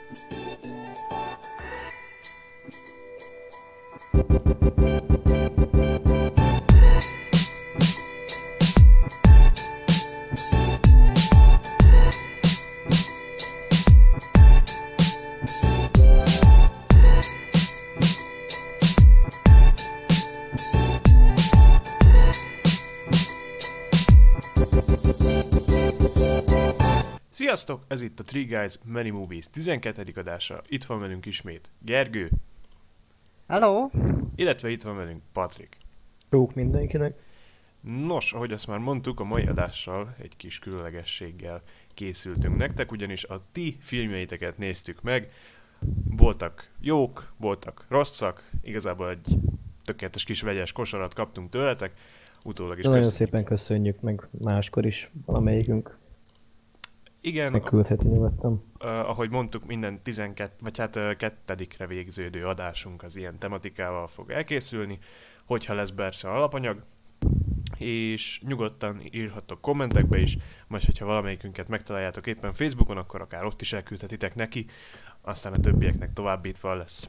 Sziasztok! Ez itt a Three Guys Many Movies 12. adása. Itt van velünk ismét Gergő. Hello! Illetve itt van velünk Patrik. Jók mindenkinek. Nos, ahogy azt már mondtuk, a mai adással egy kis különlegességgel készültünk nektek, ugyanis a ti filmjeiteket néztük meg. Voltak jók, voltak rosszak, igazából egy tökéletes kis vegyes kosarat kaptunk tőletek. Utólag is nagyon szépen köszönjük, meg máskor is valamelyikünk. Igen, megküldheti nyugodtan. Ahogy mondtuk, minden 12, vagy hát kettedikre végződő adásunk az ilyen tematikával fog elkészülni, hogyha lesz persze alapanyag, és nyugodtan írhattok kommentekbe is, majd hogyha valamelyikünket megtaláljátok éppen Facebookon, akkor akár ott is elküldhetitek neki, aztán a többieknek továbbítva lesz.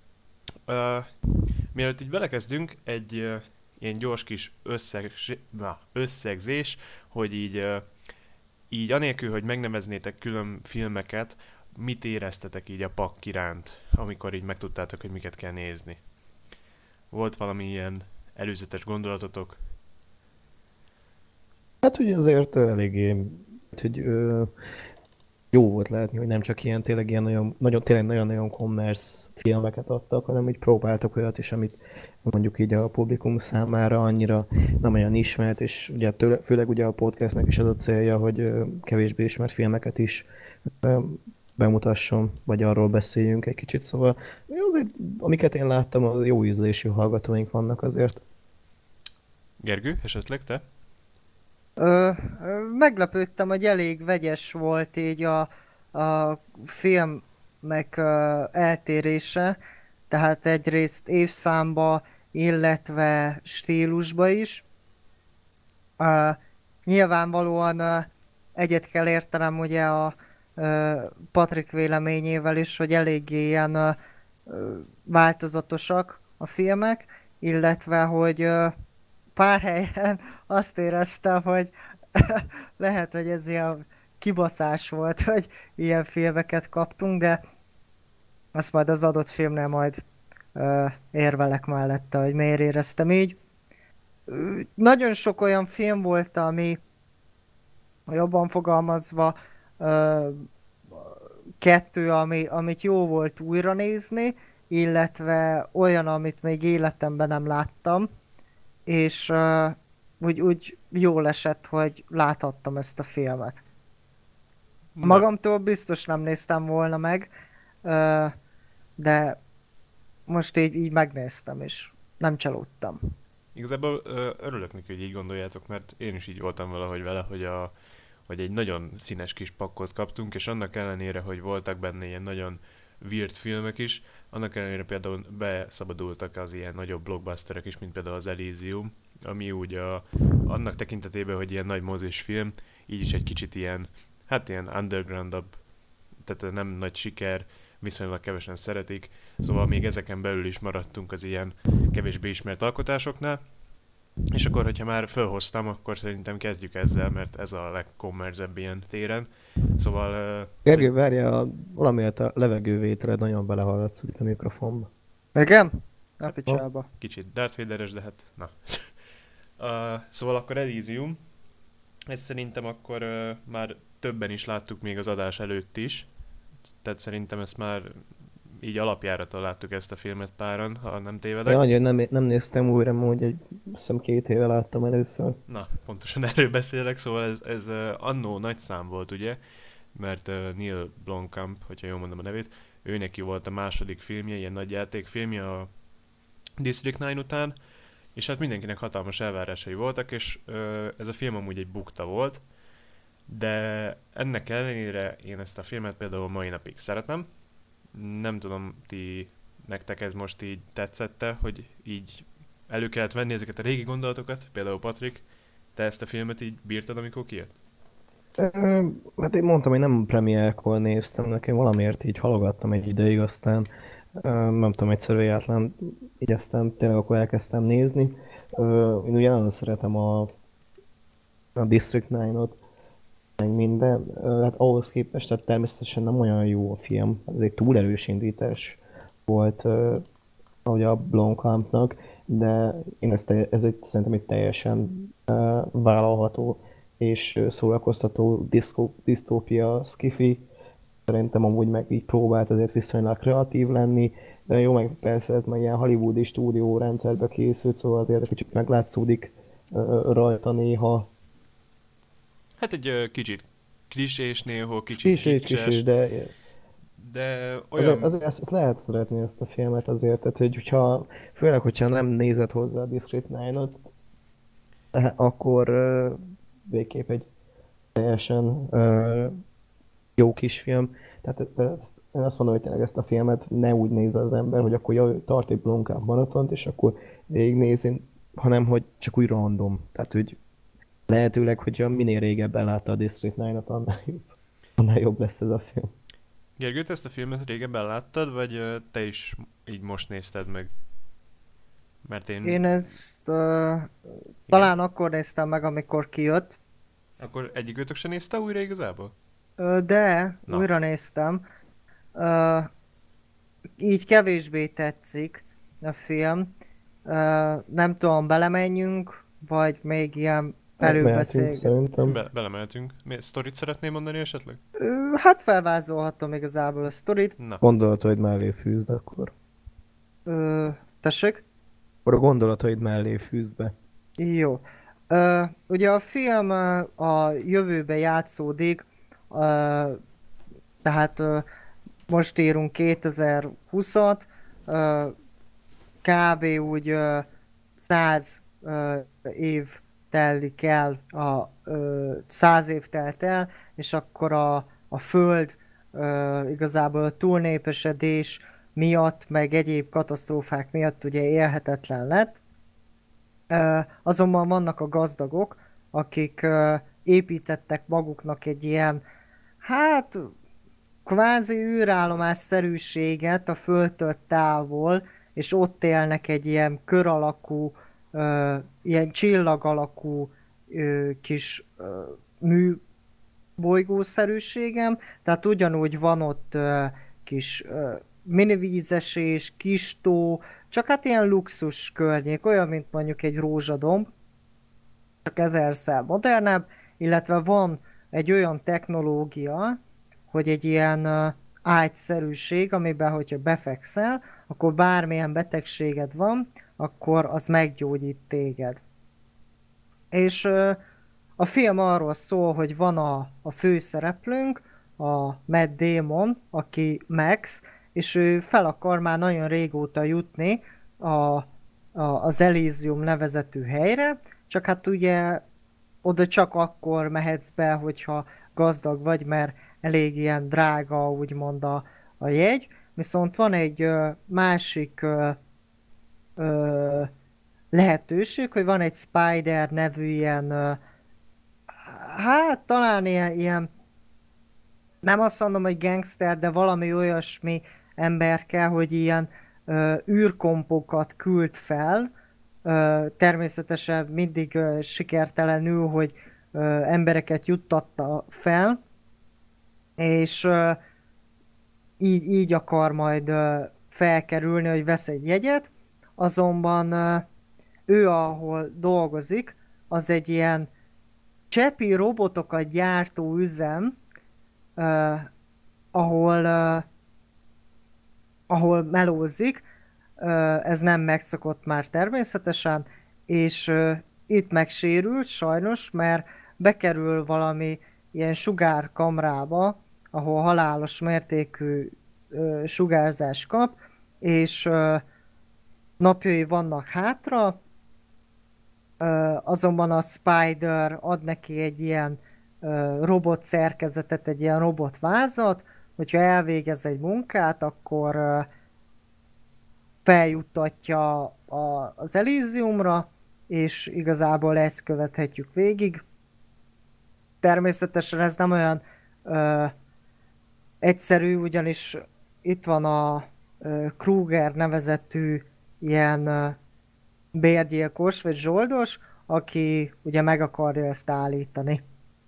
Mielőtt így belekezdünk, egy ilyen gyors kis összegzés, hogy így anélkül, hogy megneveznétek külön filmeket, mit éreztetek így a pakk iránt, amikor így megtudtátok, hogy miket kell nézni? Volt valami ilyen előzetes gondolatotok? Hát ugye azért eléggé, hogy jó volt látni, hogy nem csak ilyen tényleg ilyen nagyon-nagyon commerce filmeket adtak, hanem úgy próbáltak olyat is, amit mondjuk így a publikum számára annyira nem olyan ismert, és ugye főleg ugye a podcastnek is az a célja, hogy kevésbé ismert filmeket is bemutasson, vagy arról beszéljünk egy kicsit, szóval azért, amiket én láttam, az jó ízlésű hallgatóink vannak azért. Gergő, esetleg te? Meglepődtem, hogy elég vegyes volt így a filmek eltérése, tehát egyrészt évszámba, illetve stílusba is. Nyilvánvalóan egyet kell értenem ugye a Patrik véleményével is, hogy eléggé ilyen változatosak a filmek, illetve hogy pár helyen azt éreztem, hogy lehet, hogy ez ilyen kibaszás volt, hogy ilyen filmeket kaptunk, de azt majd az adott filmnél majd érvelek mellette, hogy miért éreztem így. Nagyon sok olyan film volt, ami jobban fogalmazva kettő, amit jó volt újra nézni, illetve olyan, amit még életemben nem láttam, és úgy jól esett, hogy láthattam ezt a filmet. Magamtól biztos nem néztem volna meg, de most így megnéztem, és nem csalódtam. Igazából örülök neki, hogy így gondoljátok, mert én is így voltam valahogy vele, hogy egy nagyon színes kis pakkot kaptunk, és annak ellenére, hogy voltak benne ilyen nagyon weird filmek is, annak ellenére például beszabadultak az ilyen nagyobb blockbusterek is, mint például az Elysium, ami úgy annak tekintetében, hogy ilyen nagy mozis film, így is egy kicsit ilyen, hát ilyen undergroundabb, tehát nem nagy siker, viszonylag kevesen szeretik, szóval még ezeken belül is maradtunk az ilyen kevésbé ismert alkotásoknál, és akkor, hogyha már felhoztam, akkor szerintem kezdjük ezzel, mert ez a legkommerzebb ilyen téren. Szóval... Gergő, várjál, valamiért a levegővételed nagyon belehallatszik a mikrofonba. Igen? A picsába. Kicsit Darth Vader-es, de hát na. Szóval akkor Elysium. Ezt szerintem akkor már többen is láttuk még az adás előtt is. Tehát szerintem ezt már így alapjáraton láttuk ezt a filmet páran, ha nem tévedek. Ja, hogy nem néztem újra, hogy azt hiszem 2 éve láttam először. Na, pontosan erről beszélek, szóval ez annó nagy szám volt, ugye? Mert Neil Blomkamp, hogyha jól mondom a nevét, ő neki volt a második filmje, ilyen nagy játékfilmje a District 9 után, és hát mindenkinek hatalmas elvárásai voltak, és ez a film amúgy egy bukta volt, de ennek ellenére én ezt a filmet például mai napig szeretem. Nem tudom, nektek ez most így tetszette, hogy így elő kellett venni ezeket a régi gondolatokat, például Patrik, te ezt a filmet így bírtad, amikor kijött? Hát én mondtam, hogy nem premierkor néztem, nekem valamiért így halogattam egy ideig, aztán nem tudom, egyszerű véletlen, így aztán tényleg akkor elkezdtem nézni. Én ugye nagyon szeretem a District 9-ot, meg minden. Hát ahhoz képest, tehát természetesen nem olyan jó a film, ez egy túl erős indítás volt, ahogy a Blomkampnak, de én szerintem egy teljesen vállalható és szórakoztató disztópia skifi. Szerintem amúgy meg így próbált azért viszonylag kreatív lenni, de jó, meg persze ez meg ilyen hollywoodi stúdió rendszerbe készült, szóval azért kicsit meglátszódik rajta néha. Hát egy kicsit klisés néhol, kicsit Kicsit, kicses, de de azért, olyan... ezt lehet szeretni ezt a filmet azért, tehát főleg, hogyha nem nézed hozzá a Discrete Nine-ot, akkor végképp egy teljesen jó kis film. Tehát én azt mondom, hogy tényleg ezt a filmet ne úgy nézze az ember, hogy akkor jaj, tart egy Blomkamp maratont, és akkor végignézi, hanem hogy csak úgy random. Tehát, hogy lehetőleg, hogyha minél régebben látta a District 9-ot, annál jobb lesz ez a film. Gergő, te ezt a filmet régebben láttad, vagy te is így most nézted meg? Mert Én ezt Igen. talán akkor néztem meg, amikor kijött, Akkor egyikőtök se nézte újra igazából? de Na, újra néztem. Ö, Így kevésbé tetszik a film. Nem tudom, belemenjünk, vagy még ilyen Mehetünk felülbeszélget. szerintem. belemeltünk. Sztorit szeretném mondani esetleg? Hát felvázolhatom igazából a sztorit. Na, Gondolataid mellé fűzd akkor. Ö, Tessék? Akkor a gondolataid mellé fűzd be. Jó. Ugye a film a jövőbe játszódik, ö, tehát most írunk 2020-at, kb. Úgy 100 év telik el, 100 év telt el, és akkor a Föld igazából a túlnépesedés miatt, meg egyéb katasztrófák miatt ugye élhetetlen lett. Azonban vannak a gazdagok, akik építettek maguknak egy ilyen, hát kvázi űrállomásszerűséget a Földtől távol, és ott élnek egy ilyen kör alakú, ilyen csillag alakú kis műbolygószerűségem, tehát ugyanúgy van ott kis minivízesés, kis tó, csak hát ilyen luxus környék, olyan, mint mondjuk egy rózsadomb, csak ezerszer modernebb, illetve van egy olyan technológia, hogy egy ilyen ágyszerűség, amiben, hogyha befekszel, akkor bármilyen betegséged van, akkor az meggyógyít téged. És a film arról szól, hogy van a főszereplőnk, a Matt Damon, aki Max, és ő fel akar már nagyon régóta jutni az Elysium nevezetű helyre, csak hát ugye oda csak akkor mehetsz be, hogyha gazdag vagy, mert elég ilyen drága, úgymond a jegy. Viszont van egy másik ö, lehetőség, hogy van egy Spider nevű ilyen, hát talán ilyen, nem azt mondom, hogy gangster, de valami olyasmi emberke, hogy ilyen űrkompokat küld fel, természetesen mindig sikertelenül, hogy embereket juttatta fel, és így akar majd felkerülni, hogy vesz egy jegyet, azonban ő, ahol dolgozik, az egy ilyen csepi robotokat gyártó üzem, uh, ahol, ahol melózik, ez nem megszokott már természetesen, és itt megsérült sajnos, mert bekerül valami ilyen sugárkamrába, ahol halálos mértékű sugárzás kap, és napjai vannak hátra, azonban a Spider ad neki egy ilyen robot szerkezetet, egy ilyen robotvázat, hogyha elvégez egy munkát, akkor feljuttatja az Elysiumra, és igazából ezt követhetjük végig. természetesen ez nem olyan ö, egyszerű, ugyanis itt van a Kruger nevezetű ilyen bérgyilkos vagy zsoldos, aki ugye meg akarja ezt állítani.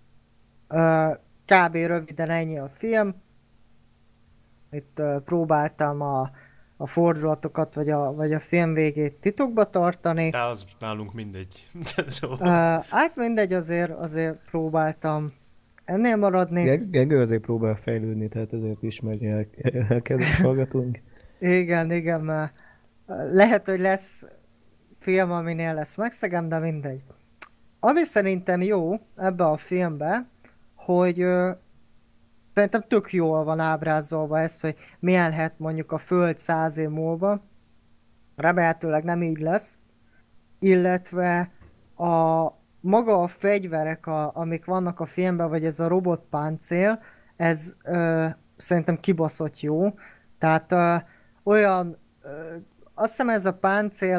Kb. Röviden ennyi a film. Itt próbáltam a fordulatokat vagy a film végét titokba tartani. De az nálunk mindegy. Szóval... Hát mindegy, azért próbáltam ennél maradni. Gergő azért próbál fejlődni, tehát ezért ismeri el kedves hallgatónk. Igen, mert lehet, hogy lesz film, aminél lesz megszegem, de mindegy. Ami szerintem jó ebbe a filmbe, hogy szerintem tök jól van ábrázolva ez, hogy milyen lehet mondjuk a Föld 100 év múlva. Remélhetőleg nem így lesz. Illetve maga a fegyverek, amik vannak a filmben, vagy ez a robotpáncél, ez szerintem kibaszott jó. Tehát olyan, azt hiszem ez a páncél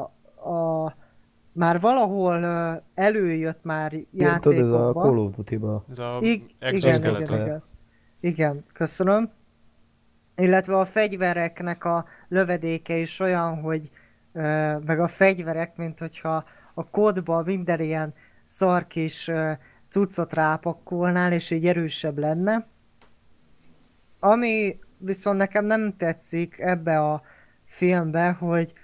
már valahol előjött már játékokban. Tudod, ez a Call of Duty-ba. Ez a Igen. Igen, köszönöm. Illetve a fegyvereknek a lövedéke is olyan, hogy meg a fegyverek, mint hogyha a kódba minden ilyen szar kis cuccot rápakkolnál, és így erősebb lenne. Ami viszont nekem nem tetszik ebbe a filmbe, hogy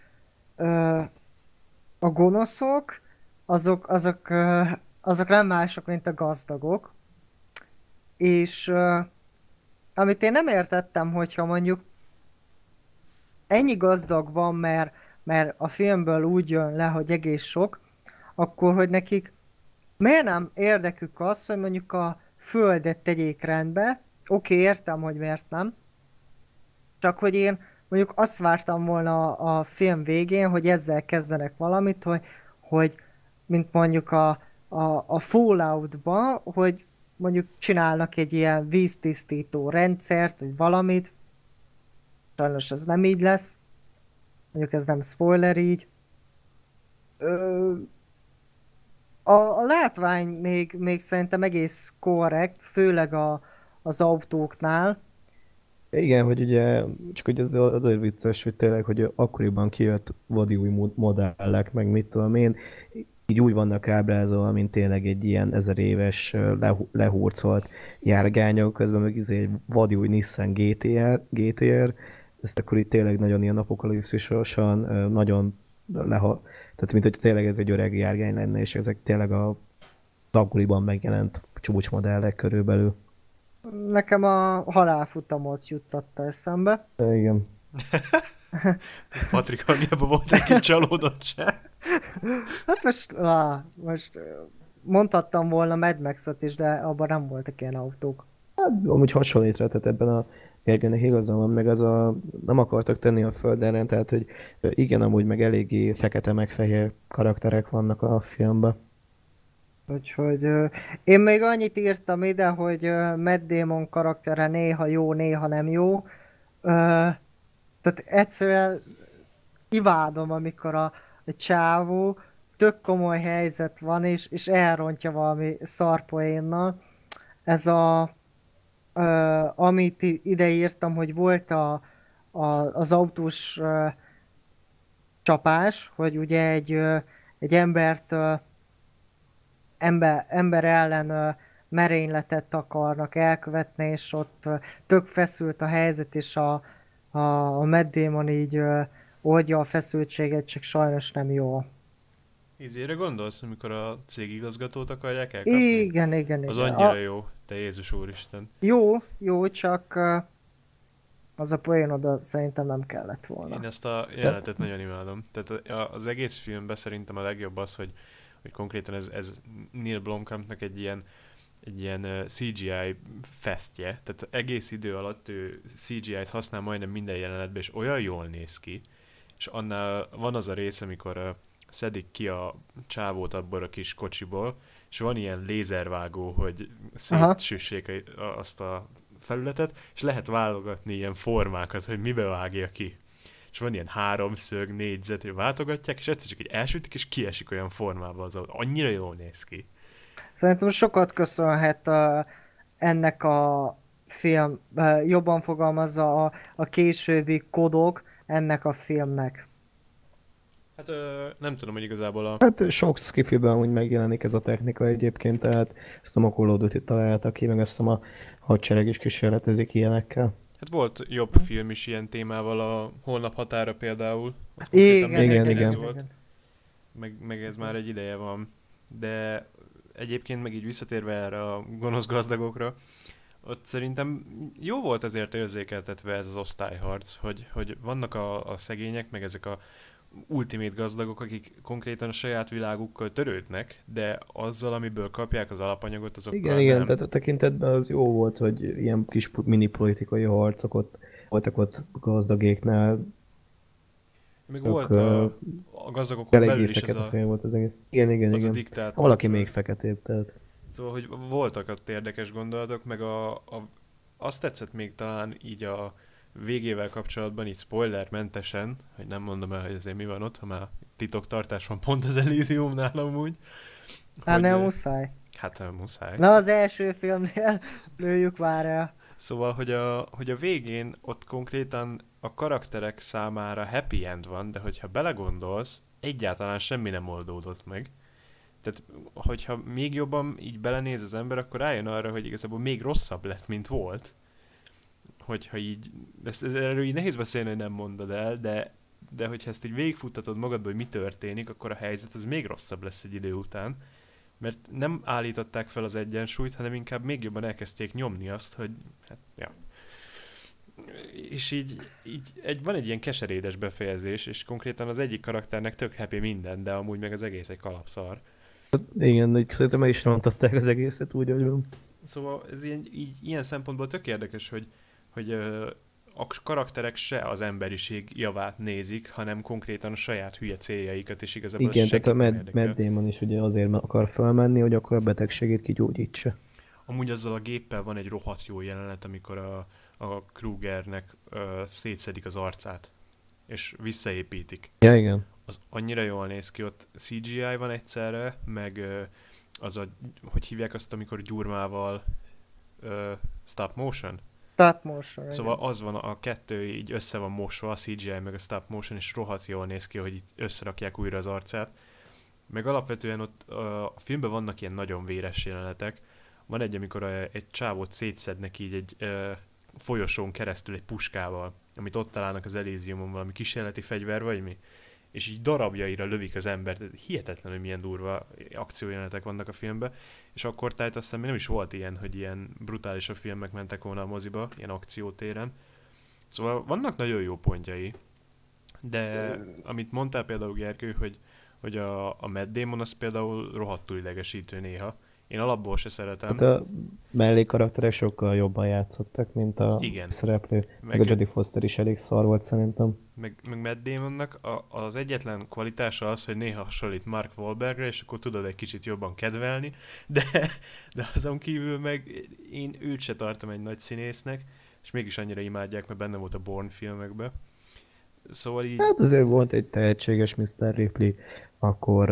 a gonoszok, azok nem mások, mint a gazdagok. És amit én nem értettem, hogyha mondjuk ennyi gazdag van, mert a filmből úgy jön le, hogy egész sok, akkor hogy nekik miért nem érdekük az, hogy mondjuk a földet tegyék rendbe. Oké, értem, hogy miért nem. Csak hogy én mondjuk azt vártam volna a film végén, hogy ezzel kezdenek valamit, hogy mint mondjuk a Fallout-ba, hogy mondjuk csinálnak egy ilyen víztisztító rendszert, vagy valamit. Sajnos ez nem így lesz. Mondjuk ez nem spoiler így. A látvány még szerintem egész korrekt, főleg az autóknál. Igen, hogy ugye, csak hogy ez azért vicces, hogy tényleg, hogy akkoriban kijött vadi új modellek, meg mit tudom én, így úgy vannak ábrázolva, mint tényleg egy ilyen 1000 éves lehurcolt járgányok, közben meg egy vadi új Nissan GTR, ezt akkor itt tényleg nagyon ilyen apokalipszisosan, nagyon tehát mint hogy tényleg ez egy öreg járgány lenne, és ezek tényleg a akkoriban megjelent csúcsmodellek körülbelül. Nekem a halálfutamot juttatta eszembe. Igen. Patrik hangjában volt egy kis csalódottság. Hát most mondhattam volna Mad Max-ot is, de abban nem voltak ilyen autók. Hát, amúgy hasonlít rá, tehát ebben a Gergőnek igaza van, meg nem akartak tenni a földeren, tehát hogy igen, amúgy meg eléggé fekete meg fehér karakterek vannak a filmben. Úgyhogy én még annyit írtam ide, hogy Matt Damon karaktere néha jó, néha nem jó. Tehát egyszerűen imádom, amikor a csávó tök komoly helyzet van, és elrontja valami szarpoénnal. Ez amit ide írtam, hogy volt az autós csapás, hogy ugye egy ember ellen merényletet akarnak elkövetni, és ott tök feszült a helyzet, és a Matt Damon így oldja a feszültséget, csak sajnos nem jó. Izére gondolsz, amikor a cégigazgatót akarják elkapni? Igen. Az annyira jó, te Jézus Úristen. Jó, csak az a poén oda szerintem nem kellett volna. Én ezt a jelenetet nagyon imádom. Tehát az egész filmben szerintem a legjobb az, hogy konkrétan ez Neil Blomkampnak egy ilyen CGI festje, tehát egész idő alatt ő CGI-t használ majdnem minden jelenetben, és olyan jól néz ki, és annál van az a rész, amikor szedik ki a csávót abból a kis kocsiból, és van ilyen lézervágó, hogy szétsüssék azt a felületet, és lehet válogatni ilyen formákat, hogy mibe vágja ki. És van ilyen háromszög, négyzet, hogy váltogatják, és egyszer csak így elsütik, és kiesik olyan formába az autó. Annyira jól néz ki. Szerintem sokat köszönhet ennek a film, jobban fogalmazza a későbbi kodok ennek a filmnek. Hát nem tudom, hogy igazából a... Hát sok skifiben úgy megjelenik ez a technika egyébként, tehát ezt a Makulódot itt találtak ki, meg ezt a hadsereg is kísérletezik ilyenekkel. Hát volt jobb film is ilyen témával, a Holnap határa például. Ott konkrétan Igen, igen, mindenki ez igen. volt. Meg ez már egy ideje van. De egyébként meg így visszatérve erre a gonosz gazdagokra, ott szerintem jó volt azért érzékeltetve ez az osztályharc, hogy vannak a szegények, meg ezek a ultimate gazdagok, akik konkrétan a saját világukkal törődnek, de azzal, amiből kapják az alapanyagot, Igen, azokkal igen, nem. tehát a tekintetben az jó volt, hogy ilyen kis mini politikai harcok ott voltak ott gazdagéknál, Még csak volt a gazdagokon eléggé belül is ez fekete fej volt az egész. Igen, igen, az a igen. diktátor. Valaki még feketébb, tehát. Szóval, hogy voltak ott érdekes gondolatok, meg azt tetszett még talán így a végével kapcsolatban, így spoilermentesen, hogy nem mondom el, hogy azért mi van ott, ha már titoktartás van pont az Elysiumnál amúgy. Hát Hogy, nem muszáj. hát muszáj. Na az első filmnél lőjük már el. Szóval, hogy a végén ott konkrétan a karakterek számára happy end van, de hogyha belegondolsz, egyáltalán semmi nem oldódott meg. Tehát, hogyha még jobban így belenéz az ember, akkor rájön arra, hogy igazából még rosszabb lett, mint volt. Hogyha így, erről így nehéz beszélni, hogy nem mondod el, de hogyha ezt így végigfuttatod magadba, hogy mi történik, akkor a helyzet az még rosszabb lesz egy idő után. Mert nem állították fel az egyensúlyt, hanem inkább még jobban elkezdték nyomni azt, hogy hát, ja. És van egy ilyen keserédes befejezés, és konkrétan az egyik karakternek tök happy minden, de amúgy meg az egész egy kalapszar. Igen, hogy szerintem el is rontották az egészet úgy, hogy van. Szóval ez ilyen szempontból tök érdekes, hogy a karakterek se az emberiség javát nézik, hanem konkrétan a saját hülye céljaikat, és igazából Igen, ez tehát senkit a nem Matt érdekel. Damon is ugye azért akar felmenni, hogy akkor a betegségét kigyógyítsa. Amúgy azzal a géppel van egy rohadt jó jelenet, amikor a Krugernek szétszedik az arcát, és visszaépítik. Ja, igen. Az annyira jól néz ki, ott CGI van egyszerre, meg hogy hívják azt, amikor gyurmával stop motion? Stop motion. Szóval az van, a kettő így össze van mosva, a CGI meg a stop motion, és rohadt jól néz ki, hogy itt összerakják újra az arcát. Meg alapvetően ott a filmben vannak ilyen nagyon véres jelenetek. Van egy, amikor egy csávót szétszednek így egy folyosón keresztül egy puskával, amit ott találnak az Elysiumon, valami kísérleti fegyver vagy mi, és így darabjaira lövik az embert. Hihetetlen, hogy milyen durva akciójelenetek vannak a filmben, és akkor tehát azt hiszem még nem is volt ilyen, hogy ilyen brutálisabb filmek mentek volna a moziba, ilyen akciótéren. Szóval vannak nagyon jó pontjai, de amit mondtál például Gergő, hogy a Matt Damon az például rohadtul idegesítő néha. Én alapból se szeretem. Hát a mellékkarakterek sokkal jobban játszottak, mint a Igen. szereplő. Meg a Jodie Foster is elég szar volt szerintem. Meg Matt Damonnak az egyetlen kvalitása az, hogy néha hasonlít Mark Wahlbergre, és akkor tudod egy kicsit jobban kedvelni, de azon kívül meg én őt se tartom egy nagy színésznek, és mégis annyira imádják, mert benne volt a Bourne filmekben. Szóval így... Hát azért volt egy tehetséges Mr. Ripley, akkor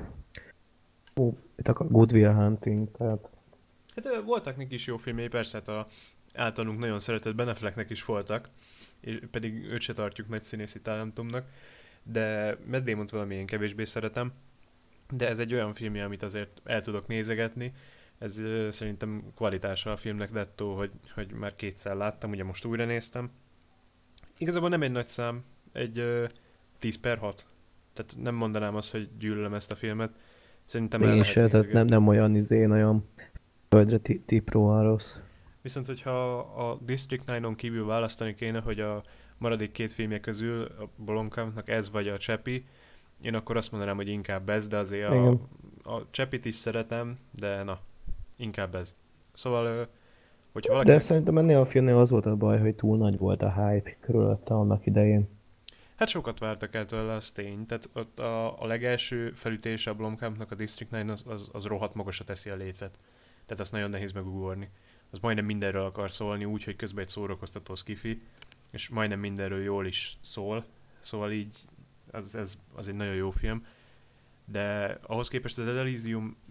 itt a Good Will Hunting, tehát Hát voltak neki is jó filmjei, persze, hát a általunk nagyon szeretett Ben Afflecknek is voltak, és pedig őt se tartjuk nagy színészi talentumnak, de Matt Damont valamilyen kevésbé szeretem, de ez egy olyan filmje, amit azért el tudok nézegetni, ez szerintem kvalitása a filmnek dettó, hogy már kétszer láttam, ugye most újra néztem. Igazából nem egy nagy szám, egy 10/6, tehát nem mondanám azt, hogy gyűlölöm ezt a filmet, szerintem el én lehet se, tehát nézegetni. nem olyan nagyon földre tipróan rossz. Viszont, hogyha a District 9-on kívül választani kéne, hogy a maradék két filmje közül a Blomkampnak ez vagy a Chappie, én akkor azt mondanám, hogy inkább ez, de azért Igen. a Chappie-t is szeretem, de na, inkább ez. Szóval, hogyha De valakinek... szerintem ennél a filmnél az volt a baj, hogy túl nagy volt a hype körülötte annak idején. Hát sokat vártak el tőle, az tény. Tehát ott a legelső felütése a Blomkampnak, a District 9 az rohadt magasra teszi a lécet. Tehát azt nagyon nehéz megugorni. Az majdnem mindenről akar szólni, úgy, hogy közben egy szórakoztató skifi, és majdnem mindenről jól is szól. Szóval így az egy nagyon jó film. De ahhoz képest az Elysium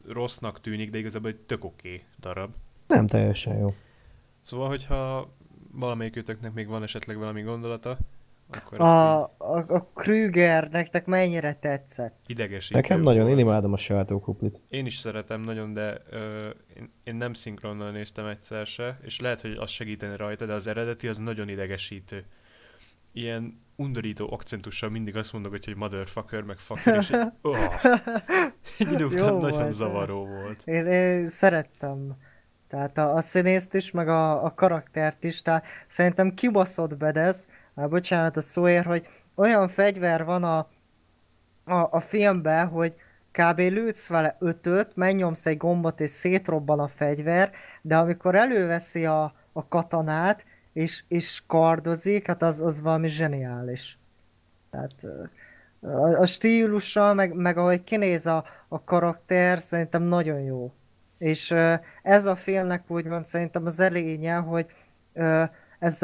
rossznak tűnik, de igazából egy tök oké darab. Nem teljesen jó. Szóval, hogyha valamelyikőtöknek még van esetleg valami gondolata, akkor azt A, így a Krüger nektek mennyire tetszett? idegesítő Nekem nagyon, én volt. imádom a sátókuplit. Én is szeretem nagyon, de én nem szinkronnal néztem egyszer se, és lehet, hogy az segíteni rajta, de az eredeti az nagyon idegesítő. Ilyen undorító akcentussal mindig azt mondok, hogy motherfucker, meg fucker, és egy idő után Jó nagyon volt, zavaró volt. én szerettem. Tehát a színészt is, meg a karaktert is, tehát szerintem kibaszott bedesz, bocsánat a szóért, hogy olyan fegyver van a filmben, hogy kb. Lőtsz vele ötöt, megnyomsz egy gombot és szétrobban a fegyver, de amikor előveszi a katanát és kardozik, hát az valami zseniális. Tehát a stílusa, meg ahogy kinéz a karakter, szerintem nagyon jó. És ez a filmnek úgymond szerintem az elénye, hogy ez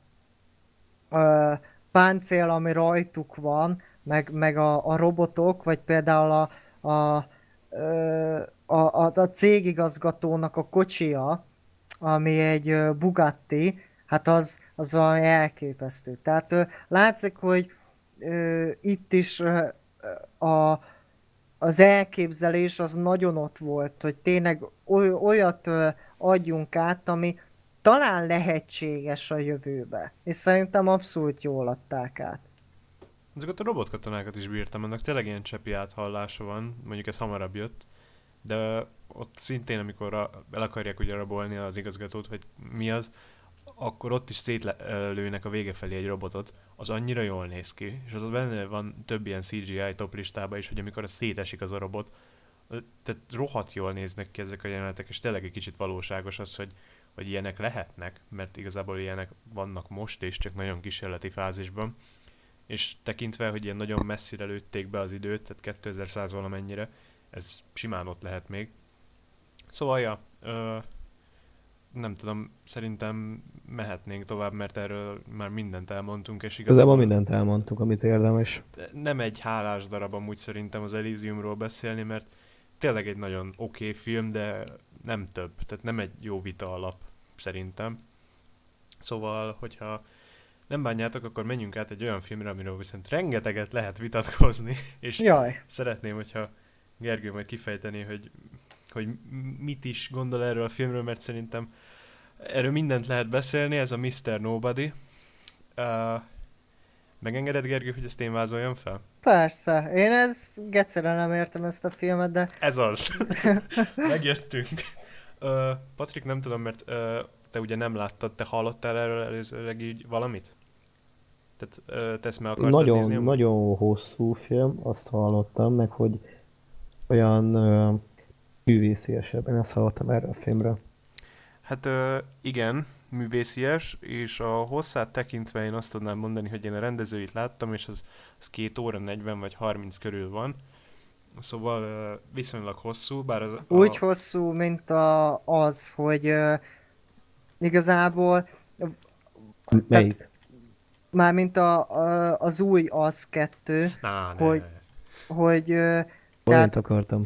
a páncél, ami rajtuk van, meg a robotok, vagy például a, ö, a cégigazgatónak a kocsia, ami egy Bugatti, hát az valami elképesztő. Tehát látszik, hogy itt is az elképzelés az nagyon ott volt, hogy tényleg olyat adjunk át, ami talán lehetséges a jövőbe. És szerintem abszolút jól adták át. Azokat a robotkatonákat is bírtam, annak tényleg ilyen cseppi áthallása van, mondjuk ez hamarabb jött, de ott szintén, amikor el akarják ugye rabolni az igazgatót, vagy mi az, akkor ott is szétlőnek a vége felé egy robotot, az annyira jól néz ki, és az benne van több ilyen CGI top listában is, hogy amikor szétesik az a robot, tehát rohadt jól néznek ki ezek a jelenetek, és tényleg egy kicsit valóságos az, hogy ilyenek lehetnek, mert igazából ilyenek vannak most, és csak nagyon kísérleti fázisban, és tekintve, hogy ilyen nagyon messzire lőtték be az időt, tehát 2100 valamennyire, ez simán ott lehet még. Szóval, ja, nem tudom, szerintem mehetnénk tovább, mert erről már mindent elmondtunk, és Igazából mindent elmondtuk, amit érdemes. nem egy hálás darab amúgy szerintem az Elysiumról beszélni, mert tényleg egy nagyon oké film, de nem több, tehát nem egy jó vita alap szerintem. Szóval, hogyha nem bánjátok, akkor menjünk át egy olyan filmre, amiről viszont rengeteget lehet vitatkozni, és Jaj. szeretném, hogyha Gergő majd kifejteni, hogy mit is gondol erről a filmről, mert szerintem erről mindent lehet beszélni, ez a Mr. Nobody. Megengeded, Gergő, hogy ezt én vázoljam fel? Persze, én gecére nem értem ezt a filmet, de Ez az. Megjöttünk. Patrik, nem tudom, mert te ugye nem láttad, te hallottál erről előzőleg így valamit? Tehát te ezt meg akartad nézni? Nagyon, nagyon hosszú film, azt hallottam, meg hogy olyan művésziesebb, én ezt hallottam erről a filmről. Hát igen, művészies, és a hosszát tekintve én azt tudnám mondani, hogy én a rendezőit láttam, és az 2 óra 40 vagy 30 körül van. Szóval viszonylag hosszú, bár az úgy hosszú, mint az, hogy igazából Melyik? mármint az új az 2, hogy, hogy Olyan akartam.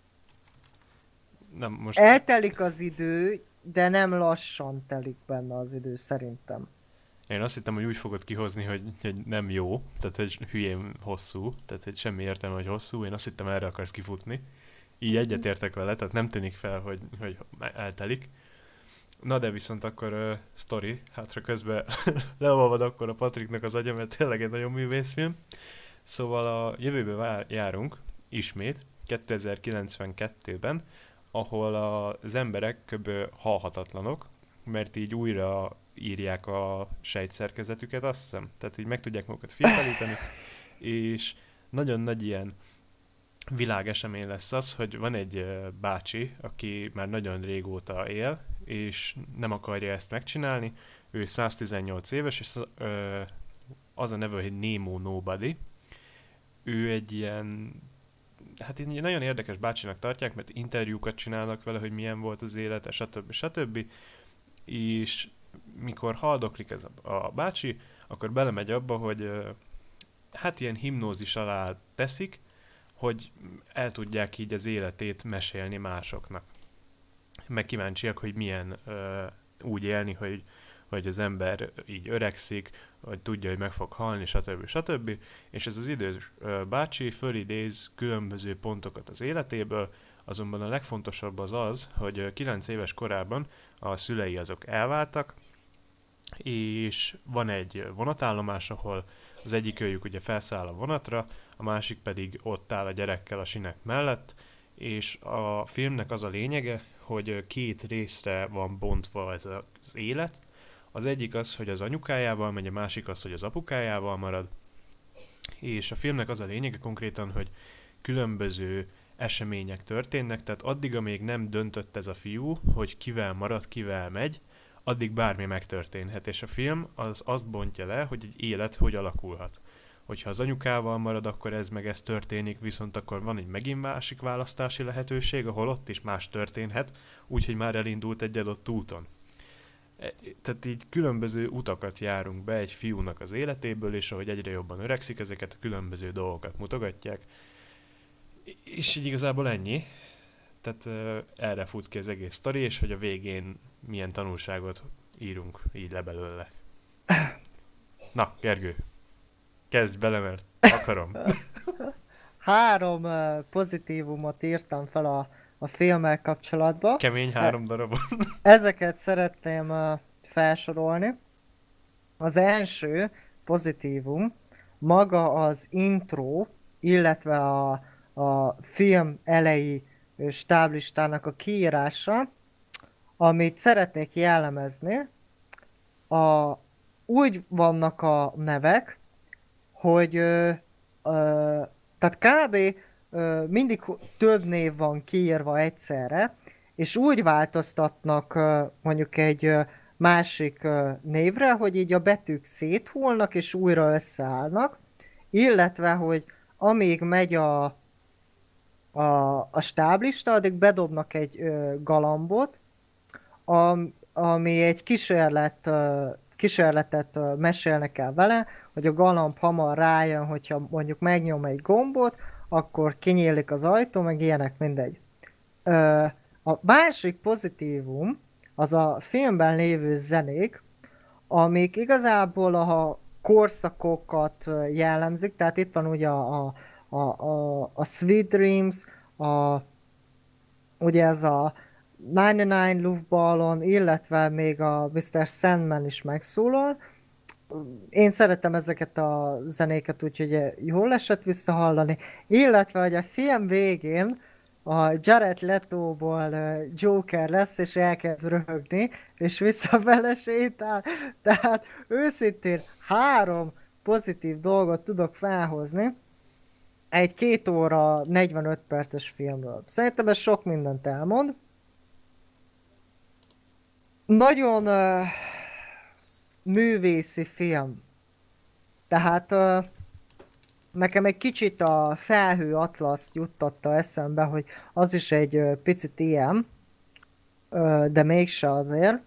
nem, most eltelik az idő, de nem lassan telik benne az idő szerintem. én azt hittem, hogy úgy fogod kihozni, hogy nem jó, tehát hogy hülyén hosszú, tehát hogy semmi értelme, hogy hosszú, én azt hittem erre akarsz kifutni. Így egyetértek vele, tehát nem tűnik fel, hogy eltelik. Na de viszont akkor sztori, hátra közben leolvad akkor a Patriknak az agya, mert tényleg egy nagyon művészfilm. Szóval a jövőbe járunk, ismét, 2092-ben, ahol az emberek kb. Halhatatlanok, mert így újra írják a sejtszerkezetüket, azt hiszem. Tehát így meg tudják magukat fiatalítani, és nagyon nagy ilyen világesemény lesz az, hogy van egy bácsi, aki már nagyon régóta él, és nem akarja ezt megcsinálni. Ő 118 éves, és az a neve, hogy Nemo Nobody. Ő egy ilyen, hát egy nagyon érdekes bácsinak tartják, mert interjúkat csinálnak vele, hogy milyen volt az élete, stb. És mikor haldoklik ez a bácsi, akkor belemegy abba, hogy hát ilyen himnózis alá teszik, hogy el tudják így az életét mesélni másoknak. Meg kíváncsiak, hogy milyen úgy élni, hogy az ember így öregszik, hogy tudja, hogy meg fog halni, stb. Stb. És ez az idős bácsi fölidéz különböző pontokat az életéből, azonban a legfontosabb az az, hogy 9 éves korában a szülei azok elváltak, és van egy vonatállomás, ahol az egyik őjük ugye felszáll a vonatra, a másik pedig ott áll a gyerekkel a sinek mellett, és a filmnek az a lényege, hogy 2 részre van bontva ez az élet. Az egyik az, hogy az anyukájával megy, a másik az, hogy az apukájával marad. És a filmnek az a lényege konkrétan, hogy különböző események történnek, tehát addig, amíg nem döntött ez a fiú, hogy kivel marad, kivel megy, addig bármi megtörténhet, és a film az azt bontja le, hogy egy élet hogy alakulhat. Hogyha az anyukával marad, akkor ez történik, viszont akkor van egy megint másik választási lehetőség, ahol ott is más történhet, úgyhogy már elindult egy adott úton. Tehát így különböző utakat járunk be egy fiúnak az életéből, és ahogy egyre jobban öregszik, ezeket a különböző dolgokat mutogatják. És így igazából ennyi. Tehát erre fut ki az egész sztori, és hogy a végén milyen tanulságot írunk így le belőle. Na, Gergő, kezdj bele, mert akarom. 3 pozitívumot írtam fel a filmmel kapcsolatban. Kemény 3 darabon. Ezeket szeretném felsorolni. Az első pozitívum maga az intro, illetve a film elejé stáblistának a kiírása, amit szeretnék jellemezni. Úgy vannak a nevek, hogy tehát kb. Mindig több név van kiírva egyszerre, és úgy változtatnak mondjuk egy másik névre, hogy így a betűk széthullnak és újra összeállnak, illetve, hogy amíg megy a stáblista, addig bedobnak egy galambot, ami egy kísérletet mesélnek el vele, hogy a galamb hamar rájön, hogyha mondjuk megnyom egy gombot, akkor kinyílik az ajtó, meg ilyenek, mindegy. A másik pozitívum az a filmben lévő zenék, amik igazából a korszakokat jellemzik, tehát itt van ugye a Sweet Dreams, ugye ez a 99 Luftballon, illetve még a Mr. Sandman is megszólal. Én szeretem ezeket a zenéket, úgyhogy jól esett visszahallani. Illetve, hogy a film végén a Jared Letóból Joker lesz, és elkezd röhögni, és visszafele sétál. Tehát őszintén 3 pozitív dolgot tudok felhozni egy 2 óra 45 perces filmről. Szerintem ez sok mindent elmond. Nagyon művészi film. Tehát nekem egy kicsit a Felhő Atlaszt juttatta eszembe, hogy az is egy picit ilyen, de mégse azért.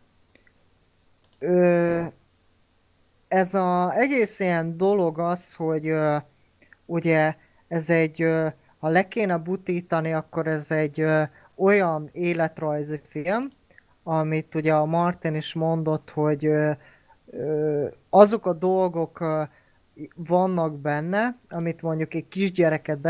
Ez az egész ilyen dolog az, hogy ugye ez egy, ha le kéne butítani, akkor ez egy olyan életrajzi film, amit ugye a Martin is mondott, hogy azok a dolgok vannak benne, amit mondjuk egy kisgyereket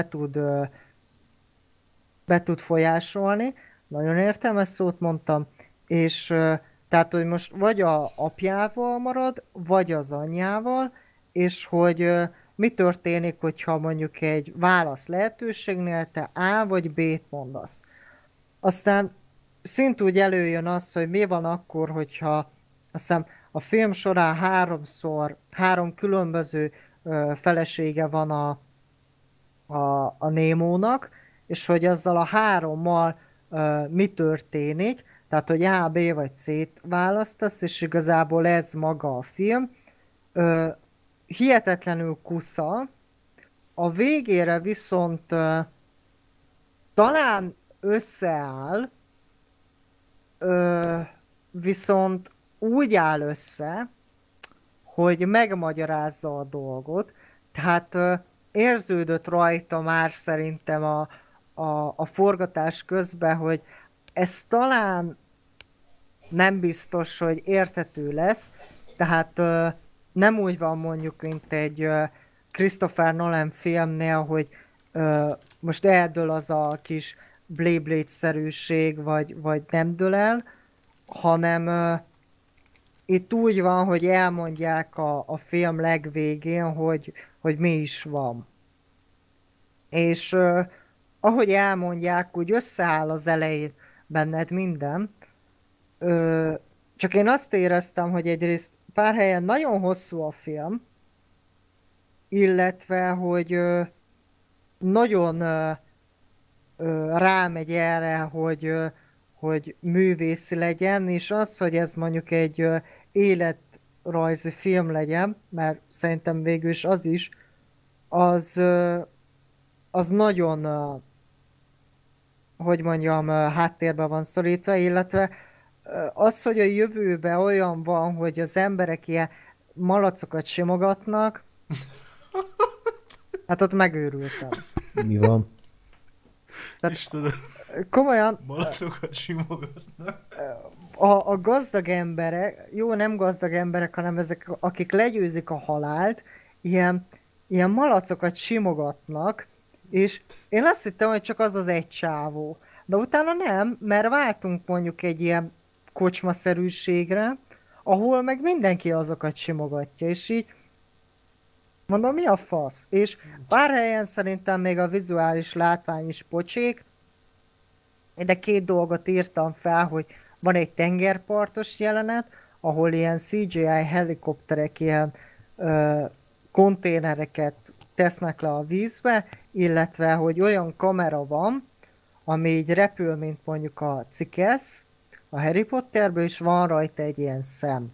be tud folyásolni, nagyon értelmes szót mondtam, és tehát, hogy most vagy a apjával marad, vagy az anyjával, és hogy mi történik, hogyha mondjuk egy válasz lehetőségnél te A vagy B-t mondasz. Aztán szintúgy előjön az, hogy mi van akkor, hogyha azt hiszem a film során 3 különböző felesége van a Némónak, és hogy azzal a 3-mal mi történik, tehát hogy A, B vagy C-t választasz, és igazából ez maga a film. Hihetetlenül kusza, a végére viszont talán összeáll, viszont úgy áll össze, hogy megmagyarázza a dolgot. Tehát érződött rajta már szerintem a forgatás közben, hogy ez talán nem biztos, hogy érthető lesz, tehát nem úgy van mondjuk, mint egy Christopher Nolan filmnél, hogy most eldől az a kis Blade-szerűség, vagy nem dől el, hanem itt úgy van, hogy elmondják a film legvégén, hogy mi is van. És ahogy elmondják, úgy összeáll az elején benned minden. Csak én azt éreztem, hogy egyrészt pár helyen nagyon hosszú a film, illetve, hogy nagyon rámegy erre, hogy művészi legyen, és az, hogy ez mondjuk egy életrajzi film legyen, mert szerintem végül is az is, az nagyon, hogy mondjam, háttérbe van szorítva, illetve az, hogy a jövőben olyan van, hogy az emberek ilyen malacokat simogatnak, hát ott megőrültem. Mi van? Tehát Istenem, komolyan, malacokat simogatnak. a gazdag emberek, jó, nem gazdag emberek, hanem ezek, akik legyőzik a halált, ilyen malacokat simogatnak, és én azt hittem, hogy csak az az egy csávó. De utána nem, mert váltunk mondjuk egy ilyen kocsmaszerűségre, ahol meg mindenki azokat simogatja, és így mondom, mi a fasz? És pár helyen szerintem még a vizuális látvány is pocsék, de két dolgot írtam fel, hogy van egy tengerpartos jelenet, ahol ilyen CGI helikopterek ilyen konténereket tesznek le a vízbe, illetve hogy olyan kamera van, ami így repül, mint mondjuk a Cikesz, a Harry Potterből, és van rajta egy ilyen szem.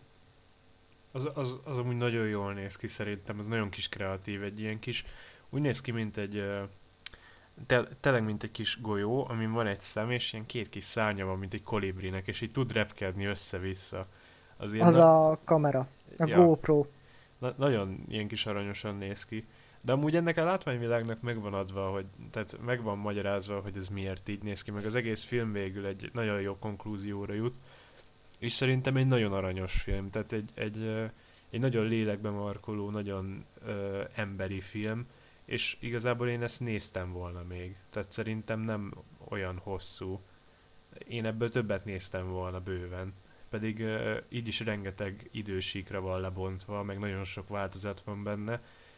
Az amúgy nagyon jól néz ki szerintem, ez nagyon kis kreatív, egy ilyen kis, úgy néz ki, mint egy, tényleg mint egy kis golyó, amin van egy szem, és ilyen két kis szárnya van, mint egy kolibrinek, és így tud repkedni össze-vissza. Az a kamera, a Ja. GoPro. Nagyon ilyen kis aranyosan néz ki. De amúgy ennek a látványvilágnak megvan adva, hogy, tehát megvan magyarázva, hogy ez miért így néz ki, meg az egész film végül egy nagyon jó konklúzióra jut. És szerintem egy nagyon aranyos film, tehát egy nagyon lélekbe markoló, nagyon emberi film, és igazából én ezt néztem volna még. Tehát szerintem nem olyan hosszú. Én ebből többet néztem volna bőven. Pedig így is rengeteg idősíkra van lebontva, meg nagyon sok változat van benne,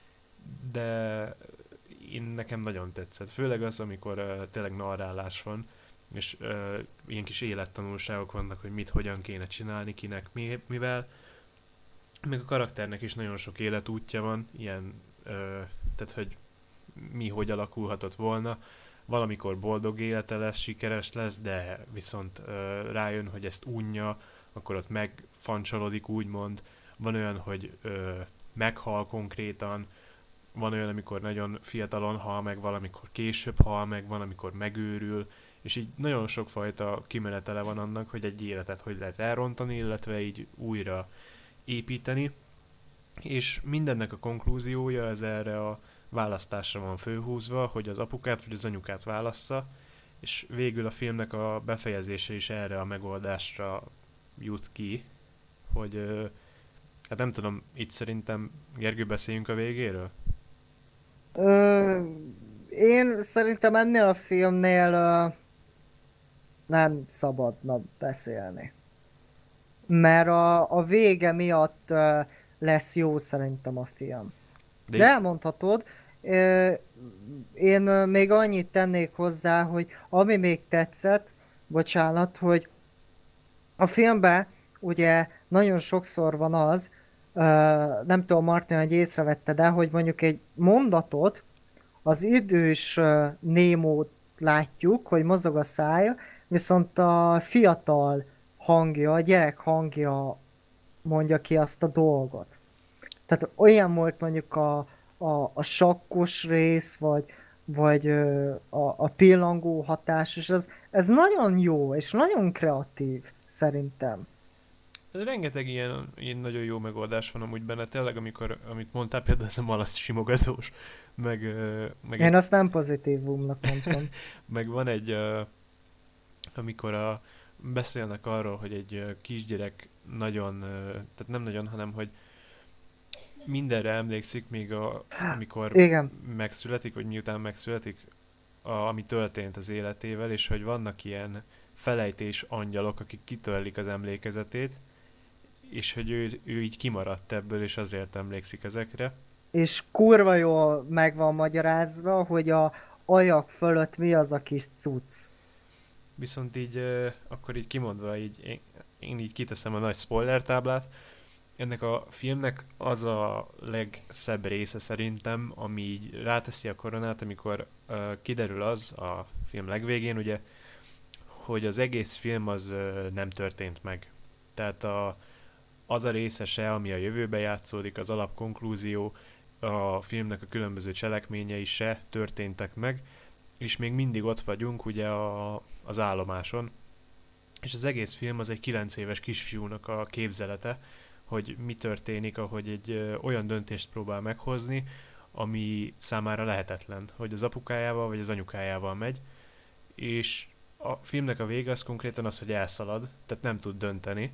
de nekem nagyon tetszett. Főleg az, amikor tényleg narrálás van, és ilyen kis élettanulságok vannak, hogy mit, hogyan kéne csinálni, kinek, mivel. Még a karakternek is nagyon sok életútja van, ilyen, tehát hogy mi, hogy alakulhatott volna. Valamikor boldog élete lesz, sikeres lesz, de viszont rájön, hogy ezt unja, akkor ott megfancsalodik, úgymond. Van olyan, hogy meghal konkrétan, van olyan, amikor nagyon fiatalon hal meg, valamikor később hal meg, van, amikor megőrül, és így nagyon sokfajta kimenetele van annak, hogy egy életet hogy lehet elrontani, illetve így újra építeni, és mindennek a konklúziója ez erre a választásra van főhúzva, hogy az apukát vagy az anyukát válassza, és végül a filmnek a befejezése is erre a megoldásra jut ki, hogy hát nem tudom, itt szerintem Gergő, beszéljünk a végéről? Én szerintem ennél a filmnél nem szabadna beszélni. Mert a vége miatt lesz jó szerintem a film. De elmondhatod, én még annyit tennék hozzá, hogy ami még tetszett, bocsánat, hogy a filmben ugye nagyon sokszor van az, nem tudom Martin, hogy észrevette, de hogy mondjuk egy mondatot, az idős Némót látjuk, hogy mozog a szája, viszont a fiatal hangja, a gyerek hangja mondja ki azt a dolgot. Tehát olyan volt mondjuk a sakkos rész, vagy a pillangó hatás, és ez nagyon jó, és nagyon kreatív, szerintem. rengeteg ilyen nagyon jó megoldás van amúgy benne, tényleg, amit mondtál, például ez a malac simogatós, meg, meg, Én azt nem pozitívumnak mondtam. meg van egy, amikor beszélnek arról, hogy egy kisgyerek nagyon, tehát nem nagyon, hanem hogy mindenre emlékszik, még amikor Igen. megszületik, vagy miután megszületik, ami történt az életével, és hogy vannak ilyen felejtés angyalok, akik kitörlik az emlékezetét, és hogy ő így kimaradt ebből, és azért emlékszik ezekre. És kurva jól meg van magyarázva, hogy a ajak fölött mi az a kis cucc. Viszont így, akkor így kimondva, én így kiteszem a nagy spoiler táblát. Ennek a filmnek az a legszebb része szerintem, ami így ráteszi a koronát, amikor kiderül az a film legvégén, ugye, hogy az egész film az nem történt meg. Tehát az a részese, ami a jövőbe játszódik, az alapkonklúzió, a filmnek a különböző cselekményei se történtek meg, és még mindig ott vagyunk ugye az állomáson, és az egész film az egy 9 éves kisfiúnak a képzelete, hogy mi történik, ahogy egy olyan döntést próbál meghozni, ami számára lehetetlen, hogy az apukájával vagy az anyukájával megy, és a filmnek a vége az konkrétan az, hogy elszalad, tehát nem tud dönteni,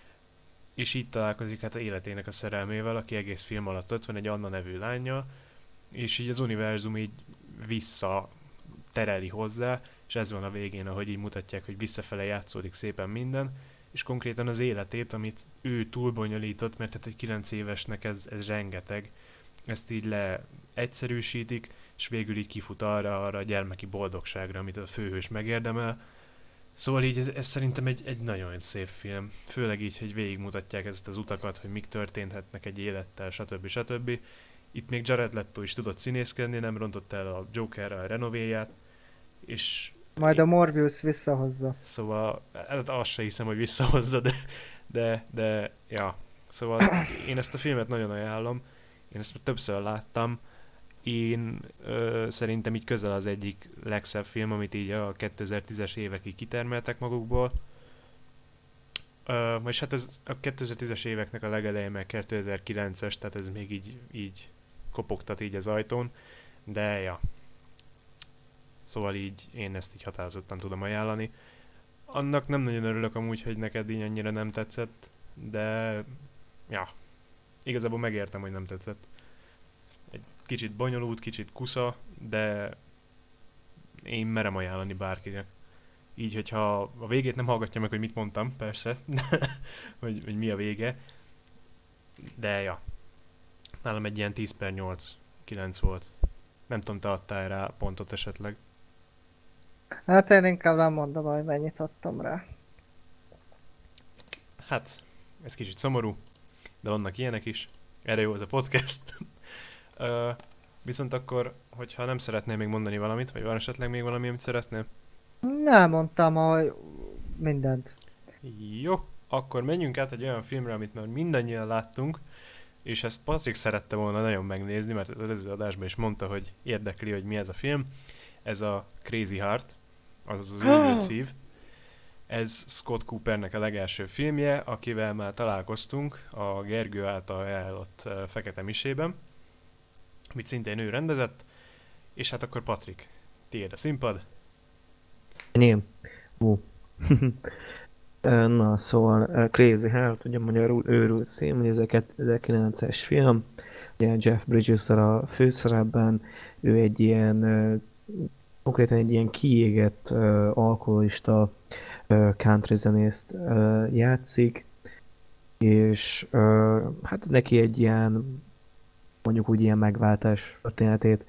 és így találkozik hát az életének a szerelmével, aki egész film alatt ott van, egy Anna nevű lánnyal, és így az univerzum így vissza tereli hozzá, és ez van a végén, ahogy így mutatják, hogy visszafele játszódik szépen minden, és konkrétan az életét, amit ő túlbonyolított, mert hát egy 9 évesnek ez rengeteg, ezt így egyszerűsítik, és végül így kifut arra a gyermeki boldogságra, amit a főhős megérdemel. Szóval így ez szerintem egy nagyon szép film, főleg így, hogy végigmutatják ezt az utakat, hogy mik történhetnek egy élettel, stb. Itt még Jared Leto is tudott színészkedni, nem rontott el a Jokerre a renovéját, és Majd a Morbius visszahozza. szóval azt se hiszem, hogy visszahozza, de ja. Szóval én ezt a filmet nagyon ajánlom, én ezt többször láttam, én szerintem így közel az egyik legszebb film, amit így a 2010-es évekig kitermeltek magukból. Vagyis hát ez a 2010-es éveknek a legeleje, meg 2009-es, tehát ez még így kopogtat így az ajtón, de ja. Szóval így én ezt így határozottan tudom ajánlani. Annak nem nagyon örülök amúgy, hogy neked így annyira nem tetszett, de ja, igazából megértem, hogy nem tetszett. Egy kicsit bonyolult, kicsit kusza, de én merem ajánlani bárkinek. Így, hogyha a végét nem hallgatja meg, hogy mit mondtam, persze, hogy mi a vége, de ja, nálam egy ilyen 10/8, 9 volt. Nem tudom, te adtál rá pontot esetleg. Hát én inkább nem mondom, hogy mennyit adtam rá. Hát, ez kicsit szomorú, de vannak ilyenek is. Erre jó ez a podcast. Viszont akkor, hogyha nem szeretnél még mondani valamit, vagy van esetleg még valami, amit szeretnél? Nem mondtam mindent. Jó, akkor menjünk át egy olyan filmre, amit már mindannyian láttunk, és ezt Patrik szerette volna nagyon megnézni, mert az előző adásban is mondta, hogy érdekli, hogy mi ez a film. Ez a Crazy Heart, azaz az őrült szív. Ez Scott Coopernek a legelső filmje, akivel már találkoztunk a Gergő által ajánlott Fekete Misében, amit szintén ő rendezett, és hát akkor Patrik, tiéd a színpad. Enyém? Na, szóval Crazy Heart, ugye magyarul őrült szín, ugye ez a 2009-es film, ugye Jeff bridges a főszerepben, ő egy ilyen, konkrétan egy ilyen kiégett alkoholista country zenészt játszik, és hát neki egy ilyen, mondjuk úgy ilyen megváltás történetét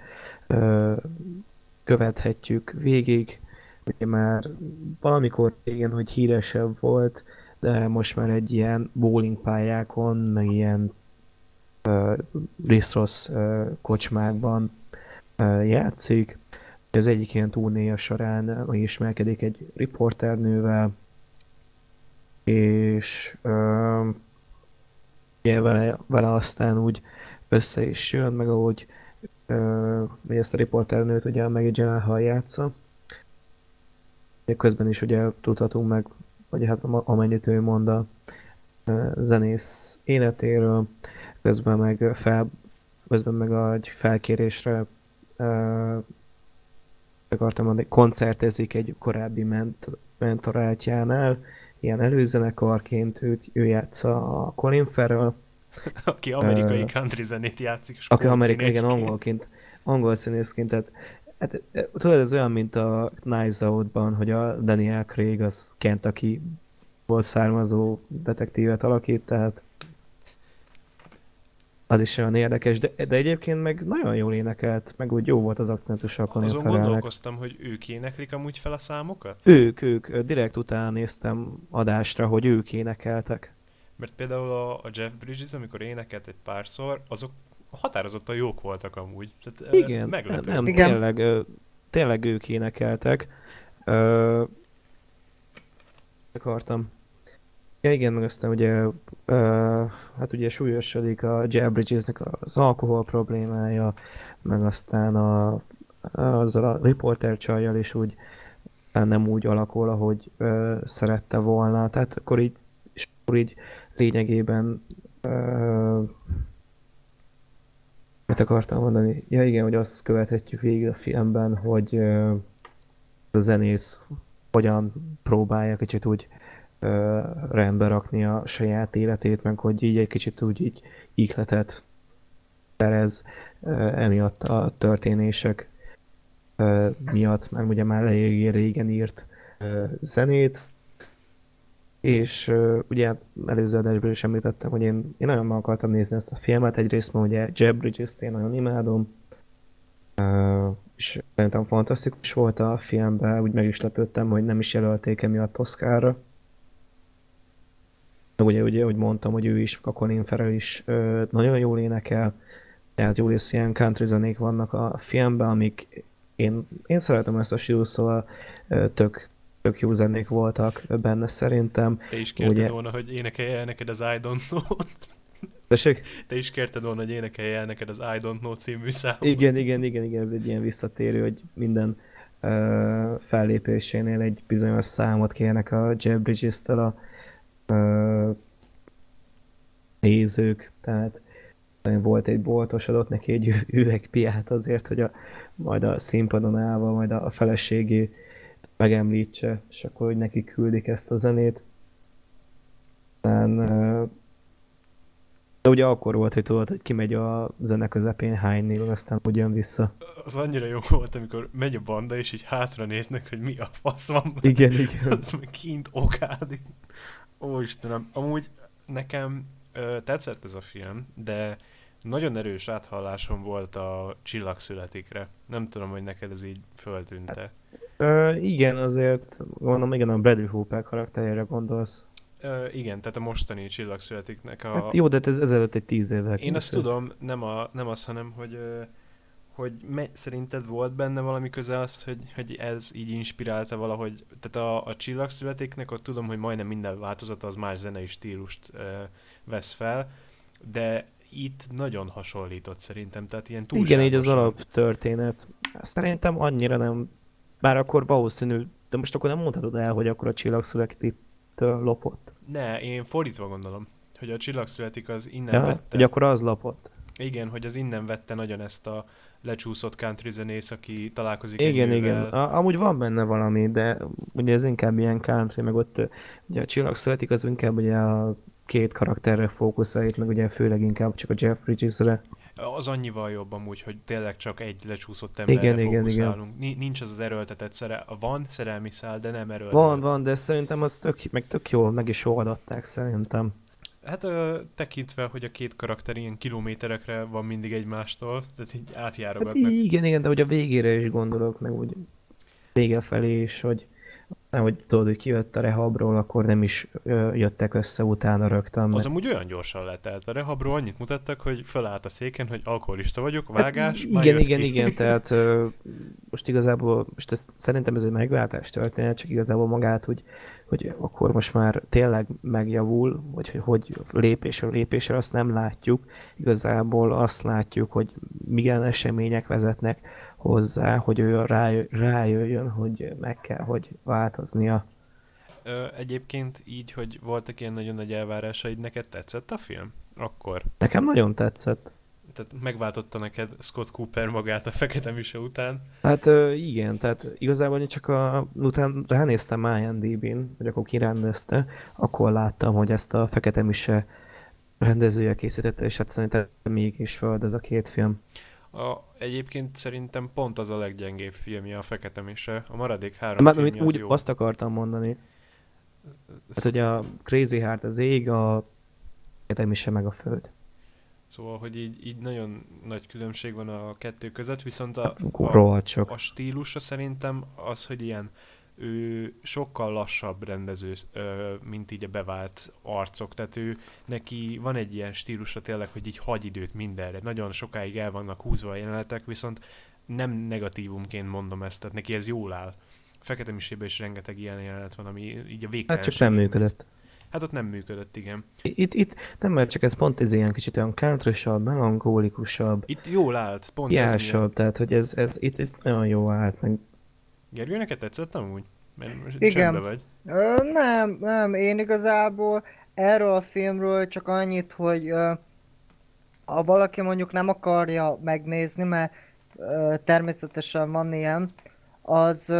követhetjük végig. Ugye már valamikor régen, hogy híresebb volt, de most már egy ilyen bowling pályákon, meg ilyen Risztrosz kocsmákban játszik. Az egyik ilyen turnéja során megismerkedik egy riporternővel, és ugye vele aztán úgy össze is jön, meg ahogy ezt a riporternőt ugye Maggie Gyllenhaal játsza. Közben is ugye tudhatunk meg, vagy hát amennyit ő mond a zenész életéről, közben meg, közben meg egy felkérésre akartam mondani, koncertezik egy korábbi mentorátjánál, ilyen előzenekarként ő játsza a Colin Farrell, Aki amerikai country zenét játszik, és aki skót amerikai, igen, színészként. angol színészként, tehát tudod, ez olyan, mint a Knives Out-ban, hogy a Daniel Craig az Kentucky-ból származó detektívet alakít, tehát az is olyan érdekes, de egyébként meg nagyon jól énekelt, meg úgy jó volt az akcentusa a Colin Azon Farrellnek. gondolkoztam, hogy ők éneklik amúgy fel a számokat? Ők, direkt utána néztem adásra, hogy ők énekeltek. Mert például a Jeff Bridges, amikor énekelt egy párszor, azok határozottan jók voltak amúgy. Tehát, Igen, meglepő. nem, Igen. tényleg ők énekeltek. Ö, akartam. Ja igen, meg aztán ugye, hát ugye súlyosodik a Jeff Bridgesnek az alkohol problémája, meg aztán azzal a riporter csajjal is úgy nem úgy alakul, ahogy szerette volna. Tehát akkor így lényegében mit akartam mondani? Ja igen, hogy azt követhetjük végig a filmben, hogy a zenész hogyan próbálja kicsit úgy rendbe rakni a saját életét, meg hogy így egy kicsit úgy így ihletet szerez emiatt a történések miatt, mert ugye már eléggé régen írt zenét, és ugye előző adásból is említettem, hogy én nagyon meg akartam nézni ezt a filmet, egyrészt mert ugye Jeff Bridges-t én nagyon imádom, és szerintem fantasztikus volt a filmben, úgy meg is lepődtem, hogy nem is jelölték emiatt Oscarra. Ugye, hogy mondtam, hogy ő is, a Colin Farrell is nagyon jól énekel, tehát jó rész ilyen country zenék vannak a filmben, amik én szeretem ezt a stílus, szóval tök jó zenék voltak benne szerintem. Te is kérted Ugye- volna, hogy énekelj el neked az I Don't Know-t. Tessék? Te is kérted volna, hogy énekelj el neked az I Don't Know című számot. Igen, ez egy ilyen visszatérő, hogy minden fellépésénél egy bizonyos számot kérnek a Jeff Bridges-től a nézők, tehát volt egy boltos, adott neki egy üveg piát azért, hogy majd a színpadon állva, majd a feleségé megemlítse, és akkor hogy neki küldik ezt a zenét. Aztán, de ugye akkor volt, hogy tudod, hogy kimegy a zene közepén hányni, aztán úgy jön vissza. Az annyira jó volt, amikor megy a banda, és így hátra néznek, hogy mi a fasz van. Igen. Az meg kint okádik. Ó Istenem, amúgy nekem tetszett ez a film, de nagyon erős áthallásom volt a Csillag születikre. Nem tudom, hogy neked ez így föltűnt-e. Igen, azért mondom, igen, a Bradley Cooper karakterére gondolsz. Igen, tehát a mostani Csillag születiknek a... Hát jó, de ez ezelőtt egy 10 évvel Én azt készült. tudom, nem az, hanem hogy szerinted volt benne valami köze az, hogy ez így inspirálta valahogy, tehát a Csillagszületéknek ott tudom, hogy majdnem minden változata az más zenei stílust vesz fel, de itt nagyon hasonlított szerintem, tehát ilyen Igen, túlságosan. így az alaptörténet. Szerintem annyira nem, bár akkor valószínű, de most akkor nem mondhatod el, hogy akkor a Csillagszületéktől lopott. Ne, én fordítva gondolom, hogy a Csillagszületik az innen Ja, vette. hogy akkor az lopott. Igen, hogy az innen vette nagyon ezt a lecsúszott country zenész, aki találkozik egy Igen, nővel. Amúgy van benne valami, de ugye ez inkább ilyen country, meg ott ugye a Csillagszületik az inkább ugye a két karakterre fókuszál, itt meg ugye főleg inkább csak a Jeff Bridges-re. Az annyival jobb amúgy, hogy tényleg csak egy lecsúszott emberre Igen. fókuszálunk. Nincs az erőltetett van szerelmi szál, de nem erőltetett. Van, de szerintem az tök jól meg is oldották szerintem. Hát tekintve, hogy a két karakter ilyen kilométerekre van mindig egymástól, tehát így Hát átjárogatnak. igen, de hogy a végére is gondolok, meg úgy vége felé is, hogy hogy tudod, hogy kijött a rehabról, akkor nem is jöttek össze utána rögtön. Az Mert... amúgy olyan gyorsan letelt. A rehabról annyit mutattak, hogy felállt a széken, hogy alkoholista vagyok, vágás, Hát, már jött igen, ki. tehát most igazából, szerintem ez egy megváltás történet, csak igazából magát, hogy akkor most már tényleg megjavul, hogy lépésről lépésre azt nem látjuk, igazából azt látjuk, hogy milyen események vezetnek hozzá, hogy ő rájöjjön, hogy meg kell, hogy változnia. Egyébként így, hogy voltak ilyen nagyon nagy elvárásaid, neked tetszett a film? Akkor. Nekem nagyon tetszett. Tehát megváltotta neked Scott Cooper magát a Fekete Mise után. Hát igen, tehát igazából én csak utána ránéztem IMDb-n, hogy akkor kirendezte, akkor láttam, hogy ezt a Fekete Mise rendezője készítette, és hát szerintem mégis föld ez a két film. Egyébként szerintem pont az a leggyengébb filmje a Fekete Mise. A maradék három Már filmje az úgy jó. azt akartam mondani, hát, hogy a Crazy Heart az ég, a Fekete Mise meg a föld. Szóval, hogy így nagyon nagy különbség van a kettő között, viszont Rohadt sok. a stílusa szerintem az, hogy ilyen ő sokkal lassabb rendező, mint így a bevált arcok, tehát neki van egy ilyen stílusa tényleg, hogy így hagy időt mindenre, nagyon sokáig el vannak húzva a jelenetek, viszont nem negatívumként mondom ezt, tehát neki ez jól áll. Fekete Misében is rengeteg ilyen jelenet van, ami így a végtelenségig. Hát csak nem működött. Hát ott nem működött, igen. Itt nem, mert csak ez pont ez ilyen kicsit olyan countrysabb, melankólikusabb, Itt jól állt, pont ez jásabb, miatt. tehát hogy ez itt nagyon jó állt, meg Gergő, neked tetszett amúgy? Mert most Igen. csendben vagy. Nem, én igazából erről a filmről csak annyit, hogy ha valaki mondjuk nem akarja megnézni, mert természetesen van ilyen, az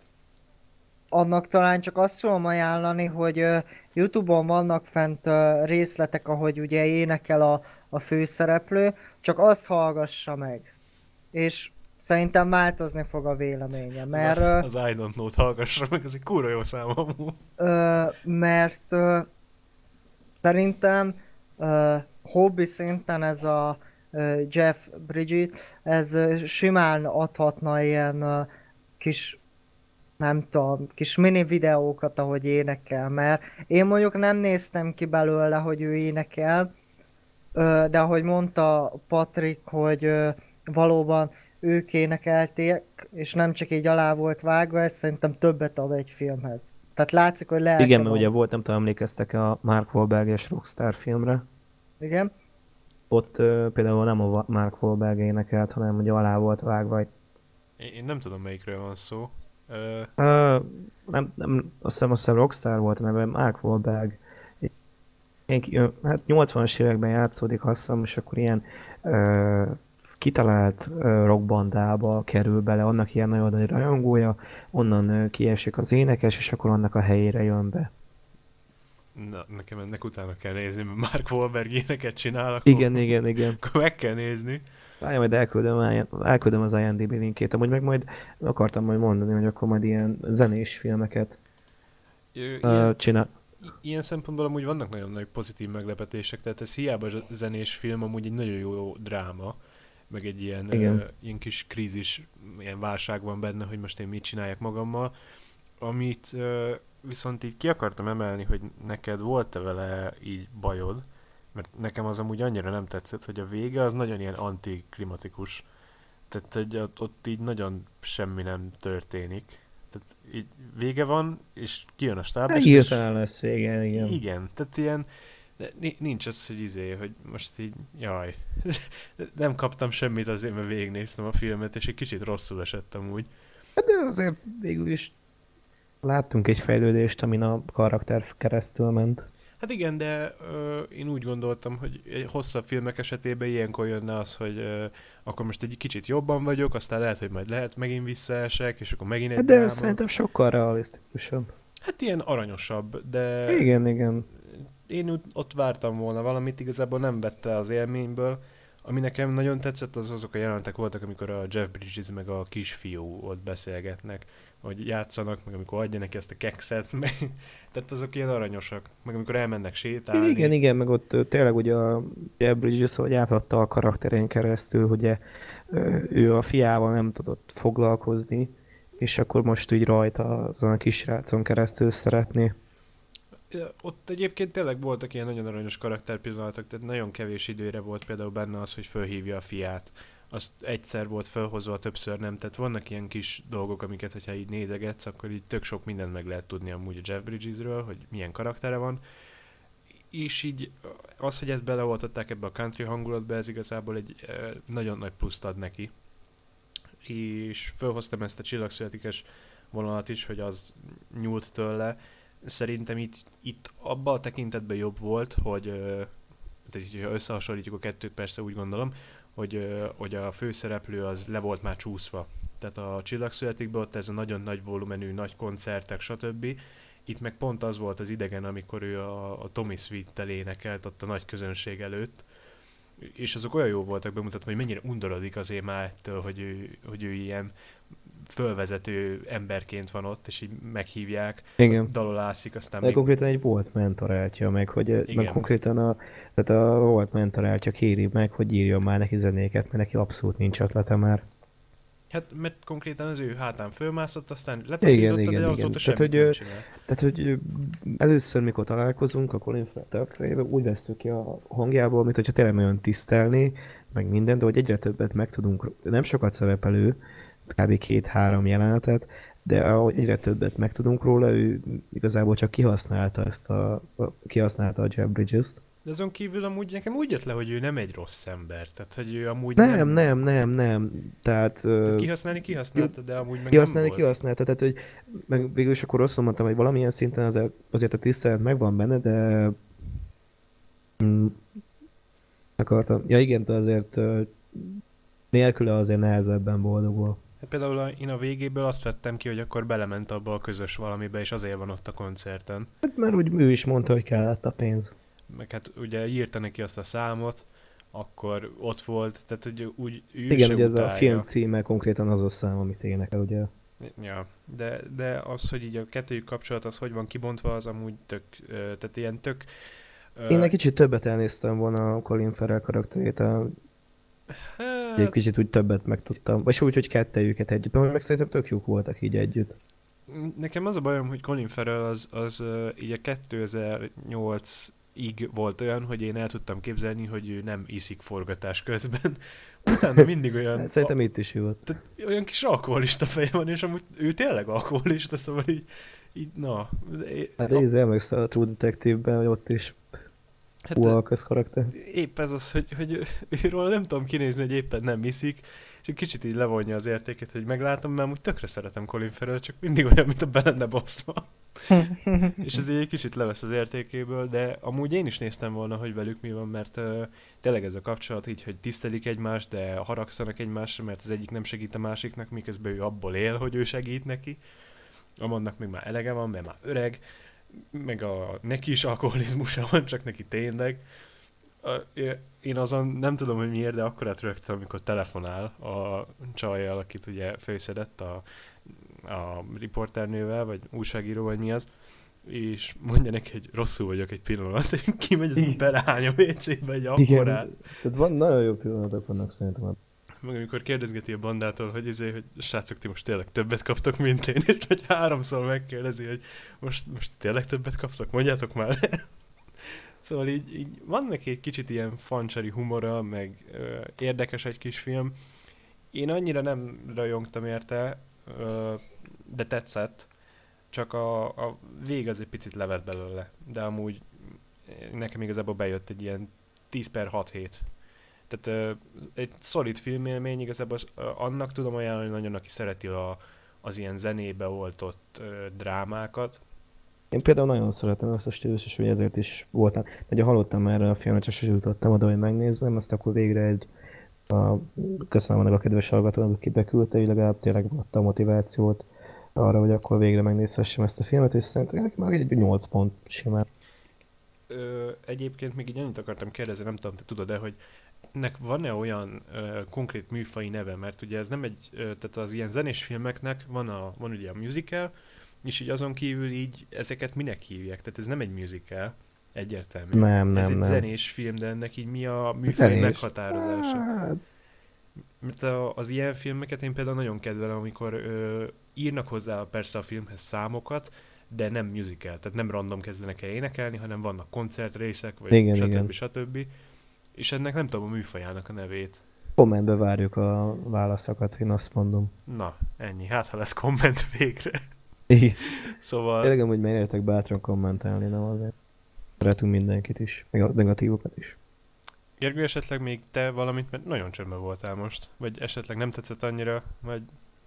annak talán csak azt tudom ajánlani, hogy YouTube-on vannak fent részletek, ahogy ugye énekel a főszereplő, csak azt hallgassa meg. És szerintem változni fog a véleménye, mert... Az I Don't Know-t hallgassa meg, ez egy kurva jó szám amúgy. Mert szerintem hobbi szinten ez a Jeff Bridges, ez simán adhatna ilyen kis, nem tudom, kis mini videókat, ahogy énekel, mert én mondjuk nem néztem ki belőle, hogy ő énekel, de ahogy mondta Patrik, hogy valóban ők énekelték, és nem csak így alá volt vágva, ez szerintem többet ad egy filmhez. Tehát látszik, hogy lelke igen, mert van. ugye volt, nem tudom, emlékeztek a Mark Wahlberg-es Rockstar filmre. Igen. Ott például nem a Mark Wahlberg énekelt, hanem ugye alá volt vágva egy... Én nem tudom, melyikről van szó. Azt hiszem Rockstar volt a neve, Mark Wahlberg. Hát 80-as években játszódik, azt hiszem, és akkor ilyen kitalált rockbandába kerül bele, annak ilyen nagyon nagy rajongója, onnan kiesik az énekes, és akkor annak a helyére jön be. Na, nekem ennek utána kell nézni, mert Mark Wahlberg éneket csinál, akkor, Igen. akkor meg kell nézni. Várja, majd elküldöm az IMDb linkét, amúgy meg majd akartam majd mondani, hogy akkor majd ilyen zenés filmeket csinál. Ilyen szempontból amúgy vannak nagyon nagy pozitív meglepetések, tehát ez hiába zenés film, amúgy egy nagyon jó dráma, meg egy ilyen kis krízis, ilyen válság van benne, hogy most én mit csináljak magammal, amit viszont így ki akartam emelni, hogy neked volt-e vele így bajod, mert nekem az amúgy annyira nem tetszett, hogy a vége az nagyon ilyen antiklimatikus, tehát hogy ott így nagyon semmi nem történik. Tehát így vége van, és kijön a stáb, és Hirtelen lesz vége, igen. igen, tehát ilyen nincs az, hogy hogy most így, jaj, nem kaptam semmit azért, mert végignéztem a filmet, és egy kicsit rosszul esettem úgy. De azért végül is láttunk egy fejlődést, amin a karakter keresztül ment. Hát igen, de én úgy gondoltam, hogy egy hosszabb filmek esetében ilyenkor jönne az, hogy akkor most egy kicsit jobban vagyok, aztán lehet megint visszaesek, és akkor megint egy De dráma. szerintem sokkal realisztikusabb. Hát ilyen aranyosabb, de Igen. én ott vártam volna valamit, igazából nem vette az élményből. Ami nekem nagyon tetszett, azok a jelenetek voltak, amikor a Jeff Bridges meg a kisfiú ott beszélgetnek, hogy játszanak, meg amikor adja neki ezt a kekszet, tehát azok ilyen aranyosak, meg amikor elmennek sétálni. Igen, meg ott tényleg ugye a Jeff Bridges, hogy átadta a karakterén keresztül, ugye ő a fiával nem tudott foglalkozni, és akkor most úgy rajta azon a kisrácon keresztül szeretné. Ott egyébként tényleg voltak ilyen nagyon aranyos karakterpillanatok, tehát nagyon kevés időre volt például benne az, hogy fölhívja a fiát. Azt egyszer volt felhozva, többször nem, tehát vannak ilyen kis dolgok, amiket, hogyha így nézegetsz, akkor így tök sok mindent meg lehet tudni amúgy a Jeff Bridgesről, hogy milyen karaktere van. És így az, hogy ezt beleoltották ebbe a country hangulatba, ez igazából egy nagyon nagy pluszt ad neki. És felhoztam ezt a csillagszületikes vonalat is, hogy az nyúlt tőle. szerintem itt abban a tekintetben jobb volt, hogy tehát, ha összehasonlítjuk a kettőt, persze úgy gondolom, hogy a főszereplő az le volt már csúszva. Tehát a Csillagszületikben ott ez a nagyon nagy volumenű, nagy koncertek, stb. Itt meg pont az volt az idegen, amikor ő a Tommy Sweet-tel énekelt ott a nagy közönség előtt, és azok olyan jó voltak bemutatva, hogy mennyire undorodik azért már ettől, hogy ő ilyen fölvezető emberként van ott, és így meghívják, Igen. dalolászik, aztán De még... konkrétan egy volt mentoráltja meg, hogy meg Igen. konkrétan tehát a volt mentoráltja kéri meg, hogy írjon már neki zenéket, mert neki abszolút nincs ötlete már. Hát, mert konkrétan az ő hátán fölmászott, aztán Igen, letaszította, igen, de igen. azóta Tehát, semmit hogy, nem csinál. tehát, hogy először, mikor találkozunk a Colin Farrell, úgy veszük ki a hangjából, mint hogyha tényleg nagyon tisztelni, meg minden, de hogy egyre többet megtudunk, nem sokat szerepelő, kb. 2-3 jelenetet, de ahogy egyre többet megtudunk róla, ő igazából csak kihasználta a Jeff Bridges-t. De azon kívül amúgy nekem úgy jött le, hogy ő nem egy rossz ember, tehát hogy ő amúgy Nem. Tehát kihasználta, de amúgy meg kihasználni nem volt. kihasználta, tehát hogy meg végül is akkor rosszul mondtam, hogy valamilyen szinten azért a tisztelet megvan benne, de mm, akartam. Ja igen, de azért nélküle azért nehezebben boldogul. Hát például én a végéből azt vettem ki, hogy akkor belement abba a közös valamibe, és azért van ott a koncerten. Hát mert úgy ő is mondta, hogy kellett a pénz. Meg hát ugye írta neki azt a számot, akkor ott volt, tehát hogy úgy ő Igen, se ugye ez a utálja. film címe konkrétan az a szám, amit énekel, ugye. Ja, de az, hogy így a kettőjük kapcsolat az hogy van kibontva, az amúgy tehát ilyen tök... Én egy kicsit többet elnéztem volna a Colin Farrell karakterét, egy hát, kicsit úgy többet megtudtam. Vagy úgy, hogy kettejüket együtt, mert meg szerintem tök jók voltak így együtt. nekem az a bajom, hogy Colin Farrell az így a 2008-ig volt olyan, hogy én el tudtam képzelni, hogy ő nem iszik forgatás közben. Utána mindig olyan... Hát szerintem itt is jó. Tehát olyan kis alkoholista feje van, és amúgy ő tényleg alkoholista, szóval így na... Hát én emlékszem a True Detective-ben, hogy ott is Hát, Walkers karakter. épp ez az, hogy őről nem tudom kinézni, hogy éppen nem iszik, és egy kicsit így levonja az értéket, hogy meglátom, mert amúgy tökre szeretem Colin Farrell, csak mindig olyan, mint a be lenne baszva. És ez egy kicsit levesz az értékéből, de amúgy én is néztem volna, hogy velük mi van, mert tényleg ez a kapcsolat így, hogy tisztelik egymást, de haragszanak egymásra, mert az egyik nem segít a másiknak, miközben ő abból él, hogy ő segít neki. Amannak még már elege van, mert már öreg, meg neki is alkoholizmusa van, csak neki tényleg. Én azon nem tudom, hogy miért, de akkorát rögtön, amikor telefonál a csajjal, akit ugye főszedett a riporternővel, vagy újságíró, vagy mi az, és mondja neki, hogy rosszul vagyok egy pillanat, kimegy, az belehány a WC-be egy akkorát. Tehát van, nagyon jó pillanatok vannak szerintem. Meg amikor kérdezgeti a bandától, hogy srácok, ti most tényleg többet kaptok, mint én, és hogy 3-szor megkérdezi, hogy most tényleg többet kaptok, mondjátok már. Szóval így van neki egy kicsit ilyen fancsari humora, meg érdekes egy kis film. Én annyira nem rajongtam érte, de tetszett, csak a vég az egy picit levett belőle, de amúgy nekem igazából bejött egy ilyen 10/6/7. Tehát egy szolid filmélmény, igazából annak tudom ajánlani nagyon, aki szereti az ilyen zenébe oltott drámákat. Én például nagyon szeretem ezt a stílus, és ezért is voltam. Ugye hallottam erre a filmet, csak sosem jutottam oda, hogy megnézzem, azt akkor végre köszönöm annak a kedves hallgatónak, aki beküldte, hogy legalább tényleg adta a motivációt arra, hogy akkor végre megnézhessem ezt a filmet, és szerintem már egy 8 pont simán. Egyébként még így annyit akartam kérdezni, nem tudom, te tudod-e, hogy ennek van-e olyan konkrét műfai neve, mert ugye ez nem tehát az ilyen zenés filmeknek van ugye a musical, és így azon kívül így ezeket minek hívják? Tehát ez nem egy musical, egyértelmű. Nem. Ez egy zenés film, de ennek így mi a műfaj meghatározása? Hát, Mert az ilyen filmeket én például nagyon kedvelem, amikor írnak hozzá persze a filmhez számokat, de nem musical, tehát nem random kezdenek el énekelni, hanem vannak koncertrészek, vagy igen. stb. És ennek nem tudom a műfajának a nevét. kommentbe várjuk a válaszokat, én azt mondom. Na, ennyi. Hát, ha lesz komment végre. Igen. Szóval... Tényleg amúgy merjetek bátran kommentálni, nem azért. Szeretünk mindenkit is, meg a negatívokat is. Gergő, esetleg még te valamit, mert nagyon csöndben voltál most. Vagy esetleg nem tetszett annyira, vagy...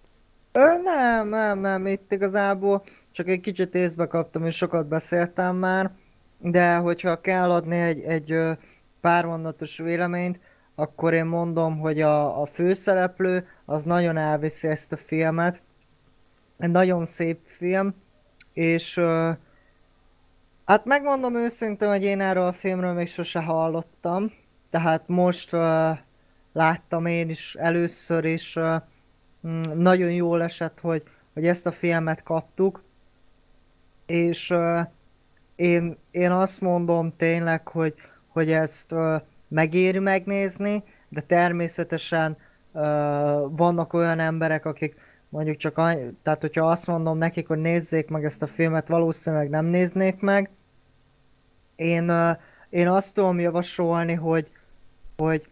Nem, itt igazából csak egy kicsit észbe kaptam, és sokat beszéltem már, de hogyha kell adni egy pár mondatos véleményt, akkor én mondom, hogy a főszereplő az nagyon elviszi ezt a filmet, egy nagyon szép film, és hát megmondom őszintén, hogy én erről a filmről még sose hallottam, tehát most láttam én is először, és nagyon jól esett, hogy ezt a filmet kaptuk, és én azt mondom tényleg, hogy ezt megéri megnézni, de természetesen vannak olyan emberek, akik mondjuk csak tehát hogyha azt mondom nekik, hogy nézzék meg ezt a filmet, valószínűleg nem néznék meg. Én, én azt tudom javasolni, hogy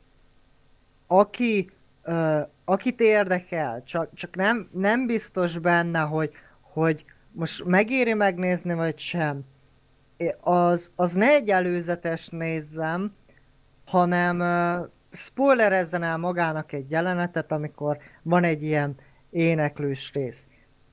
akit érdekel, csak nem biztos benne, hogy most megéri megnézni, vagy sem. Az ne egy előzetes nézzem, hanem spoilerezzen el magának egy jelenetet, amikor van egy ilyen éneklős rész.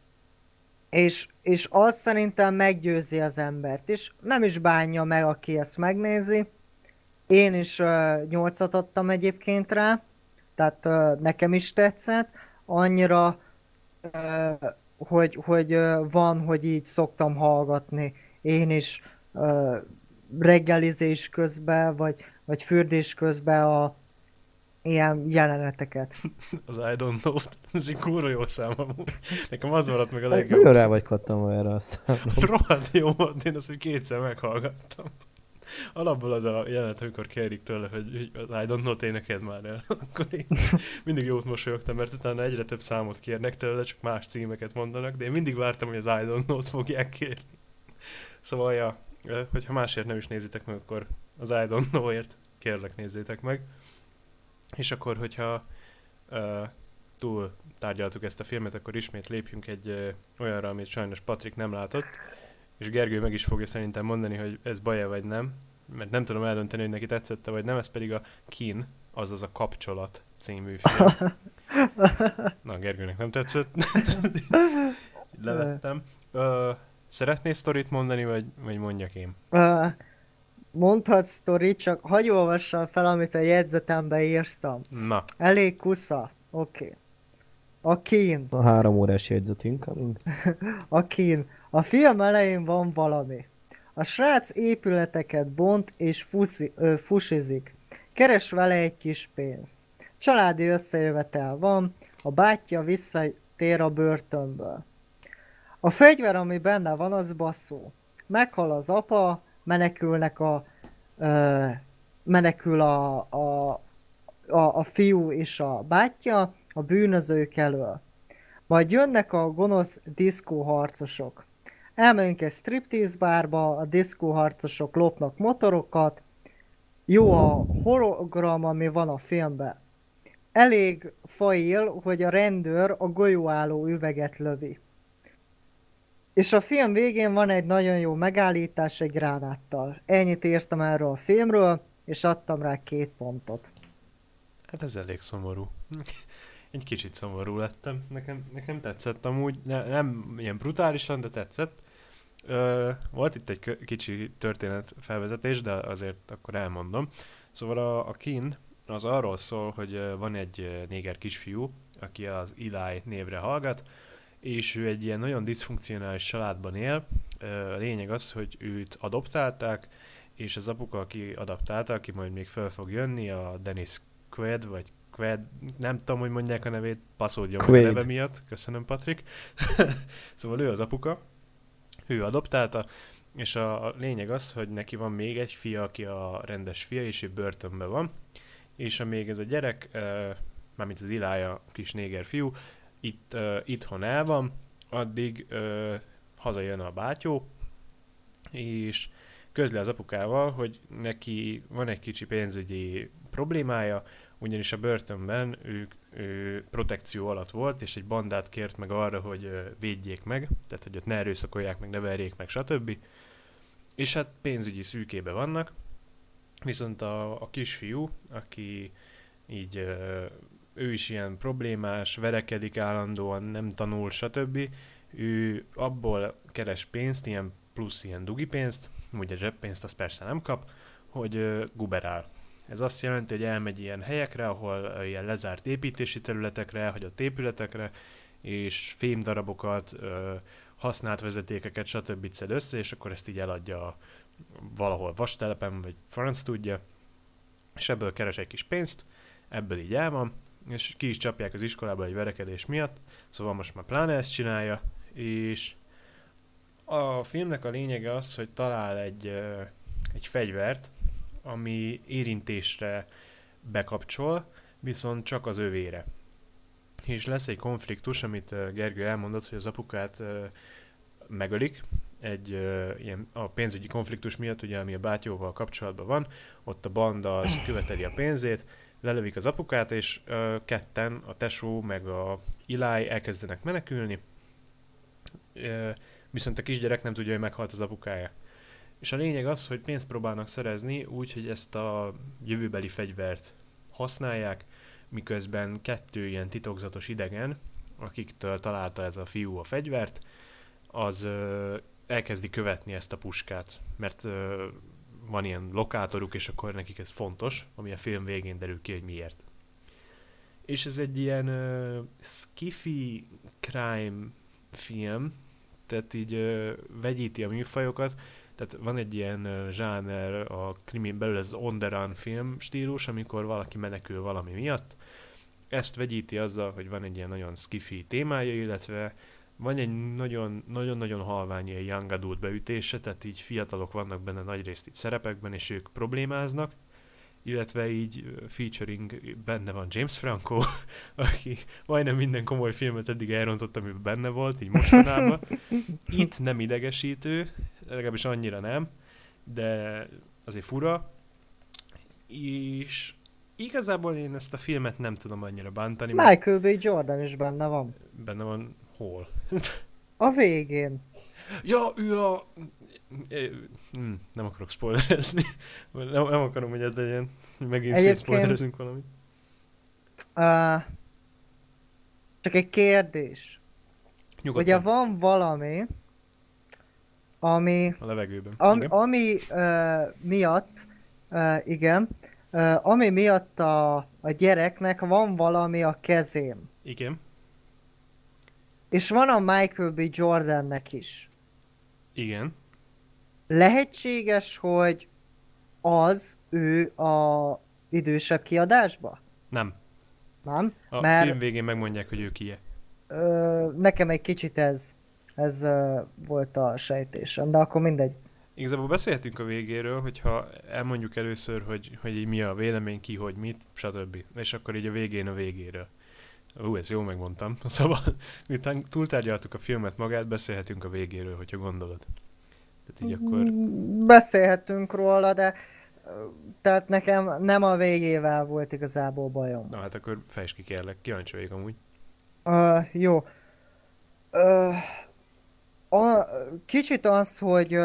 És az szerintem meggyőzi az embert, és nem is bánja meg, aki ezt megnézi. Én is 8-at adtam egyébként rá, tehát nekem is tetszett. Annyira, ö, hogy van, hogy így szoktam hallgatni. Én is reggelizés közben, vagy fürdés közben ilyen jeleneteket. Az I Don't Know-t, ez egy kurva jó szám amúgy. Nekem az maradt meg a Nagyon legjobb. rá vagy kattam erre a számra. Rohadt jó volt, én azt még kétszer meghallgattam. Alapból az a jelenet, amikor kérik tőle, hogy az I Don't Know-t énekeld már el. Akkor én mindig jót mosolyogtam, mert utána egyre több számot kérnek tőle, csak más címeket mondanak, de én mindig vártam, hogy az I Don't Know-t fogják kérni. Szóval, ja, hogyha másért nem is nézitek meg, akkor az I Don't Know-ért kérlek nézzétek meg. És akkor, hogyha túl tárgyaltuk ezt a filmet, akkor ismét lépjünk egy olyanra, amit sajnos Patrik nem látott, és Gergő meg is fogja szerintem mondani, hogy ez baj-e vagy nem, mert nem tudom eldönteni, hogy neki tetszette vagy nem, ez pedig a Kin, azaz a Kapcsolat című film. Na, Gergőnek nem tetszett. Így levettem. Szeretnél sztorit mondani, vagy mondjak én? Mondhatsz sztori, csak hagyj olvassam fel, amit a jegyzetembe írtam. Na, Elég kusza. Oké. A kín. A 3 órás jegyzet incoming. A kín. A film elején van valami. A srác épületeket bont és fusizik. Keres vele egy kis pénzt. Családi összejövetel van, a bátyja visszatér a börtönből. A fegyver, ami benne van, az baszó. Meghal az apa, ö, menekül a fiú és a bátyja a bűnözők elől. Majd jönnek a gonosz diszkóharcosok. Elmegyünk egy striptease bárba, a diszkóharcosok lopnak motorokat. Jó a hologram, ami van a filmben. Elég fail, hogy a rendőr a golyóálló üveget lövi. És a film végén van egy nagyon jó megállítás egy gránáttal. Ennyit írtam erről a filmről, és adtam rá 2 pontot. hát ez elég szomorú. Egy kicsit szomorú lettem. Nekem tetszett amúgy, nem ilyen brutálisan, de tetszett. Volt itt egy kicsi történet felvezetés, de azért akkor elmondom. Szóval a Kin az arról szól, hogy van egy néger kisfiú, aki az Eli névre hallgat, és ő egy ilyen nagyon diszfunkcionális családban él. A lényeg az, hogy őt adoptálták, és az apuka, aki adaptálta, aki majd még fel fog jönni, a Dennis Quaid, vagy Quaid, nem tudom, hogy mondják a nevét, passzódjon meg a Quaid. neve miatt, köszönöm Patrik. Szóval ő az apuka, ő adoptálta, és a lényeg az, hogy neki van még egy fia, aki a rendes fia, és ő börtönben van, és amíg ez a gyerek, mármint az Ilája, kis néger fiú, itthon el van, addig hazajön a bátyó, és közli az apukával, hogy neki van egy kicsi pénzügyi problémája, ugyanis a börtönben ő protekció alatt volt, és egy bandát kért meg arra, hogy védjék meg, tehát hogy ott ne erőszakolják meg, ne verjék meg, stb. És hát pénzügyi szűkébe vannak, viszont a kisfiú, aki így ő is ilyen problémás, verekedik állandóan, nem tanul, stb. Ő abból keres pénzt, ilyen plusz ilyen dugi pénzt, ugye zseppénzt azt persze nem kap, hogy guberál. Ez azt jelenti, hogy elmegy ilyen helyekre, ahol ilyen lezárt építési területekre, elhagyott épületekre, és fémdarabokat, használt vezetékeket, stb. Szed össze, és akkor ezt így eladja valahol vastelepen, vagy franc tudja, és ebből keres egy kis pénzt, ebből így el van, és ki is csapják az iskolába egy verekedés miatt, szóval most már pláne ezt csinálja, és a filmnek a lényege az, hogy talál egy fegyvert, ami érintésre bekapcsol, viszont csak az övére. És lesz egy konfliktus, amit Gergő elmondott, hogy az apukát megölik, ilyen a pénzügyi konfliktus miatt, ugye, ami a bátyóval kapcsolatban van, ott a banda az követeli a pénzét, lelövik az apukát, és ketten, a tesó meg a Eli elkezdenek menekülni, viszont a kisgyerek nem tudja, hogy meghalt az apukája. És a lényeg az, hogy pénzt próbálnak szerezni úgy, hogy ezt a jövőbeli fegyvert használják, miközben 2 ilyen titokzatos idegen, akiktől találta ez a fiú a fegyvert, az elkezdi követni ezt a puskát, mert van ilyen lokátoruk, és akkor nekik ez fontos, ami a film végén derül ki, hogy miért. És ez egy ilyen skiffy crime film, tehát így vegyíti a műfajokat, tehát van egy ilyen zsáner a krimin belül, ez on the run film stílus, amikor valaki menekül valami miatt. Ezt vegyíti azzal, hogy van egy ilyen nagyon skiffy témája, illetve van egy nagyon-nagyon halvány ilyen young adult beütése, tehát így fiatalok vannak benne nagyrészt itt szerepekben, és ők problémáznak, illetve így featuring benne van James Franco, aki majdnem minden komoly filmet eddig elrontott, amiben benne volt, így mostanában. Itt nem idegesítő, legalábbis annyira nem, de azért fura, és igazából én ezt a filmet nem tudom annyira bántani. Michael B. Jordan is benne van. Benne van hol? A végén. Ja, ő a... Nem akarok spoilerezni. Nem akarom, hogy ez legyen. Megint szétspoilerezünk valamit. Csak egy kérdés. Nyugodtan. Ugye van valami, ami... A levegőben. Ami miatt, igen, ami miatt a gyereknek van valami a kezén. Igen. És van a Michael B. Jordannek is. Igen. Lehetséges, hogy az ő a idősebb kiadásba? Nem. Nem? A film végén megmondják, hogy ő ki-e. Nekem egy kicsit ez volt a sejtésem, de akkor mindegy. Igazából beszélhetünk a végéről, hogyha elmondjuk először, hogy így mi a vélemény, ki, hogy mit, stb. És akkor így a végén a végéről. Ez jól megmondtam. Szóval, miután túltárgyaltuk a filmet magát, beszélhetünk a végéről, hogyha gondolod. Tehát így akkor... Beszélhetünk róla, de tehát nekem nem a végével volt igazából bajom. Na hát akkor fejtsd ki, kérlek, kíváncsi vagyok amúgy. Jó. Kicsit az,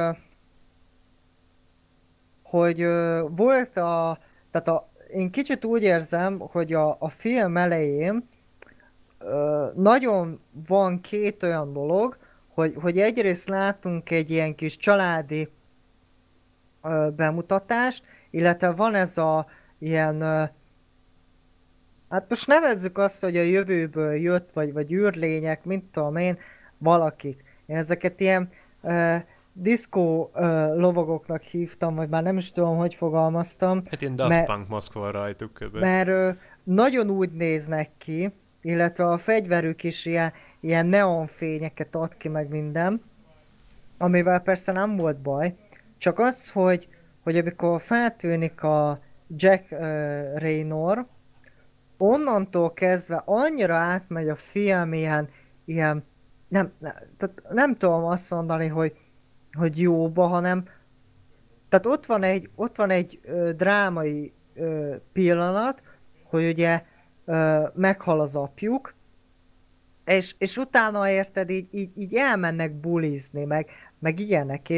hogy volt tehát én kicsit úgy érzem, hogy a film elején nagyon van 2 olyan dolog, hogy egyrészt látunk egy ilyen kis családi bemutatást, illetve van ez a ilyen, hát most nevezzük azt, hogy a jövőből jött, vagy űrlények, mint tudom én, valakik. Én ezeket ilyen diszkó lovagoknak hívtam, vagy már nem is tudom, hogy fogalmaztam. Hát ilyen Daft Punk maszk van rajtuk köbben. Mert nagyon úgy néznek ki, illetve a fegyverük is ilyen neonfényeket ad ki meg minden, amivel persze nem volt baj, csak az, hogy amikor feltűnik a Jack Raynor, onnantól kezdve annyira átmegy a film ilyen tehát nem tudom azt mondani, hogy jóba, hanem tehát ott van egy drámai pillanat, hogy ugye meghal az apjuk, és utána érted, így elmennek bulizni, meg ilyenek,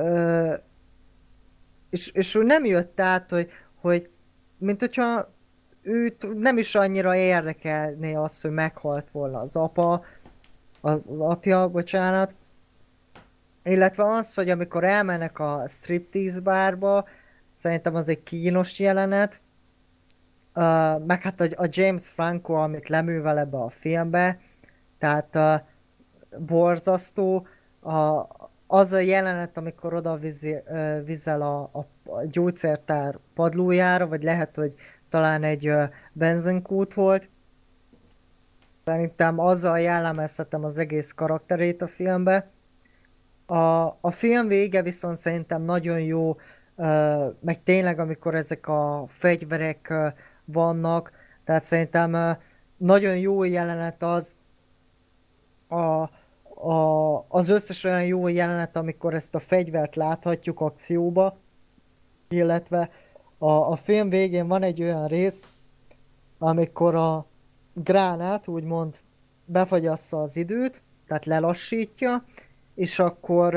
és nem jött át, hogy mint hogyha őt nem is annyira érdekelné az, hogy meghalt volna az apa, az apja, bocsánat, illetve az, hogy amikor elmennek a striptease bárba, szerintem az egy kínos jelenet, meg hát a James Franco, amit leművel ebbe a filmbe, tehát borzasztó, az a jelenet, amikor oda vizel a gyógyszertár padlójára, vagy lehet, hogy talán egy benzinkút volt. Szerintem azzal jellemezhetem az egész karakterét a filmbe. A film vége viszont szerintem nagyon jó, meg tényleg amikor ezek a fegyverek vannak, tehát szerintem nagyon jó jelenet az, az összes olyan jó jelenet, amikor ezt a fegyvert láthatjuk akcióba, illetve a film végén van egy olyan rész, amikor a gránát úgymond befagyassza az időt, tehát lelassítja, és akkor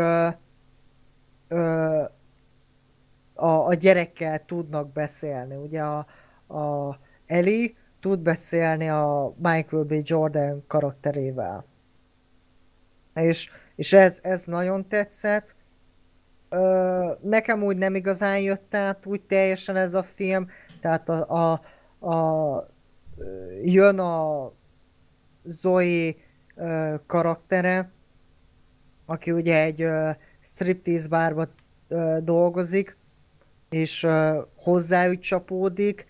ö, a gyerekkel tudnak beszélni. Ugye a Ellie tud beszélni a Michael B. Jordan karakterével. És ez nagyon tetszett. Nekem úgy nem igazán jött át úgy teljesen ez a film, tehát jön a Zoe karaktere, aki ugye egy striptease bárban dolgozik, és hozzájuk csapódik.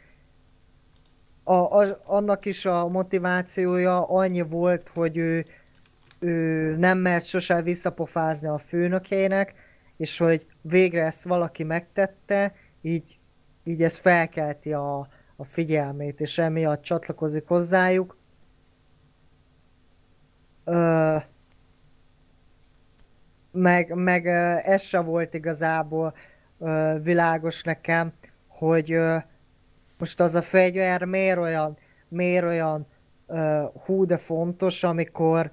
Annak is a motivációja annyi volt, hogy ő nem mert sose visszapofázni a főnökének, és hogy végre ezt valaki megtette, így ez felkelti a figyelmét, és emiatt csatlakozik hozzájuk. Meg ez se volt igazából világos nekem, hogy most az a fegyver miért olyan hú de fontos, amikor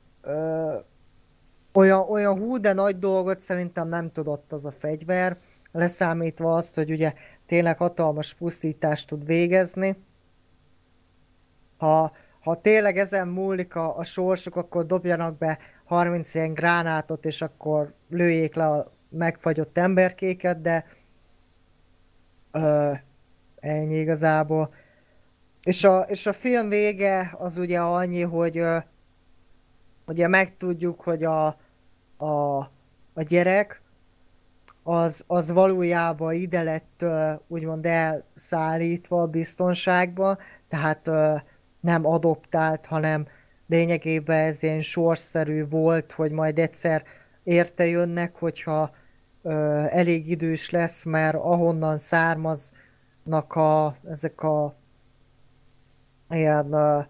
olyan hú de nagy dolgot szerintem nem tudott az a fegyver, leszámítva azt, hogy ugye tényleg hatalmas pusztítást tud végezni. Ha tényleg ezen múlik a sorsuk, akkor dobjanak be 30 ilyen gránátot, és akkor lőjék le a megfagyott emberkéket, de ennyi igazából. És a film vége az ugye annyi, hogy ugye megtudjuk, hogy a gyerek az valójában ide lett úgymond elszállítva a biztonságba, tehát nem adoptált, hanem lényegében ez ilyen sorsszerű volt, hogy majd egyszer érte jönnek, hogyha elég idős lesz, mert ahonnan származnak ezek a ilyen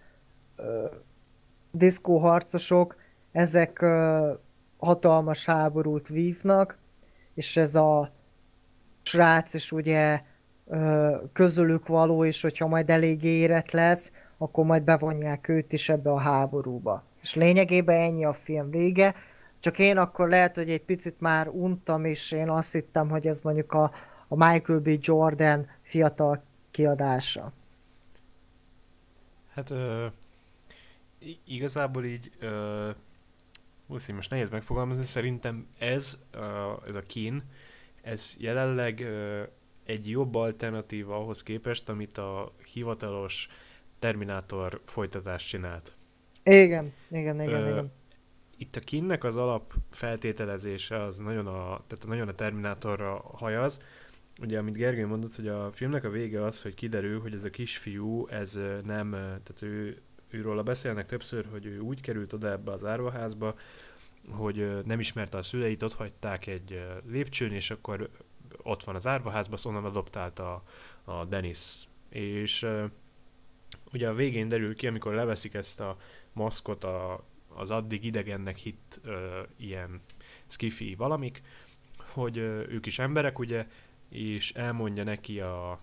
diszkóharcosok, ezek hatalmas háborút vívnak, és ez a srác is ugye közülük való, és hogyha majd elég érett lesz, akkor majd bevonják őt is ebbe a háborúba. És lényegében ennyi a film vége, csak én akkor lehet, hogy egy picit már untam, és én azt hittem, hogy ez mondjuk a Michael B. Jordan fiatal kiadása. Hát igazából így most nehéz megfogalmazni, szerintem ez a Kin, ez jelenleg egy jobb alternatíva ahhoz képest, amit a hivatalos Terminátor folytatást csinált. Igen. Itt a Kinnek az alap feltételezése az nagyon a Terminátorra hajaz. Ugye, amit Gergő mondott, hogy a filmnek a vége az, hogy kiderül, hogy ez a kisfiú, ez nem, tehát őróla beszélnek többször, hogy ő úgy került oda ebbe az árvaházba, hogy nem ismerte a szüleit, ott hagyták egy lépcsőn, és akkor ott van az árvaházba, szóval onnan adoptálta a Dennis. És ugye a végén derül ki, amikor leveszik ezt a maszkot az addig idegennek hitt ilyen skifi valamik, hogy ők is emberek, ugye, és elmondja neki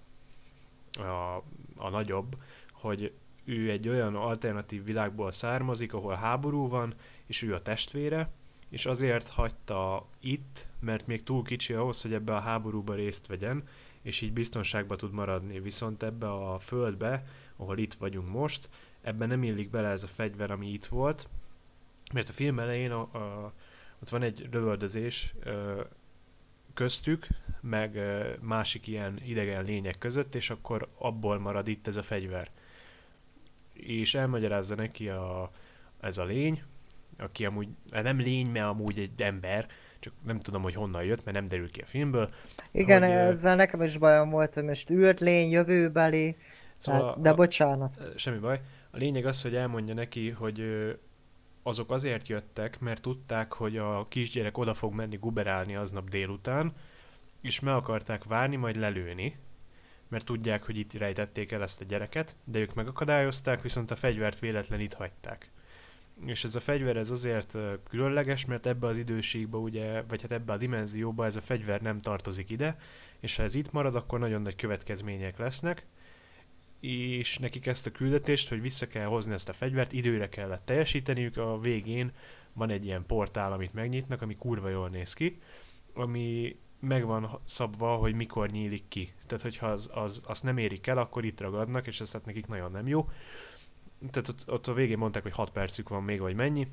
a nagyobb, hogy ő egy olyan alternatív világból származik, ahol háború van, és ő a testvére, és azért hagyta itt, mert még túl kicsi ahhoz, hogy ebbe a háborúba részt vegyen, és így biztonságban tud maradni. Viszont ebbe a földbe, ahol itt vagyunk most, ebben nem illik bele ez a fegyver, ami itt volt, mert a film elején ott van egy lövöldözés köztük, meg másik ilyen idegen lények között, és akkor abból marad itt ez a fegyver. És elmagyarázza neki ez a lény, aki amúgy, nem lény, mert amúgy egy ember, csak nem tudom, hogy honnan jött, mert nem derül ki a filmből. Igen, hogy, ezzel nekem is bajom volt, hogy most űrlény, jövőbeli, szóval de bocsánat. Semmi baj. A lényeg az, hogy elmondja neki, hogy azok azért jöttek, mert tudták, hogy a kisgyerek oda fog menni guberálni aznap délután, és meg akarták várni, majd lelőni, mert tudják, hogy itt rejtették el ezt a gyereket, de ők megakadályozták, viszont a fegyvert véletlen itt hagyták. És ez a fegyver ez azért különleges, mert ebbe az időségbe ugye, vagy hát ebbe a dimenzióba ez a fegyver nem tartozik ide, és ha ez itt marad, akkor nagyon nagy következmények lesznek, és nekik ezt a küldetést, hogy vissza kell hozni ezt a fegyvert, időre kellett teljesíteniük, a végén van egy ilyen portál, amit megnyitnak, ami kurva jól néz ki, ami meg van szabva, hogy mikor nyílik ki. Tehát, hogyha azt nem érik el, akkor itt ragadnak, és ez hát nekik nagyon nem jó. Tehát ott a végén mondták, hogy 6 percük van még, vagy mennyi.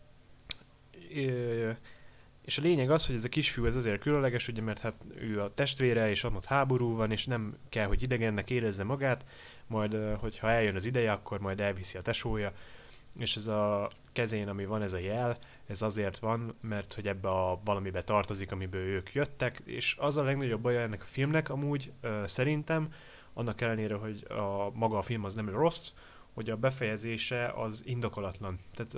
És a lényeg az, hogy ez a kisfiú ez azért különleges, ugye, mert hát ő a testvére, és ott háború van, és nem kell, hogy idegennek érezze magát, majd, hogyha eljön az ideje, akkor majd elviszi a tesója, és ez a kezén, ami van, ez a jel, ez azért van, mert hogy ebbe a valamibe tartozik, amiből ők jöttek, és az a legnagyobb baja ennek a filmnek amúgy szerintem, annak ellenére, hogy maga a film az nem rossz, hogy a befejezése az indokolatlan. Tehát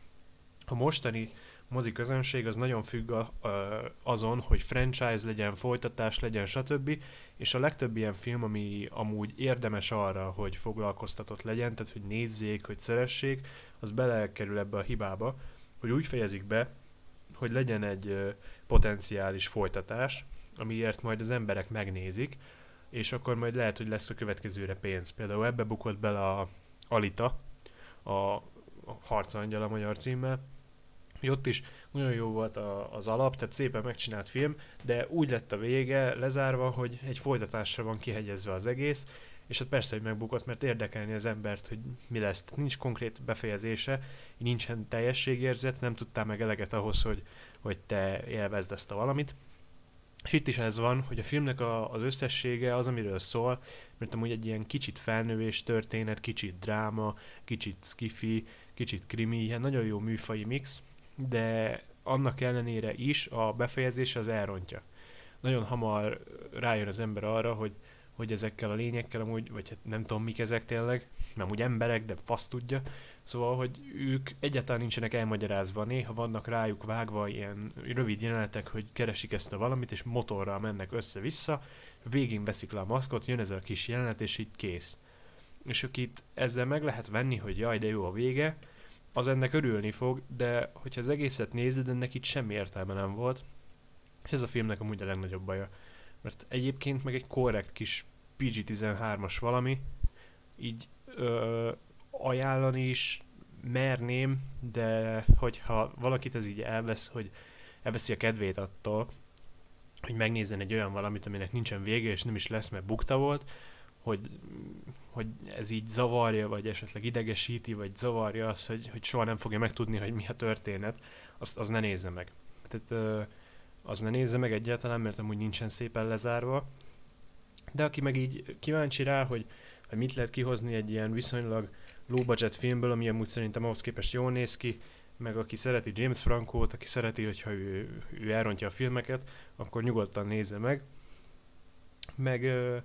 a mostani mozi közönség az nagyon függ azon, hogy franchise legyen, folytatás legyen, stb. És a legtöbb ilyen film, ami amúgy érdemes arra, hogy foglalkoztatott legyen, tehát hogy nézzék, hogy szeressék, az belekerül ebbe a hibába, hogy úgy fejezik be, hogy legyen egy potenciális folytatás, amiért majd az emberek megnézik, és akkor majd lehet, hogy lesz a következőre pénz. Például ebbe bukott bele a Alita, a Harcangyal a magyar címmel, hogy ott is nagyon jó volt az alap, tehát szépen megcsinált film, de úgy lett a vége lezárva, hogy egy folytatásra van kihegyezve az egész, és hát persze, hogy megbukott, mert érdekelni az embert, hogy mi lesz. Tehát nincs konkrét befejezése, nincsen teljességérzet, nem tudtál meg eleget ahhoz, hogy te élvezd ezt a valamit. És itt is ez van, hogy a filmnek az összessége az, amiről szól, mert amúgy egy ilyen kicsit felnövés történet, kicsit dráma, kicsit skifi, kicsit krimi, ilyen nagyon jó műfaji mix, de annak ellenére is a befejezése az elrontja. Nagyon hamar rájön az ember arra, hogy ezekkel a lényekkel amúgy, vagy hát nem tudom mik ezek tényleg, nem úgy emberek, de fasz tudja. Szóval, hogy ők egyáltalán nincsenek elmagyarázva, néha vannak rájuk vágva ilyen rövid jelenetek, hogy keresik ezt a valamit, és motorral mennek össze-vissza, végén veszik le a maszkot, jön ez a kis jelenet, és így kész. És akit ezzel meg lehet venni, hogy jaj, de jó a vége, az ennek örülni fog, de hogyha az egészet nézed, ennek itt semmi értelme nem volt. És ez a filmnek amúgy a legnagyobb baja. Mert egyébként meg egy korrekt kis PG-13-as valami, így ajánlani is merném, de hogyha valakit ez így elveszi a kedvét attól, hogy megnézzen egy olyan valamit, aminek nincsen vége, és nem is lesz, mert bukta volt, hogy ez így zavarja, vagy esetleg idegesíti, vagy zavarja az, hogy soha nem fogja megtudni, hogy mi a történet, az ne nézze meg. Tehát az ne nézze meg egyáltalán, mert amúgy nincsen szépen lezárva. De aki meg így kíváncsi rá, hogy mit lehet kihozni egy ilyen viszonylag low budget filmből, ami amúgy szerintem ahhoz képest jól néz ki, meg aki szereti James Francót, aki szereti, hogyha ő elrontja a filmeket, akkor nyugodtan nézze meg. Meg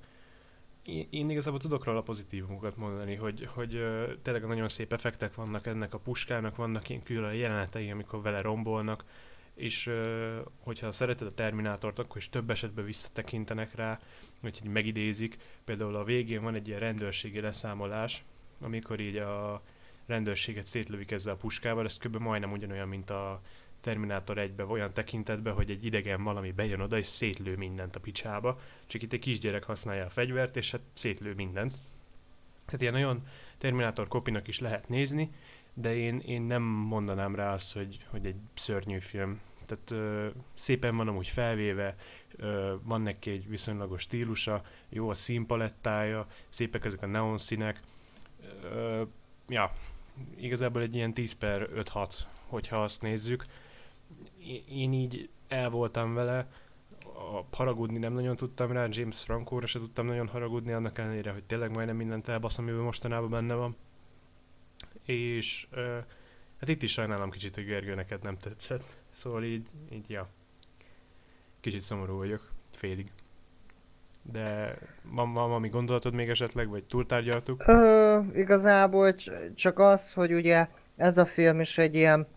én igazából tudok róla pozitívumokat mondani, hogy tényleg nagyon szép effektek vannak ennek a puskának, vannak ilyen külön jelenetei, amikor vele rombolnak, és hogyha szereted a Terminátort, akkor is több esetben visszatekintenek rá, hogy megidézik. Például a végén van egy ilyen rendőrségi leszámolás, amikor így a rendőrséget szétlövik ezzel a puskával, ez kb. Majdnem ugyanolyan, mint a Terminátor 1-ben, olyan tekintetben, hogy egy idegen valami bejön oda és szétlő mindent a picsába, csak itt egy kisgyerek használja a fegyvert, és hát szétlő mindent. Tehát ilyen nagyon Terminátor kopinak is lehet nézni, de én nem mondanám rá azt, hogy egy szörnyű film. Tehát szépen van amúgy felvéve, van neki egy viszonylagos stílusa, jó a színpalettája, szépek ezek a neon színek. Ja, igazából egy ilyen 10/5/6, hogyha azt nézzük. Én így el voltam vele, haragudni nem nagyon tudtam rá, James Franco-ra se tudtam nagyon haragudni, annak ellenére, hogy tényleg majdnem mindent elbasz, amiben mostanában benne van. És hát itt is sajnálom kicsit, hogy Gergő neked nem tetszett. Szóval így ja, kicsit szomorú vagyok, félig. De van valami gondolatod még esetleg, vagy túltárgyaltuk? Igazából csak az, hogy ugye ez a film is egy ilyen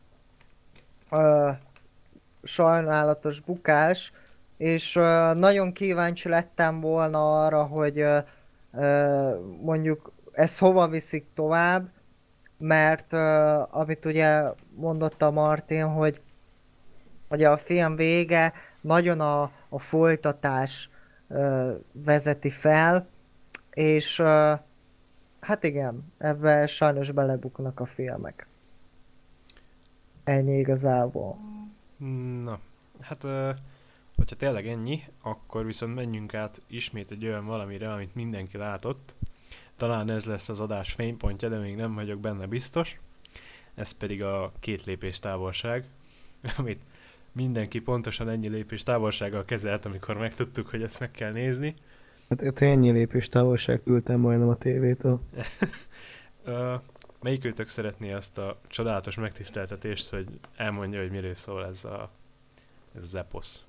sajnálatos bukás, és nagyon kíváncsi lettem volna arra, hogy mondjuk ez hova viszik tovább, mert amit ugye mondott a Martin, hogy ugye a film vége nagyon a folytatás vezeti fel, és hát igen, ebbe sajnos belebuknak a filmek. Ennyi igazából. Na, hát hogyha tényleg ennyi, akkor viszont menjünk át ismét egy olyan valamire, amit mindenki látott. Talán ez lesz az adás fénypontja, de még nem vagyok benne biztos. Ez pedig a 2 lépés távolság, amit mindenki pontosan ennyi lépés távolsággal kezelt, amikor megtudtuk, hogy ezt meg kell nézni. Hát ennyi lépés távolság ültem majdnem a tévétől. Melyikőtök szeretné azt a csodálatos megtiszteltetést, hogy elmondja, hogy miről szól ez az eposz?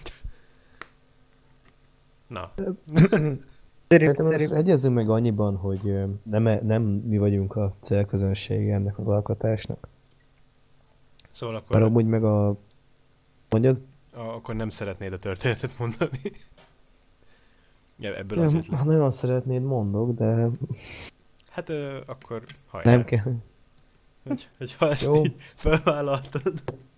Na. Szerintem egyezünk meg annyiban, hogy nem mi vagyunk a célközönsége ennek az alkotásnak. Szóval akkor... Már amúgy meg a... Mondjad? Akkor nem szeretnéd a történetet mondani? Ja, ebből azért Ha nagyon szeretnéd, mondok, de... Hát akkor hajrá. Nem kell. Hogyha ezt jó. Így felvállaltad.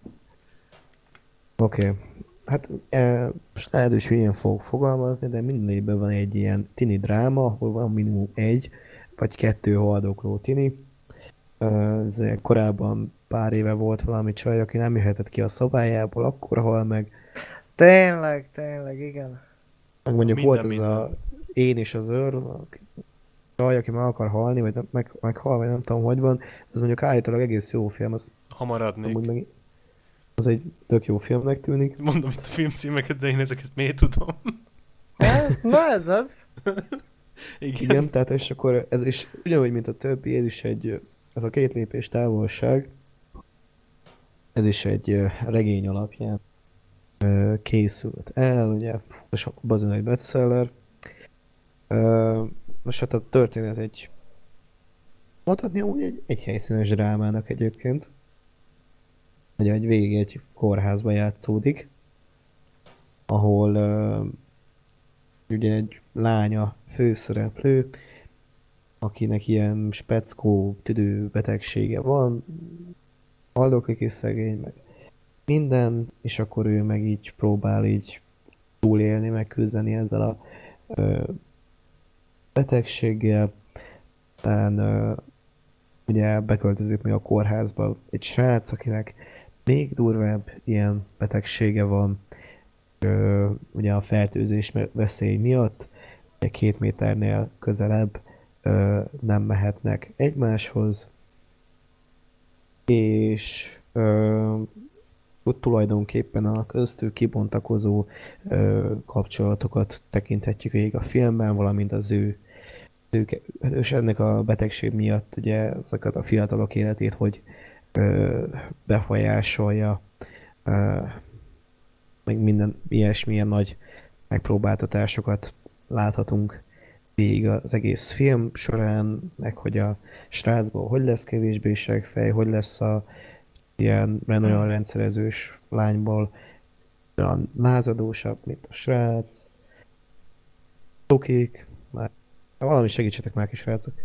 Oké. Hát most lehet, hogy hülyén fogok fogalmazni, de minden évben van egy ilyen tini dráma, ahol van minimum 1 vagy 2 haldokló tini. Korábban pár éve volt valami csaj, aki nem jöhetett ki a szobájából, akkor hal meg. Tényleg, igen. Meg mondjuk volt ez a Én és az őr, csaj, aki meg akar halni, vagy meghal, vagy nem tudom, hogy van. Ez mondjuk állítólag egész jó film. Az ha maradnék. Az egy tök jó filmnek tűnik. Mondom itt a filmcímeket, de én ezeket miért tudom? Na ez az. Igen, tehát és akkor ez is ugyanúgy, mint a többi, ez a 2 lépés távolság, ez is egy regény alapján készült el, ugye, bazin egy bestseller. Most hát a történet mondhatni úgy egy helyszínes drámának egyébként. Ugye egy végig egy kórházban játszódik, ahol ugye egy lánya főszereplő, akinek ilyen speckó tüdő betegsége van, haldoklik is szegény, meg minden, és akkor ő meg így próbál így túlélni, megküzdeni ezzel a betegséggel. Aztán ugye beköltözik még a kórházba egy srác, akinek még durvább ilyen betegsége van, ugye a fertőzés veszély miatt, 2 méternél közelebb nem mehetnek egymáshoz, és ott tulajdonképpen a köztük kibontakozó kapcsolatokat tekinthetjük végig a filmben, valamint az ő és ennek a betegség miatt ugye ezeket a fiatalok életét hogy befolyásolja, meg minden ilyesmilyen nagy megpróbáltatásokat láthatunk végig az egész film során, meg hogy a srácból hogy lesz kevésbé seggfej, hogy lesz a ilyen olyan rendszerezős lányból olyan lázadósabb, mint a srác. Tokik, már valami segítsetek már, kis srácok.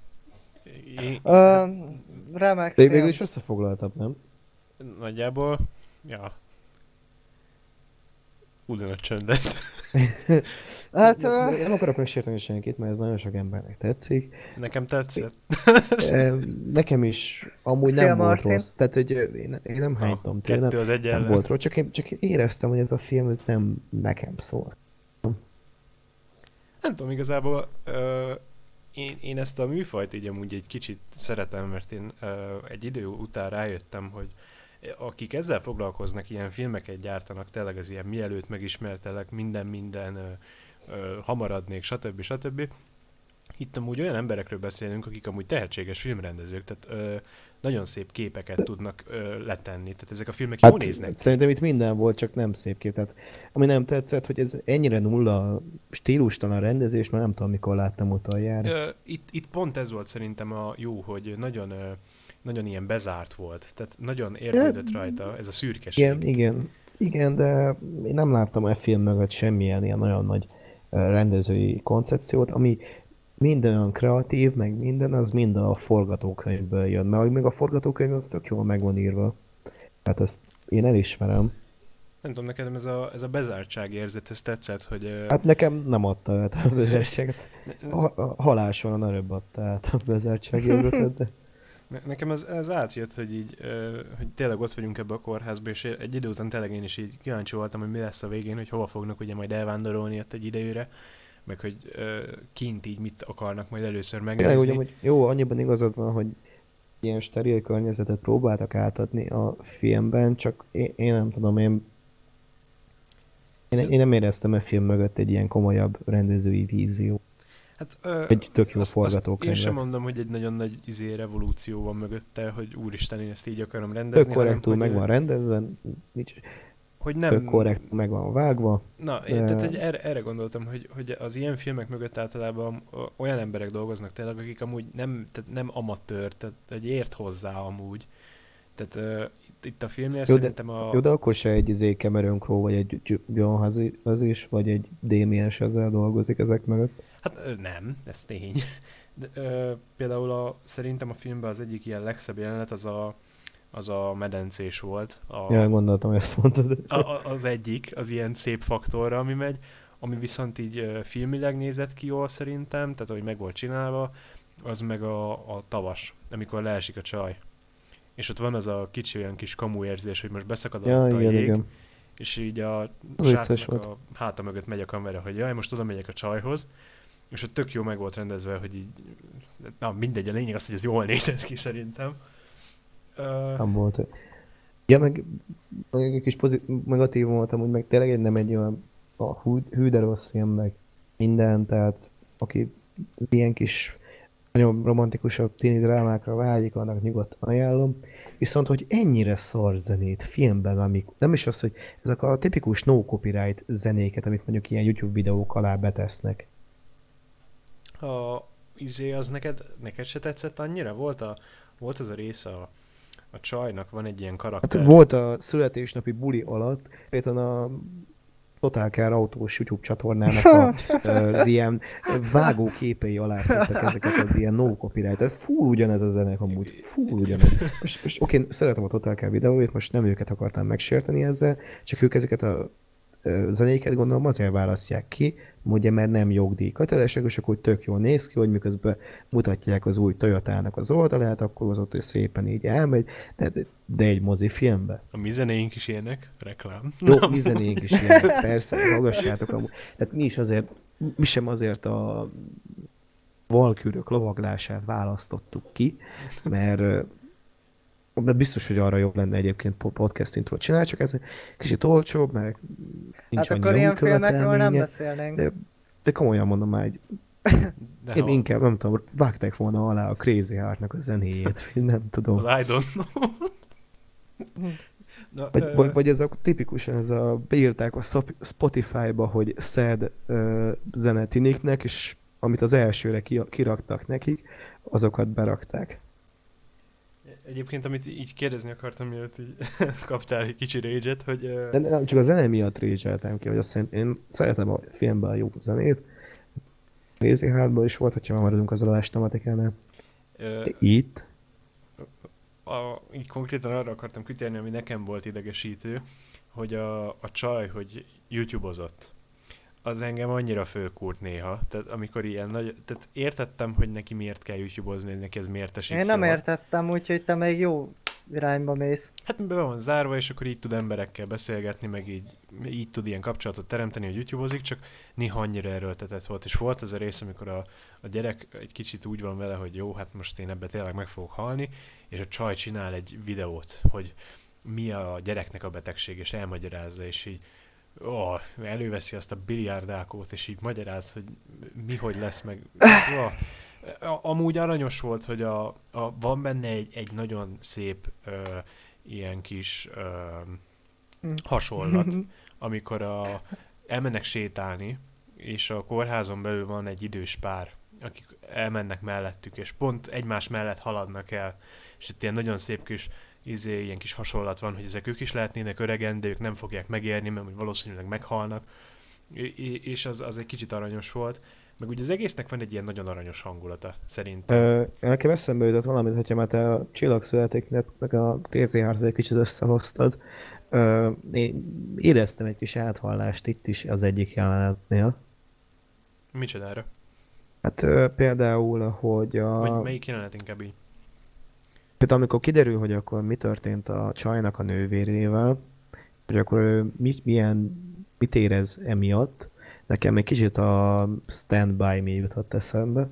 Remek film. Végül is összefoglaltabb, nem? Nagyjából, ja. Fú, de nagy csönd lett. Hát, Nem akarok megsérteni senkit, mert ez nagyon sok embernek tetszik. Nekem tetszett. Nekem is amúgy Szia, nem volt Martin. rossz. Tehát, hogy én nem hánytam tőle. Kettő az egy Nem ellen. volt rossz, csak én éreztem, hogy ez a film ez nem nekem szól. Nem tudom, igazából én ezt a műfajt így amúgy egy kicsit szeretem, mert én egy idő után rájöttem, hogy akik ezzel foglalkoznak, ilyen filmeket gyártanak, tényleg az ilyen mielőtt megismertelek, minden hamaradnék, stb. Itt amúgy olyan emberekről beszélünk, akik amúgy tehetséges filmrendezők, tehát nagyon szép képeket tudnak letenni, tehát ezek a filmek jól néznek ki. Szerintem itt minden volt, csak nem szép kép. Tehát, ami nem tetszett, hogy ez ennyire nulla stílustalan rendezés, már nem tudom, mikor láttam utoljára. Itt pont ez volt szerintem a jó, hogy nagyon ilyen bezárt volt, tehát nagyon érződött rajta ez a szürkeség. Igen, de én nem láttam a film mögött semmilyen ilyen nagyon nagy rendezői koncepciót, ami minden olyan kreatív, meg minden, az mind a forgatókönyvből jön, mert még a forgatókönyv az tök jól meg van írva. Hát ezt én elismerem. Nem tudom, nekem ez a bezártság érzet, ez tetszett, hogy... Hát nekem nem adta át a bezártságot. Halálsoron előbb adta át a bezártság érzetet, de... Nekem ez átjött, hogy így, hogy tényleg ott vagyunk ebbe a kórházba, és egy idő után tényleg én is így kíváncsi voltam, hogy mi lesz a végén, hogy hova fognak ugye majd elvándorolni ott egy idejűre, meg hogy kint így mit akarnak majd először megnézni. Tényleg hogy jó, annyiban igazad van, hogy ilyen steril környezetet próbáltak átadni a filmben, csak én nem tudom, én nem éreztem a film mögött egy ilyen komolyabb rendezői vízió. Hát, egy tök jó azt forgatókönyvet. én sem mondom, hogy egy nagyon nagy revolúció van mögötte, hogy úristen, én ezt így akarom rendezni. Tök korrektül meg van rendezve, hogy nem... tök korrektül meg van vágva. Na, tehát hogy erre gondoltam, hogy az ilyen filmek mögött általában olyan emberek dolgoznak tényleg, akik amúgy nem amatőr, tehát hogy ért hozzá amúgy. Tehát itt a filmnél szerintem Jó, de akkor se egy Cameron Crowe, vagy egy John az is, vagy egy Damien Chazelle dolgozik ezek mögött. Hát nem, ez tény. De, például szerintem a filmben az egyik ilyen legszebb jelenet az a medencés volt. Ja, gondoltam, hogy ezt mondtad. Az egyik, az ilyen szép faktorra, ami megy, ami viszont így filmileg nézett ki jól szerintem, tehát ahogy meg volt csinálva, az meg a tavas, amikor leesik a csaj. És ott van az a kicsi olyan kis kamu érzés, hogy most beszakad a jég, igen. És így a srácnak a háta mögött megy a kamera, hogy jaj, most oda megyek a csajhoz, és ott tök jó meg volt rendezve, hogy így, na mindegy, a lényeg az, hogy ez jól nézett ki szerintem. Nem volt. Ja, meg egy kis negatívum voltam, hogy meg tényleg nem egy olyan hű de rossz film, meg minden, tehát aki az ilyen kis nagyon romantikusabb tini drámákra vágyik, annak nyugodtan ajánlom. Viszont, hogy ennyire szar zenét filmben, amik nem is az, hogy ezek a tipikus no copyright zenéket, amit mondjuk ilyen YouTube videók alá betesznek. Az neked se tetszett annyira? Volt az a rész a csajnak, van egy ilyen karakter. Hát volt a születésnapi buli alatt, például a Total Car autós YouTube csatornának az ilyen vágó képei alá szedtek ezeket az ilyen no copyright. Full ugyanez a zenek amúgy. Full ugyanez. Most oké, szeretem a Total Car videóit, most nem őket akartam megsérteni ezzel, csak ők ezeket a zenéket gondolom azért választják ki, ugye mert nem jogdíj kötelesek, és akkor tök jól néz ki, hogy miközben mutatják az új Toyotának az oldalát, akkor az ott szépen így elmegy, de egy mozifilmbe. A mi zenéink is ilyenek, reklám. Jó, mi zenéink is ilyenek, persze, hallgassátok amúgy. Tehát mi sem azért a valkűrök lovaglását választottuk ki, mert biztos, hogy arra jobb lenne egyébként podcast intrót csinálni, csak ez kicsit olcsóbb, mert nincs hát akkor ilyen filmekről nem beszélnénk. De komolyan mondom már, én inkább, nem tudom, vágták volna alá a Crazy Heart-nak a zenéjét, nem tudom. Az I don't know. Vagy ez a tipikusan, beírták a Spotify-ba, hogy sad zene tiniknek, és amit az elsőre kiraktak nekik, azokat berakták. Egyébként, amit így kérdezni akartam, mielőtt így kaptál egy kicsi rage-et, hogy... De nem, csak a zene miatt rage-eltem ki, hogy azt én szeretem a filmben a jó zenét. Crazy Heartban is volt, hogyha már maradunk az adás tematikánál. Itt? Így konkrétan arra akartam kitérni, ami nekem volt idegesítő, hogy a csaj, hogy YouTube-ozott, az engem annyira fölkúrt néha, tehát amikor ilyen nagy, tehát értettem, hogy neki miért kell YouTube-ozni, hogy neki ez miért esik Én nem jól. értettem, úgyhogy te még jó irányba mész. Hát be van zárva, és akkor így tud emberekkel beszélgetni, meg így tud ilyen kapcsolatot teremteni, hogy YouTube-ozik, csak néha annyira erőltetett volt. És volt ez a rész, amikor a gyerek egy kicsit úgy van vele, hogy jó, hát most én ebbe tényleg meg fogok halni, és a csaj csinál egy videót, hogy mi a gyereknek a betegség, és elmagyarázza, és így előveszi azt a biliárdákót, és így magyaráz, hogy mi hogy lesz, meg... Amúgy aranyos volt, hogy van benne egy nagyon szép ilyen kis hasonlat, amikor elmennek sétálni, és a kórházon belül van egy idős pár, akik elmennek mellettük, és pont egymás mellett haladnak el, és itt ilyen nagyon szép kis ilyen kis hasonlat van, hogy ezek ők is lehetnének öregen, de ők nem fogják megérni, mert valószínűleg meghalnak, és az egy kicsit aranyos volt. Meg ugye az egésznek van egy ilyen nagyon aranyos hangulata, szerintem. Nekem eszembe jutott valamit, hogyha már te a Csillagszületéknek, meg a Crazy Heart egy kicsit összehoztad. Én éreztem egy kis áthallást itt is az egyik jelenetnél. Micsodára? Hát például, hogy Vagy melyik jelenet inkább így? Például amikor kiderül, hogy akkor mi történt a csajnak a nővérével, hogy akkor ő mit érez emiatt, nekem egy kicsit a Stand By Me jutott eszembe.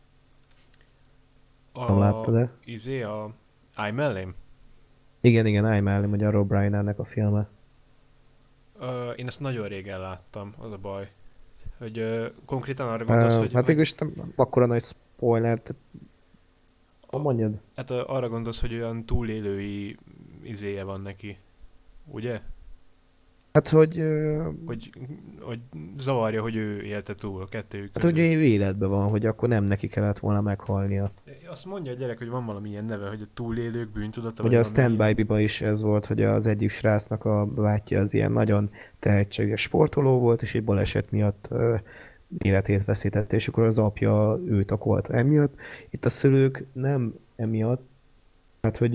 Nem láttad-e? A I mellém? Igen, állj mellém, hogy a Rob Reiner-nek a filme. Én ezt nagyon régen láttam, az a baj. Hogy konkrétan arra gondolsz, hogy... Hát végülis nem akkora nagy spoiler, tehát... Mondjad. Hát arra gondolsz, hogy olyan túlélői izéje van neki, ugye? Hát, hogy zavarja, hogy ő élte túl a kettőjük hát, közül. hogy ő életben van, hogy akkor nem neki kellett volna meghalnia. Azt mondja a gyerek, hogy van valami ilyen neve, hogy a túlélők bűntudata. Ugye a Stand By Me-ban is ez volt, hogy az egyik srácnak a bátyja az ilyen nagyon tehetséges sportoló volt, és egy baleset miatt életét veszítette, és akkor az apja őt akolta emiatt. Itt a szülők nem emiatt, hát hogy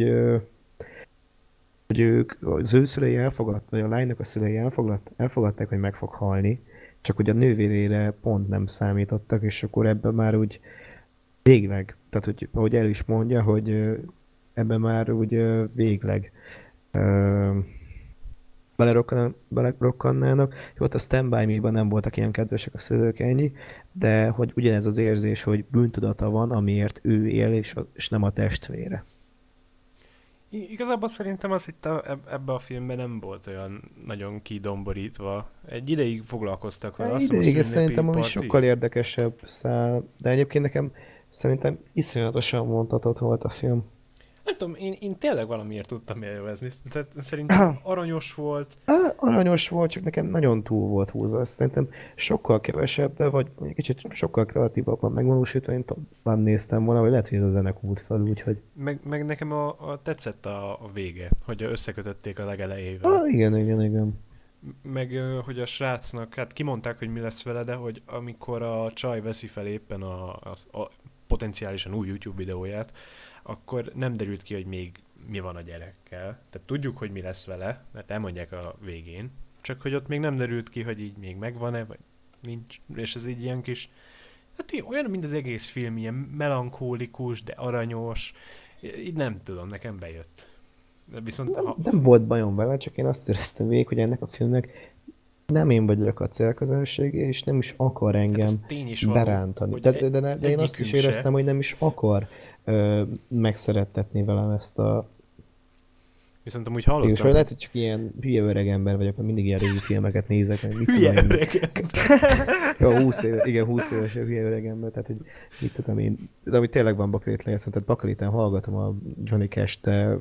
ők, az ő szülei elfogadták, vagy a lánynak a szülei elfogadták, hogy meg fog halni, csak hogy a nővérére pont nem számítottak, és akkor ebben már úgy végleg, tehát hogy ahogy el is mondja, hogy ebben már úgy végleg belerokkannának. Jó, ott a Stand By Me-ban nem voltak ilyen kedvesek a szülők, ennyi, de hogy ugyanez az érzés, hogy bűntudata van, amiért ő él, és nem a testvére. Igazából szerintem az itt ebben a filmben nem volt olyan nagyon kidomborítva. Egy ideig foglalkoztak vele. Ideig szerintem ami sokkal érdekesebb szál, de egyébként nekem szerintem iszonyatosan vontatott volt a film. Nem tudom, én tényleg valamiért tudtam élvezni. Tehát szerintem aranyos volt. Aranyos volt, csak nekem nagyon túl volt húzva. Szerintem sokkal kevesebben, vagy egy kicsit sokkal kreatívabban megvalósítva, én tovább néztem volna, vagy lehet, hogy ez a zene út fel, úgyhogy... Meg nekem tetszett a vége, hogy összekötötték a legelejével. Igen. Meg hogy a srácnak, hát kimondták, hogy mi lesz vele, de hogy amikor a csaj veszi fel éppen a potenciálisan új YouTube videóját, akkor nem derült ki, hogy még mi van a gyerekkel. Tehát tudjuk, hogy mi lesz vele, mert elmondják a végén. Csak hogy ott még nem derült ki, hogy így még megvan-e, vagy nincs. És ez így ilyen kis... Hát olyan, mint az egész film, ilyen melankólikus, de aranyos. Így nem tudom, nekem bejött. De viszont... Nem volt bajom vele, csak én azt éreztem végig, hogy ennek a filmnek nem én vagyok a célközönségé, és nem is akar engem berántani. De én azt is éreztem, hogy nem is akar megszerettetni velem ezt a... Viszont amúgy hallottam... És lehet, hogy csak ilyen hülye öreg ember vagyok, mert mindig ilyen régi filmeket nézek. Hülye öreg ember? 20 éves hülye öreg ember, tehát hogy mit tudom én... De amúgy tényleg van Bakalit lejesztő, tehát Bakeliten hallgatom a Johnny Cash-t, de...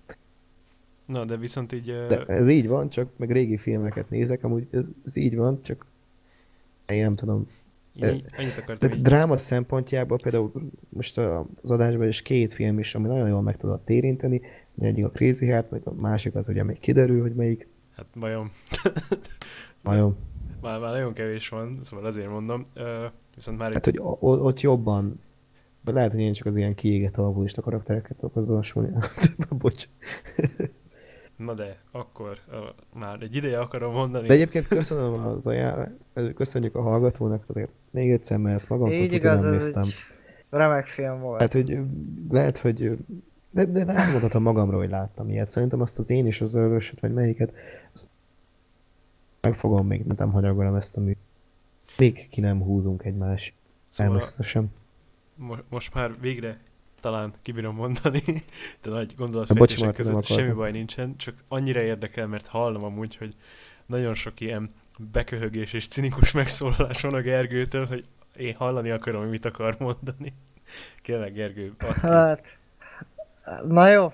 Na, de viszont így... De ez így van, csak meg régi filmeket nézek, amúgy ez így van, csak... Én nem tudom... Tehát dráma szempontjából például most az adásban is 2 film is, ami nagyon jól meg tudott érinteni. Egyik a Crazy Heart, majd a másik az ugye még kiderül, hogy melyik. Hát majom. Majom. Már nagyon kevés van, szóval azért mondom. Viszont már... Hát, hogy ott jobban, lehet, hogy én csak az ilyen kiégett alkoholista karaktereket akarok azonosulni. Bocs. Na de, akkor már egy ideje akarom mondani. De egyébként köszönöm köszönjük a hallgatónak azért még egyszer, mert ezt magamtól Így tudja igaz, nem ez néztem. egy remek film volt. Hát, hogy lehet, hogy de nem mondhatom magamról, hogy láttam ilyet. Szerintem azt az én is az Örvösöt, vagy melyiket, azt megfogom, még nem hanyagolom ezt a mű. Még ki nem húzunk egymás. Szóval Természetesen. most már végre talán kibírom mondani, de nagy Bocs, gondolatfejtések Marti, nem között semmi akartam. baj nincsen, csak annyira érdekel, mert hallom amúgy, hogy nagyon sok ilyen beköhögés és cinikus megszólalás van a Gergőtől, hogy én hallani akarom, hogy mit akar mondani. Kérlek, Gergő, add ki. Hát, na jó.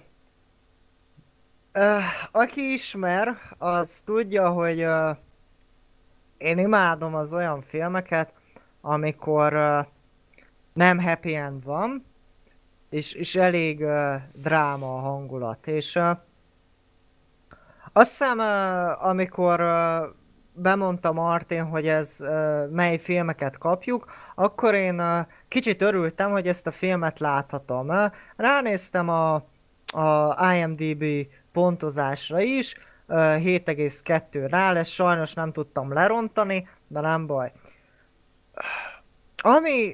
Aki ismer, az tudja, hogy én imádom az olyan filmeket, amikor nem happy end van, és elég dráma a hangulat. És azt hiszem, amikor bemondta Martin, hogy ez mely filmeket kapjuk, akkor én kicsit örültem, hogy ezt a filmet láthatom. Ránéztem a IMDb pontozásra is, 7,2 rá lesz, sajnos nem tudtam lerontani, de nem baj. Ami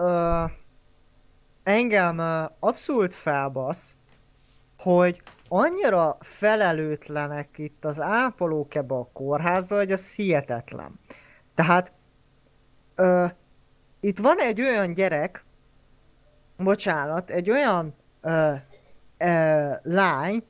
engem abszolút felbasz, hogy annyira felelőtlenek itt az ápolók ebbe a kórházba, hogy ez hihetetlen. Tehát itt van egy olyan gyerek, bocsánat, egy olyan lány,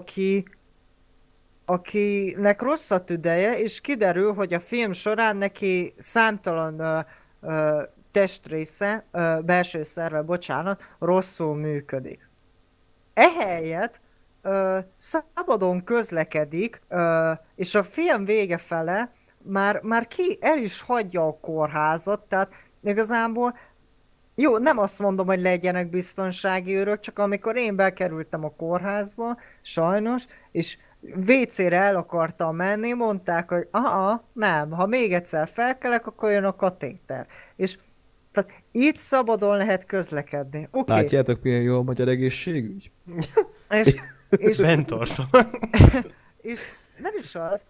akinek rossz a tüdeje, és kiderül, hogy a film során neki számtalan testrésze, belső szerve, bocsánat, rosszul működik. Ehelyett szabadon közlekedik, és a film vége fele már ki el is hagyja a kórházat, tehát igazából jó, nem azt mondom, hogy legyenek biztonsági őrök, csak amikor én bekerültem a kórházba, sajnos, és WC-re el akartam menni, mondták, hogy nem, ha még egyszer felkelek, akkor jön a katéter. És tehát itt szabadon lehet közlekedni. Okay. Látjátok, milyen jó a magyar egészségügy? És Bent tartom. és nem is az.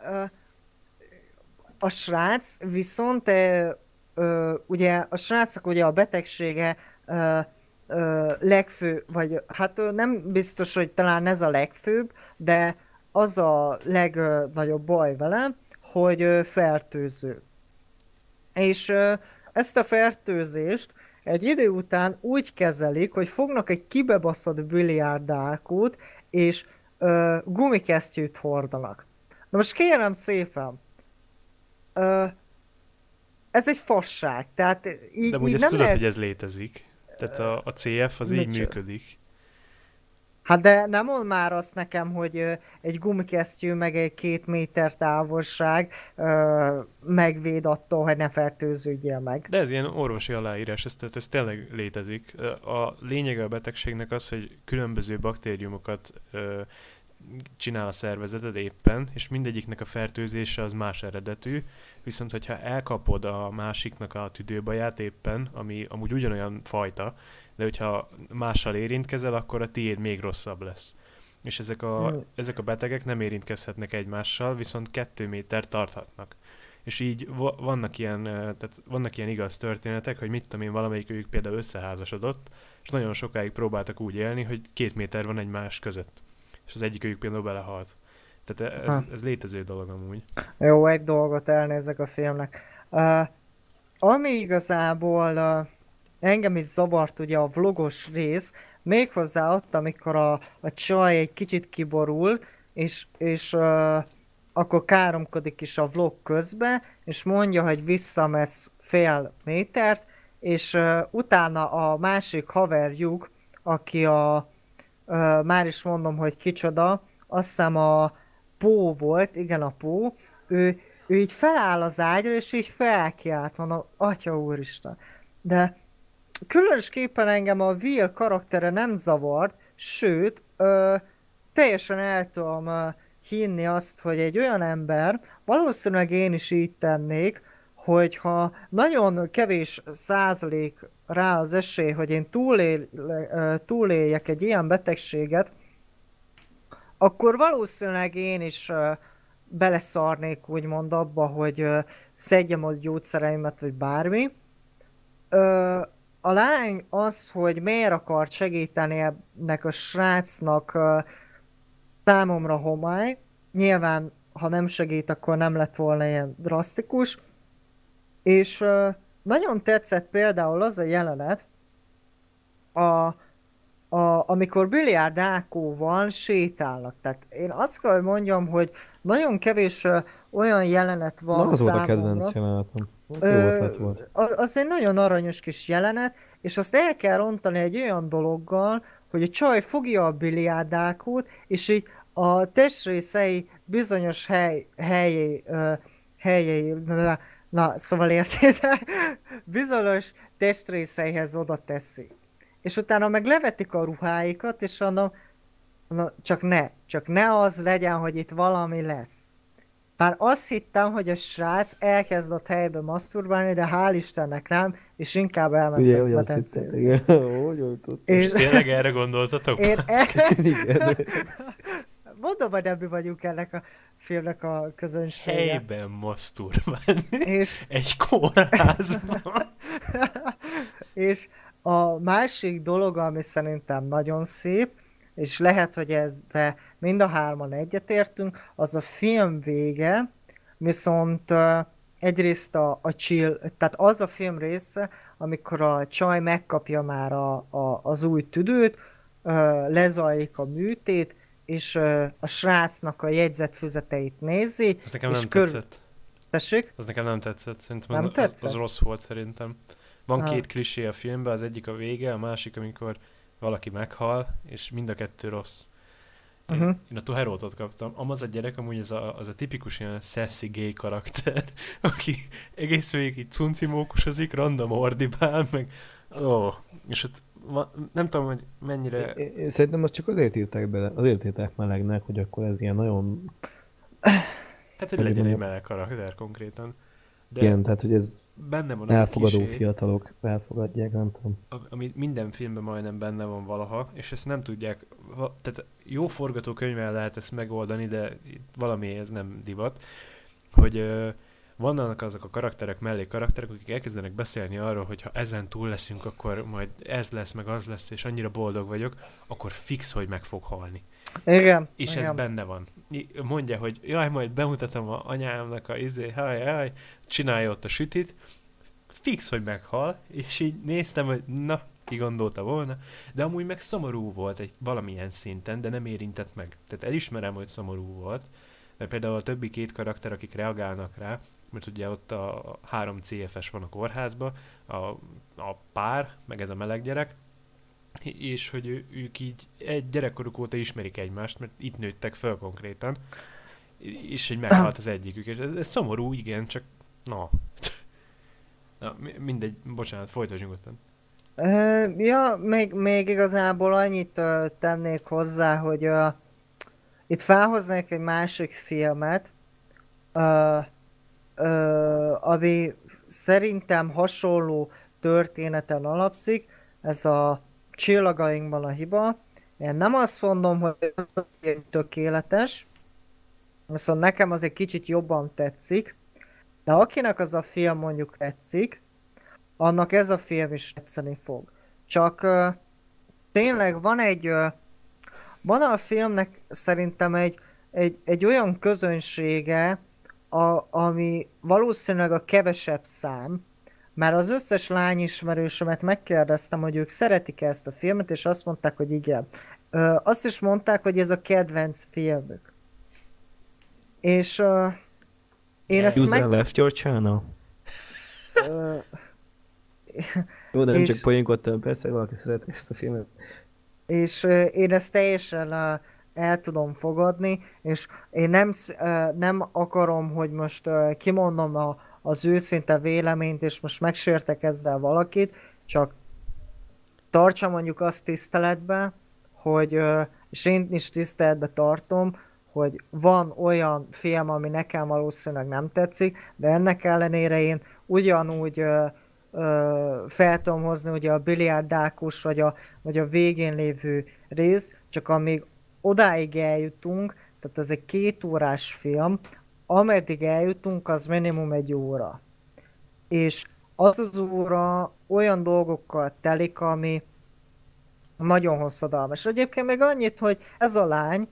A srác viszont ugye a srácnak ugye a betegsége legfő, vagy hát nem biztos, hogy talán ez a legfőbb, de az a legnagyobb baj vele, hogy fertőző. És ezt a fertőzést egy idő után úgy kezelik, hogy fognak egy kibebaszott biliárdálkót, és gumikesztyűt hordanak. Na most kérem szépen, ez egy fasság, tehát így, De amúgy így ezt nem tudod, lehet... hogy ez létezik. Tehát a CF az így működik. Hát de nem mond már azt nekem, hogy egy gumikesztyű meg egy 2 méter távolság megvéd attól, hogy ne fertőződjél meg. De ez ilyen orvosi aláírás, tehát ez tényleg létezik. A lényege a betegségnek az, hogy különböző baktériumokat csinál a szervezeted éppen, és mindegyiknek a fertőzése az más eredetű, viszont hogyha elkapod a másiknak a tüdőbaját éppen, ami amúgy ugyanolyan fajta, de hogyha mással érintkezel, akkor a tiéd még rosszabb lesz. És ezek a betegek nem érintkezhetnek egymással, viszont 2 méter tarthatnak. És így vannak ilyen igaz történetek, hogy mit tudom én, valamelyikük például összeházasodott, és nagyon sokáig próbáltak úgy élni, hogy 2 méter van egymás között. És az egyikük például belehalt. Tehát ez létező dolog amúgy. Jó, egy dolgot elnézek a filmnek. Ami igazából engem is zavart ugye a vlogos rész, méghozzá ott, amikor a csaj egy kicsit kiborul, és akkor káromkodik is a vlog közben, és mondja, hogy visszamesz fél métert, és utána a másik haverjuk, aki már is mondom, hogy kicsoda, azt hiszem a Pó volt, igen a Pó, ő így feláll az ágyra, és így felkiált, mondom, atya úristen. De különösképpen engem a Will karaktere nem zavart, sőt, teljesen el tudom hinni azt, hogy egy olyan ember, valószínűleg én is így tennék, hogyha nagyon kevés százalék rá az esély, hogy én túléljek egy ilyen betegséget, akkor valószínűleg én is beleszarnék úgymond abba, hogy szedjem a gyógyszereimet, vagy bármi. Ö, a lány az, hogy miért akart segíteni ennek a srácnak, számomra homály. Nyilván, ha nem segít, akkor nem lett volna ilyen drasztikus. És nagyon tetszett például az a jelenet, a, amikor Biliárd Ákóval sétálnak. Tehát én azt kell, hogy mondjam, hogy nagyon kevés olyan jelenet Na, van az volt a számomra. kedvenc jelenetem. Az jó ötlet volt. Az egy nagyon aranyos kis jelenet, és azt el kell rontani egy olyan dologgal, hogy a csaj fogja a biliárdákot, és így a testrészei bizonyos helyei, na, szóval érted, bizonyos testrészeihez oda teszi. És utána meg levetik a ruháikat, és mondom, na, csak ne az legyen, hogy itt valami lesz. Bár azt hittem, hogy a srác elkezdett helybe maszturbálni, de hál' Istennek nem, és inkább Ugye, elmentek hogy azt hitted, medencézni. igen. Hogy tudtam. És Tényleg erre gondoltatok? én Igen. mondom, hogy nem mi vagyunk ennek a filmnek a közönsége. Helyben maszturbálni. És, Egy kórházban. és a másik dolog, ami szerintem nagyon szép, és lehet, hogy ezbe mind a hárman egyetértünk, az a film vége, viszont egyrészt a chill, tehát az a film része, amikor a csaj megkapja már az új tüdőt, lezajlik a műtét, és a srácnak a jegyzetfüzeteit nézi. Ez nekem és nem tetszett. Tessék? Az nekem nem tetszett. Szerintem Nem az tetszett? rossz volt szerintem. Van Ah. két klisé a filmben, az egyik a vége, a másik, amikor valaki meghal, és mind a kettő rossz. Uh-huh. Én a Toherótot kaptam. Az a gyerek amúgy az a tipikus ilyen sassy gay karakter, aki egész végig így cuncimókusozik, random ordibál, meg és ott nem tudom, hogy mennyire... Én szerintem azt csak azért írták bele, azért írták melegnek, hogy akkor ez ilyen nagyon... Hát, hogy legyen egy meleg karakter konkrétan. De Igen, tehát hogy ez benne van az elfogadó a klisé, fiatalok elfogadják, nem tudom. ami minden filmben majdnem benne van valaha, és ezt nem tudják, tehát jó forgatókönyvvel lehet ezt megoldani, de itt valami ez nem divat, hogy vannak azok a karakterek, mellékkarakterek, akik elkezdenek beszélni arról, hogy ha ezen túl leszünk, akkor majd ez lesz, meg az lesz, és annyira boldog vagyok, akkor fix, hogy meg fog halni. Igen. És igen. ez benne van. Mondja, hogy jaj, majd bemutatom a anyámnak a haj, csinálja ott a sütit, fix, hogy meghal, és így néztem, hogy na, ki gondolta volna, de amúgy meg szomorú volt egy valamilyen szinten, de nem érintett meg. Tehát elismerem, hogy szomorú volt, mert például a többi két karakter, akik reagálnak rá, mert ugye ott a 3 CFS van a kórházban, a pár, meg ez a meleg gyerek, és hogy ők így egy gyerekkoruk óta ismerik egymást, mert itt nőttek fel konkrétan, és hogy meghalt az egyikük, és ez szomorú, igen, csak na. Na, mindegy, bocsánat, folytasd nyugodtan. Ja, még igazából annyit tennék hozzá, hogy itt felhoznék egy másik filmet, ö, ami szerintem hasonló történeten alapszik, ez a Csillagainkban a hiba. Én nem azt mondom, hogy tökéletes, viszont nekem az egy kicsit jobban tetszik, de akinek az a film mondjuk tetszik, annak ez a film is tetszeni fog. Csak tényleg van a filmnek szerintem egy olyan közönsége, ami valószínűleg a kevesebb szám, mert az összes lányismerősömet megkérdeztem, hogy ők szeretik ezt a filmet, és azt mondták, hogy igen. Azt is mondták, hogy ez a kedvenc filmük. És én ezt User left your channel. ö, Jó, de nem és- csak poénkodtam, persze valaki szereti ezt a filmet. és én ezt teljesen el tudom fogadni, és én nem akarom, hogy most kimondom az őszinte véleményt, és most megsértek ezzel valakit, csak tartsa mondjuk azt tiszteletbe, hogy, és én is tiszteletbe tartom, hogy van olyan film, ami nekem valószínűleg nem tetszik, de ennek ellenére én ugyanúgy fel tudom hozni ugye a biliárdákus, vagy a végén lévő rész, csak amíg odáig eljutunk, tehát ez egy 2 órás film, ameddig eljutunk, az minimum 1 óra. És az az óra olyan dolgokkal telik, ami nagyon hosszadalmas. Egyébként még annyit, hogy ez a lány,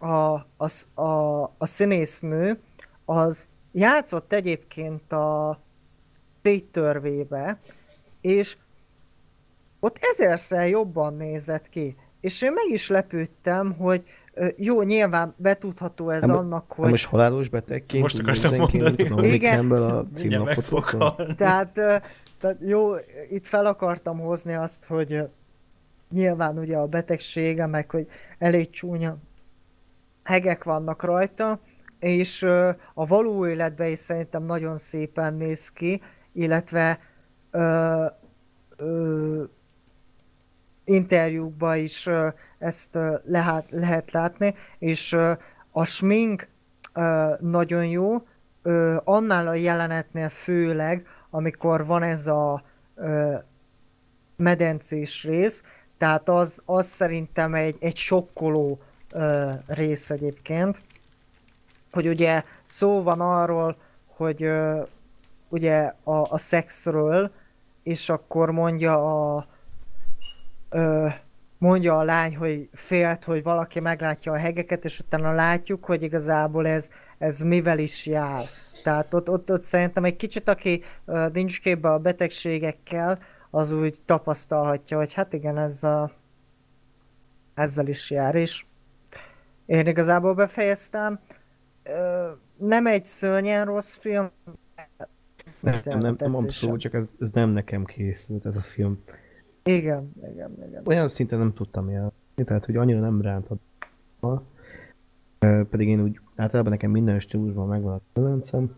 a színésznő, az játszott egyébként a Széttörvébe, és ott ezerszer jobban nézett ki. És én meg is lepődtem, hogy jó, nyilván betudható ez annak, De hogy... most halálos betegként, Most úgy akartam nézzen ki, mondani. mint a Igen. Campbell a Mindjárt meg fog címlapotokkal. halni. Tehát jó, itt fel akartam hozni azt, hogy nyilván ugye a betegsége, meg hogy elég csúnya hegek vannak rajta, és a való életben is szerintem nagyon szépen néz ki, illetve ö, ö, interjúkban is ezt lehet látni, és a smink nagyon jó, annál a jelenetnél főleg, amikor van ez a medencés rész, tehát az szerintem egy sokkoló rész egyébként, hogy ugye szó van arról, hogy ugye a szexről, és akkor mondja a lány, hogy félt, hogy valaki meglátja a hegeket, és utána látjuk, hogy igazából ez mivel is jár. Tehát ott szerintem egy kicsit, aki nincs képbe a betegségekkel, az úgy tapasztalhatja, hogy hát igen, ezzel is jár, és én igazából befejeztem. Nem egy szörnyen rossz film. Nem abszolút, csak ez nem nekem készült ez a film. Igen. Olyan szinten nem tudtam játszani, tehát hogy annyira nem rántott. Pedig én úgy, általában nekem minden stílusban megvan a kedvencem.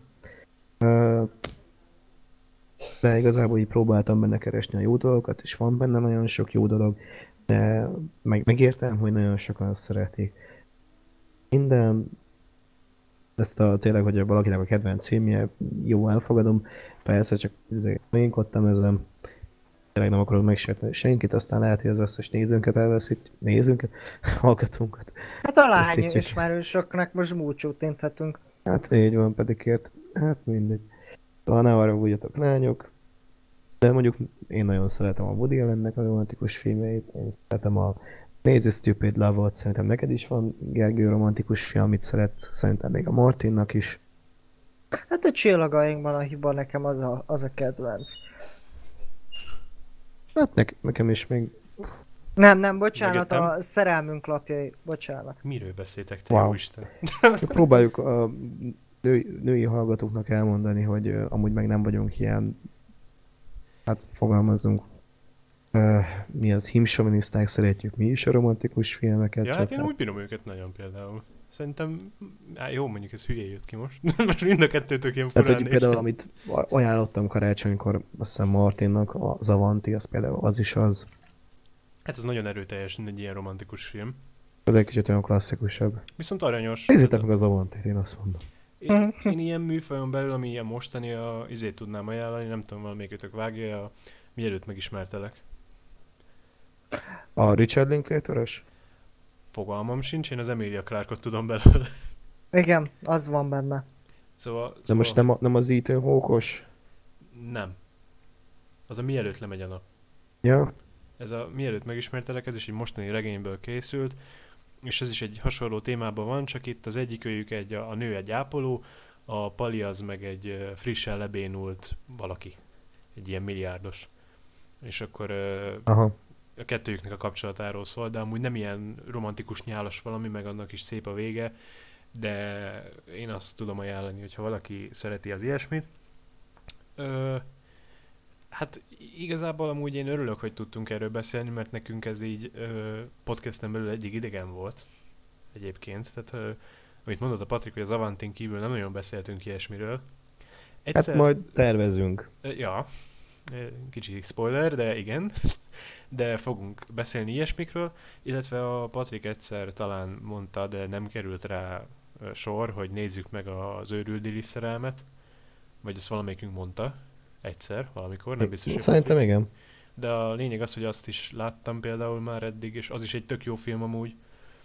De igazából így próbáltam benne keresni a jó dolgokat, és van benne nagyon sok jó dolog, de megértem, hogy nagyon sokan szeretik. Minden, ezt tényleg, hogy valakinek a kedvenc filmje, jó, elfogadom, persze csak megnyugodtam ezen, tényleg nem akarod megsérteni senkit, aztán lehet, hogy az összes nézőnket elveszít, hallgatónkat. Hát a lány Veszítjük. ismerősöknek most búcsút inthetünk. Hát így van, pedig ért, hát mindegy. Szóval ne arra úgy lányok. De mondjuk én nagyon szeretem a Woody Allennek a romantikus filmjeit, én szeretem a Crazy Stupid Love-ot, szerintem neked is van, Gergő, romantikus film, amit szeretsz, szerintem még a Martinnak is. Hát a Csillagainkban a hiba nekem az a kedvenc. Hát nekem is még, Nem, bocsánat, Megértem. a Szerelmünk lapjai, bocsánat. Miről beszéltek te, Wow. jó Isten? próbáljuk a női hallgatóknak elmondani, hogy amúgy meg nem vagyunk ilyen, hát fogalmazzunk, mi az himsoviniszták, szeretjük mi is a romantikus filmeket. Ja, csak hát én úgy bírom őket nagyon például. Szerintem, jó, mondjuk ez hülye jött ki most. Most mind a kettőtök ilyen Tehát, furán hogy néz például, ki. amit ajánlottam karácsonykor, azt hiszem Martinnak, az Avanti, az például az is az. Hát ez nagyon erőteljes, egy ilyen romantikus film. Az egy kicsit olyan klasszikusabb. Viszont aranyos. Nézzétek meg az Avantit, én azt mondom. Én ilyen műfajon belül, ami ilyen mostani, izét tudnám ajánlani, nem tudom, valamelyikőtök vágja, Mielőtt megismertelek. A Richard Linklater-ös? Fogalmam sincs, én az Emilia Clarke-ot tudom belőle. Igen, az van benne. Szóval... De most nem az Ethan Hawke-os? Nem. Az a Mielőtt lemegy a nap. Ja? Ez a Mielőtt megismertelek, ez is egy mostani regényből készült, és ez is egy hasonló témában van, csak itt az egyik őjük a nő egy ápoló, a pali az meg egy frissen lebénult valaki. Egy ilyen milliárdos. És akkor Aha. a kettőjüknek a kapcsolatáról szól, de amúgy nem ilyen romantikus nyálas valami, meg annak is szép a vége, de én azt tudom ajánlani, hogyha valaki szereti az ilyesmit. Hát igazából amúgy én örülök, hogy tudtunk erről beszélni, mert nekünk ez így podcasten belül egyik idegen volt egyébként. Tehát, amit mondott a Patrik, hogy az Avantin kívül nem nagyon beszéltünk ilyesmiről. Hát majd tervezünk. Ja, kicsi spoiler, de igen. De fogunk beszélni ilyesmikről, illetve a Patrik egyszer talán mondta, de nem került rá sor, hogy nézzük meg az Őrült Lili szerelmet. Vagy ezt valamelyikünk mondta egyszer, valamikor, nem biztos, hogy Szerintem igen. de a lényeg az, hogy azt is láttam például már eddig, és az is egy tök jó film amúgy.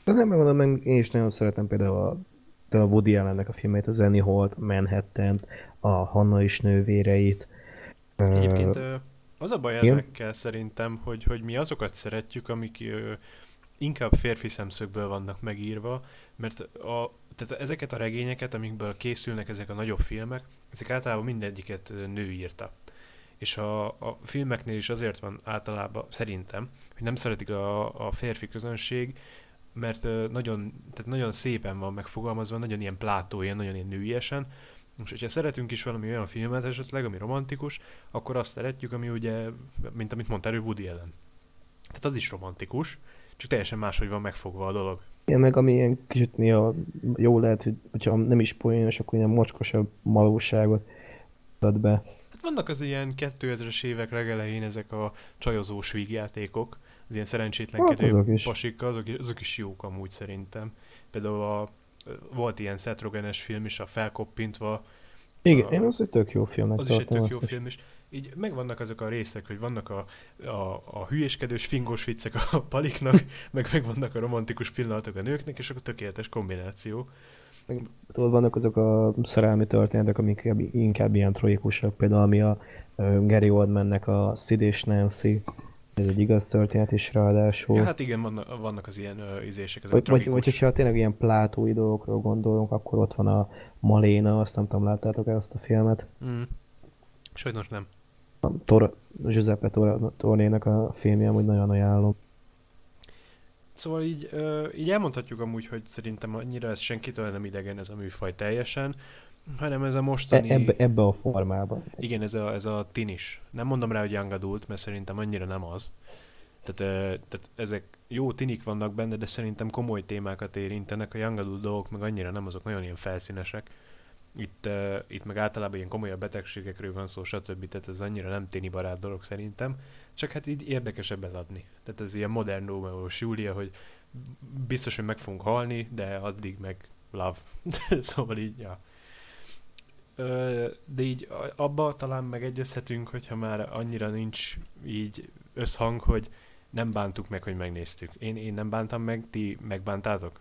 De nem megmondom, meg én is nagyon szeretem például a Woody Allennek a filmét, az Annie Hall, Manhattan, a Hanna is nővéreit. Egyébként az a baj Igen? ezekkel szerintem, hogy mi azokat szeretjük, amik inkább férfi szemszögből vannak megírva, mert tehát ezeket a regényeket, amikből készülnek ezek a nagyobb filmek, ezek általában mindegyiket nő írta. És a filmeknél is azért van általában, szerintem, hogy nem szeretik a férfi közönség, mert tehát nagyon szépen van megfogalmazva, nagyon ilyen plátó, nagyon ilyen nőiesen. Most, hogyha szeretünk is valami olyan filmet esetleg, ami romantikus, akkor azt szeretjük, ami ugye, mint amit mondtál, hogy Woody Allen. Tehát az is romantikus, csak teljesen máshogy van megfogva a dolog. Igen, meg ami ilyen kicsit néha jó lehet, hogyha nem is poénos, akkor ilyen mocskosabb valóságot ad be. Hát vannak az ilyen 2000-es évek legelején ezek a csajozós vígjátékok, az ilyen szerencsétlenkedő Hát azok is. pasikkal, azok is jók amúgy szerintem. Például volt ilyen Seth Rogen-es film is, a Felkoppintva, Igen, a, én azt egy tök jó filmnek az is egy tartom tök jó azt is. film is. Így megvannak azok a részek, hogy vannak a hülyéskedős, fingós viccek a paliknak, meg megvannak a romantikus pillanatok a nőknek, és akkor tökéletes kombináció. Meg tudod, vannak azok a szerelmi történetek, amik inkább ilyen trojikusak, például ami a Gary Oldmannek a Sid és Nancy, ez egy igaz történet is ráadásul. Ja, hát igen, vannak az ilyen izések, ezek Vagy tragikus. hogyha tényleg ilyen plátói dolgokról gondolunk, akkor ott van a Maléna, azt nem tudom, láttátok el azt a filmet? Mm. Sajnos nem. Giuseppe Tornének a filmje, amúgy nagyon ajánlom. Szóval így elmondhatjuk amúgy, hogy szerintem annyira ez senkitől nem idegen ez a műfaj teljesen, hanem ez a mostani... Ebbe a formában. Igen, ez a tinis. Nem mondom rá, hogy young adult, mert szerintem annyira nem az. Tehát ezek jó tinik vannak benne, de szerintem komoly témákat érintenek. A young adult dolgok meg annyira nem, azok nagyon ilyen felszínesek. Itt meg általában ilyen komolyabb betegségekről van szó, stb. Tehát ez annyira nem tini barát dolog szerintem. Csak hát így érdekesebb eladni. Tehát ez ilyen modern Rómeós Júlia, hogy biztos, hogy meg fogunk halni, de addig meg love. Szóval így, ja. De így abba talán megegyezhetünk, hogyha már annyira nincs így összhang, hogy nem bántuk meg, hogy megnéztük. Én nem bántam meg, ti megbántátok?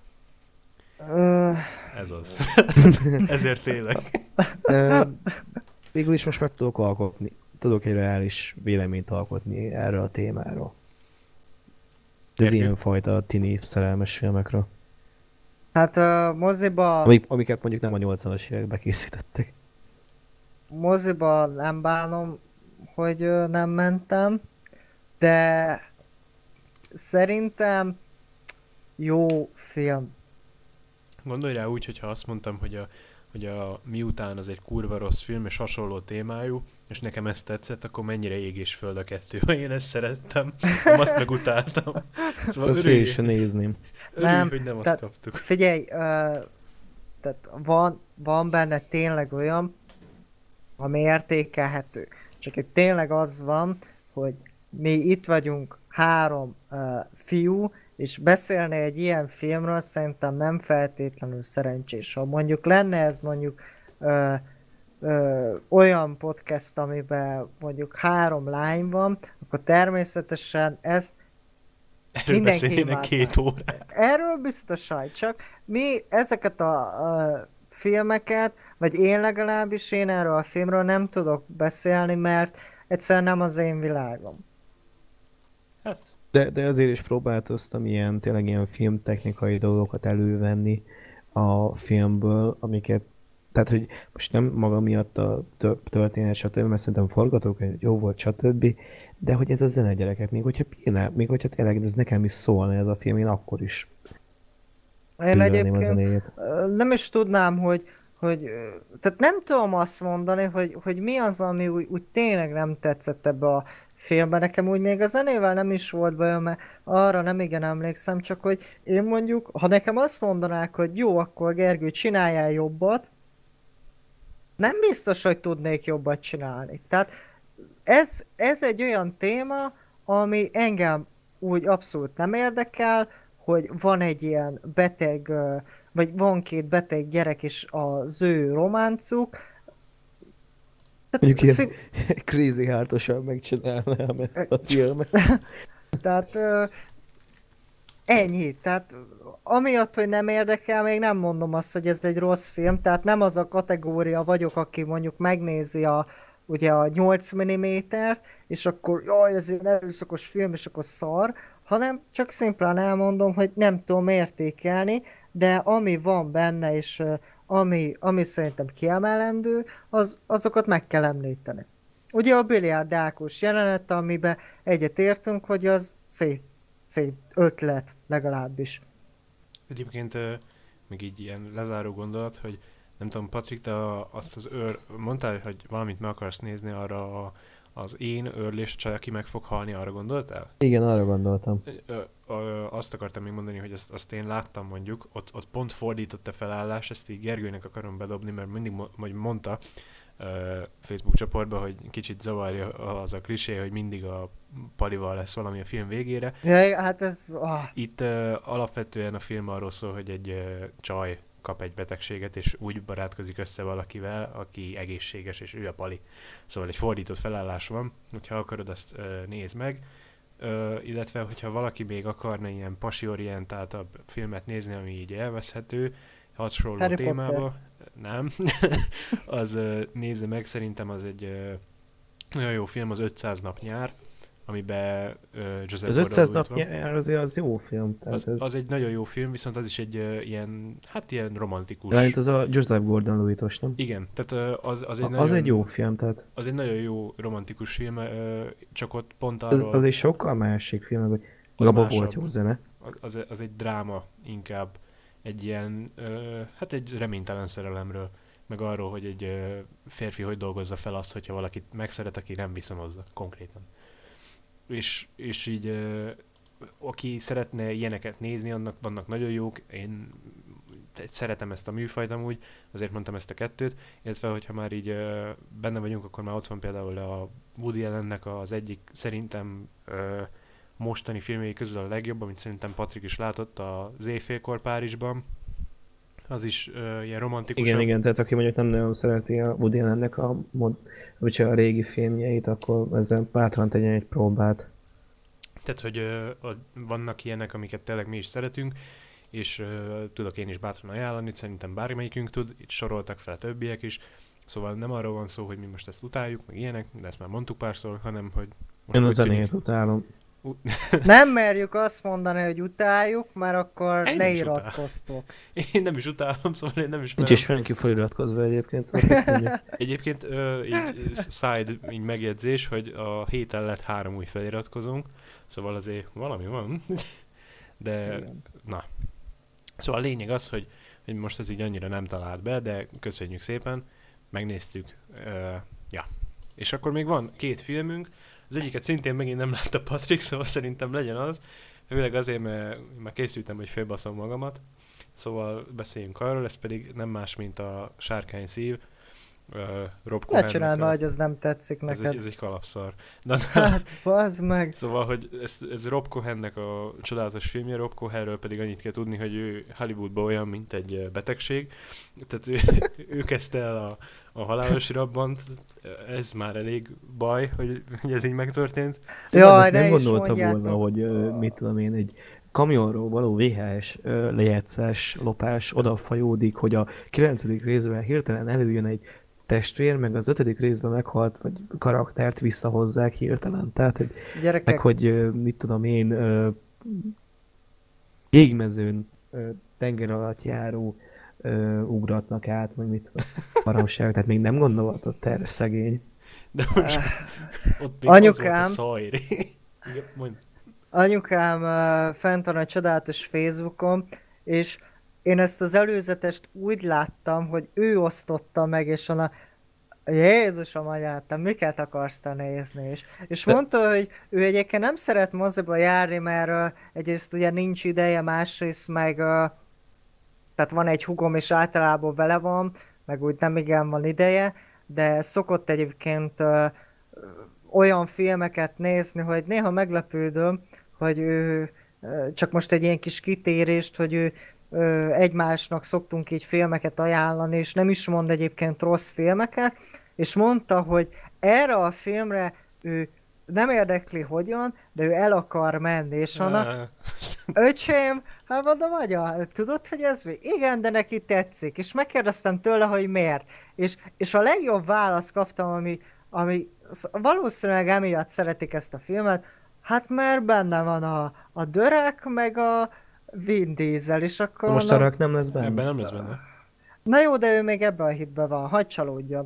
Ö, Ez az. Ezért tényleg. Végül is most meg tudok alkotni. Tudok egy reális véleményt alkotni erről a témáról. Ez Gergő? ilyenfajta tini szerelmes filmekről. hát moziba, Amiket mondjuk nem a 80-as években készítettek. moziba nem bánom, hogy nem mentem, de szerintem jó film. Gondolj rá úgy, hogyha azt mondtam, hogy a miután az egy kurva rossz film, és hasonló témájú, és nekem ez tetszett, akkor mennyire ég és föld a kettő, ha én ezt szerettem, nem azt meg utáltam. Szóval Azt végig sem nézném. örülj, hogy nem azt tehát kaptuk. Figyelj, tehát van benne tényleg olyan, ami értékelhető. Csak itt tényleg az van, hogy mi itt vagyunk három fiú, és beszélni egy ilyen filmről szerintem nem feltétlenül szerencsés. Ha mondjuk lenne ez mondjuk ö, olyan podcast, amiben mondjuk három lány van, akkor természetesen ezt Erről mindenki beszélnének imádná. 2 órát. Erről biztosan, csak mi ezeket a filmeket, vagy én legalábbis én erről a filmről nem tudok beszélni, mert egyszerűen nem az én világom. Hát, De azért is próbálkoztam tényleg ilyen filmtechnikai dolgokat elővenni a filmből, amiket, tehát hogy most nem maga miatt a történet, stb., mert szerintem forgatókönyv jó volt, stb., de hogy ez a zene, gyerekek, még hogyha tényleg ez nekem is szólna ez a film, én akkor is Én gyűlölném a egyébként zenéjét. nem is tudnám, tehát nem tudom azt mondani, hogy mi az, ami úgy tényleg nem tetszett ebbe a filmbe. Nekem úgy még a zenével nem is volt bajom, mert arra nem igen emlékszem, csak hogy én mondjuk, ha nekem azt mondanák, hogy jó, akkor Gergő, csináljál jobbat, nem biztos, hogy tudnék jobbat csinálni. Tehát ez egy olyan téma, ami engem úgy abszolút nem érdekel, hogy van egy ilyen beteg, vagy van két beteg gyerek és az ő románcuk. Tehát, Mondjuk ilyen crazy heart-osan megcsinálnám ezt a filmet. tehát ennyi. Tehát amiatt, hogy nem érdekel, még nem mondom azt, hogy ez egy rossz film. Tehát nem az a kategória vagyok, aki mondjuk megnézi ugye a 8 mm-t, és akkor jaj, ez egy erőszakos film, és akkor szar, hanem csak szimplán elmondom, hogy nem tudom értékelni, de ami van benne, és ami szerintem kiemelendő, azokat meg kell említeni. Ugye a biliárd Ákos jelenet, amiben egyetértünk, hogy az szép ötlet legalábbis. Egyébként még így ilyen lezáró gondolat, hogy nem tudom, Patrik, te azt az mondtál, hogy valamit meg akarsz nézni arra az én őrlés, a csaj, aki meg fog halni, arra gondoltál? Igen, arra gondoltam. Azt akartam még mondani, hogy azt én láttam mondjuk, ott pont fordított a felállás, ezt így Gergőnek akarom bedobni, mert mindig mondta Facebook csoportban, hogy kicsit zavarja az a klisé, hogy mindig a palival lesz valami a film végére. Ja, hát ez... Itt alapvetően a film arról szól, hogy egy csaj kap egy betegséget, és úgy barátkozik össze valakivel, aki egészséges, és ő a pali. Szóval egy fordított felállás van, hogyha akarod, azt nézd meg. Illetve, hogyha valaki még akarna ilyen pasiorientáltabb filmet nézni, ami így elveszhető, hasonló Harry témába, Potter. nem, az nézze meg, szerintem az egy nagyon jó film, az 500 nap nyár, amiben Joseph Az 500 nap Gordon-Levitt van. nyár azért az jó film. Az egy nagyon jó film, viszont az is egy ilyen romantikus. Ráint az a Joseph Gordon-Levitt-os, nem? Igen, tehát az egy Az egy jó film, tehát az egy nagyon jó romantikus film, csak ott pont az, arról... az egy sokkal másik film, hogy Az abban másabb. volt jó zene. Az egy dráma inkább, egy ilyen, egy reménytelen szerelemről, meg arról, hogy egy férfi hogy dolgozza fel azt, hogyha valakit megszeret, aki nem viszonozza, konkrétan. És így, aki szeretne ilyeneket nézni, annak vannak nagyon jók, én szeretem ezt a műfajt amúgy, azért mondtam ezt a kettőt, illetve hogyha már így benne vagyunk, akkor már ott van például a Woody Allennek az egyik szerintem mostani filmjei közül a legjobb, amit szerintem Patrik is látott, az Éjfélkor Párizsban. Az is ilyen romantikusabb. Igen, tehát aki mondjuk nem nagyon szereti a Woody Allennek a régi filmjeit, akkor ezzel bátran tegyen egy próbát. Tehát, hogy vannak ilyenek, amiket tényleg mi is szeretünk, és tudok én is bátran ajánlani, szerintem bármelyikünk tud, itt soroltak fel a többiek is, szóval nem arról van szó, hogy mi most ezt utáljuk, meg ilyenek, de ezt már mondtuk párszor, hanem, hogy most Én a úgy tűnik- zenét utálom. Nem merjük azt mondani, hogy utáljuk, mert akkor Én is leiratkoztok. Én nem is utálom, szóval én nem is Nincs is senki feliratkozva egyébként. Szóval Egyébként így side így megjegyzés, hogy a héten lett 3 új feliratkozónk, szóval azért valami van, de Igen. na. Szóval a lényeg az, hogy most ez így annyira nem talált be, de köszönjük szépen, megnéztük, ja. És akkor még van 2 filmünk, az egyiket szintén megint nem látta Patrik, szóval szerintem legyen az, főleg azért, mert már készültem, hogy félbaszom magamat, szóval beszéljünk arról, ez pedig nem más, mint a Sárkány szív, Rob Ne Cohennek csinálj a- már, hogy ez nem tetszik neked. ez egy kalapszar. De, Hát, bazd meg. szóval, hogy ez Rob Cohennek a csodálatos filmje, Rob Cohenről pedig annyit kell tudni, hogy ő Hollywoodban olyan, mint egy betegség. Tehát ő kezdte el a halálos rabbant, ez már elég baj, hogy ez így megtörtént. Jaj, nem ne is gondolta mondjátok. volna, hogy mit tudom én, egy kamionról való VHS lejátszás, lopás odafajódik, hogy a 9. részben hirtelen előjön egy testvér, meg az 5. részben meghalt, vagy karaktert visszahozzák hirtelen. Tehát, hogy, Gyerekek, meg hogy mit tudom én, jégmezőn tenger alatt járó ugratnak át, meg mit tudom, baromság, tehát még nem gondolhatott erre szegény. De most ott még Anyukám- az volt a szajri. Igen, mondj. anyukám fent van a csodálatos Facebookon, és én ezt az előzetest úgy láttam, hogy ő osztotta meg, és Jézusom anyát, te miket akarsz te nézni? És mondta, hogy ő egyébként nem szeret moziba járni, mert egyrészt ugye nincs ideje, másrészt meg tehát van egy hugom, és általában vele van, meg úgy nem igen van ideje, de szokott egyébként olyan filmeket nézni, hogy néha meglepődöm, hogy ő csak most egy ilyen kis kitérést, hogy ő egymásnak szoktunk így filmeket ajánlani, és nem is mond egyébként rossz filmeket, és mondta, hogy erre a filmre ő nem érdekli hogyan, de ő el akar menni, és öcsém, hát mondom, anya, tudod, hogy ez mi? Igen, de neki tetszik. És megkérdeztem tőle, hogy miért. És a legjobb választ kaptam, ami valószínűleg emiatt szeretik ezt a filmet, hát mert benne van a Dörek, meg a Vin Diesel, és akkor Na most mondom, arra nem lesz benne. Ebben nem lesz benne. na jó, de ő még ebben a hitben van, hadd csalódjon.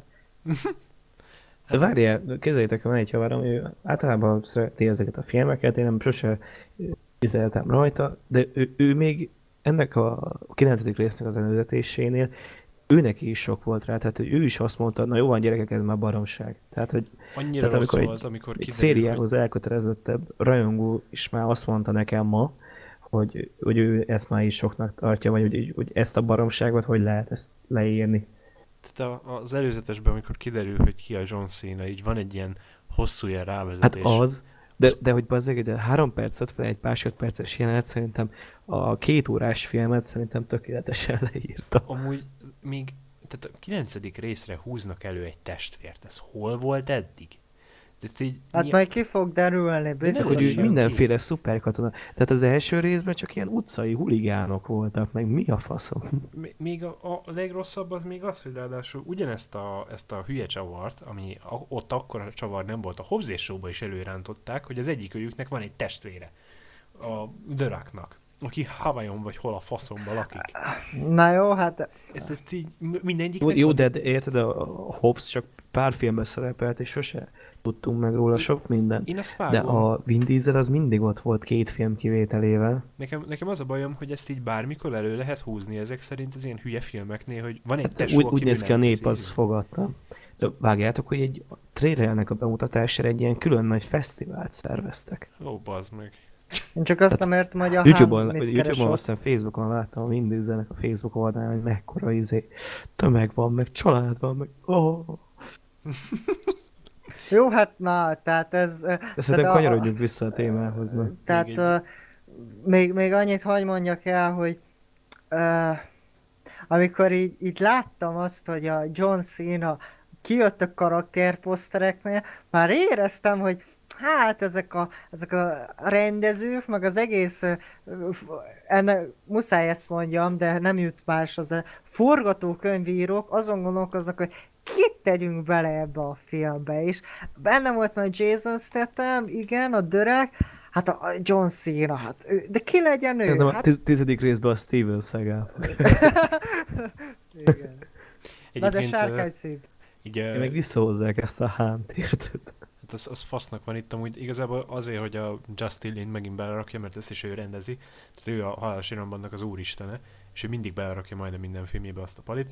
De várjál, képzeljétek, van egy haverom, ő általában szereti ezeket a filmeket, én nem sose üzeltem rajta, de ő még ennek a 9. résznek az előzetésénél őnek is sok volt rá, tehát ő is azt mondta, na jó van gyerekek, ez már baromság. Tehát, hogy Annyira tehát rossz amikor volt, amikor egy kiderül, hogy szériához elkötelezettebb rajongó is már azt mondta nekem ma, hogy ő ezt már is soknak tartja, vagy hogy ezt a baromságot hogy lehet ezt leírni. tehát az előzetesben, amikor kiderül, hogy ki a John Cena, így van egy ilyen hosszú ilyen Hát rávezetés. az, de hogy bazzeg, egy 3 perc 51 másodperces jelenet szerintem a 2 órás filmet szerintem tökéletesen leírta. Amúgy még, tehát a 9. részre húznak elő egy testvért. Ez hol volt eddig? Tehát így, Hát majd ki fog derülni, Hogy biztosan. ő Biztosan. mindenféle szuperkatona. Tehát az első részben csak ilyen utcai huligánok voltak, meg mi a faszom? Még a legrosszabb az még az, hogy ráadásul ugyanezt ezt a hülye csavart, ami ott akkor a csavar nem volt, a Hobbs és Shaw-ba is előrántották, hogy az egyik őjüknek van egy testvére, a The Rocknak, aki Hawaiion vagy hol a faszomba lakik. Na jó, hát Tehát így mindegyiknek Jó, van- de érted, a Hobbs csak pár filmben szerepelt, és sose tudtunk meg róla sok mindent. Én ezt De vágom. a Vin Diesel az mindig ott volt 2 film kivételével. Nekem az a bajom, hogy ezt így bármikor elő lehet húzni ezek szerint az ilyen hülye filmeknél, hogy van egy Hát tesó, úgy aki néz ki a nép, mindenki az szégyeli. fogadta. De vágjátok, hogy egy trailernek a bemutatására egy ilyen külön nagy fesztivált szerveztek. Ó, bazd meg. én csak azt nem értem, hogy a YouTube-on, Hán mit keres YouTube-on ott. aztán Facebookon láttam a Vin Dieselnek a Facebook oldalán, hogy mekkora tömeg van, meg család van, meg Jó, hát na, tehát ez... De szerintem a- kanyarodjunk vissza a témához, mert Tehát Még egy- még annyit hagy mondjak el, hogy amikor így láttam azt, hogy a John Cena kijött a karakterposztereknél, már éreztem, hogy hát ezek a rendezők, meg az egész, ennek muszáj ezt mondjam, de nem jut más az a forgatókönyvírók, azon gondolkoznak, hogy kit tegyünk bele ebbe a filmbe, és benne volt már Jason Statham, igen, a Dörek, hát a John Cena, hát de ki legyen ő? szerintem a Hát, 10. részben a Steven Seagal. igen. Na de Egyébként, sárkányszív. így, Én meg visszahozzák ezt a hánt, érted? hát az fasznak van itt amúgy igazából azért, hogy a Justin Lin megint belerakja, mert ezt is ő rendezi. Tehát ő a Halálos Irambannak az úristene, és ő mindig belerakja majdnem minden filmjébe azt a palit.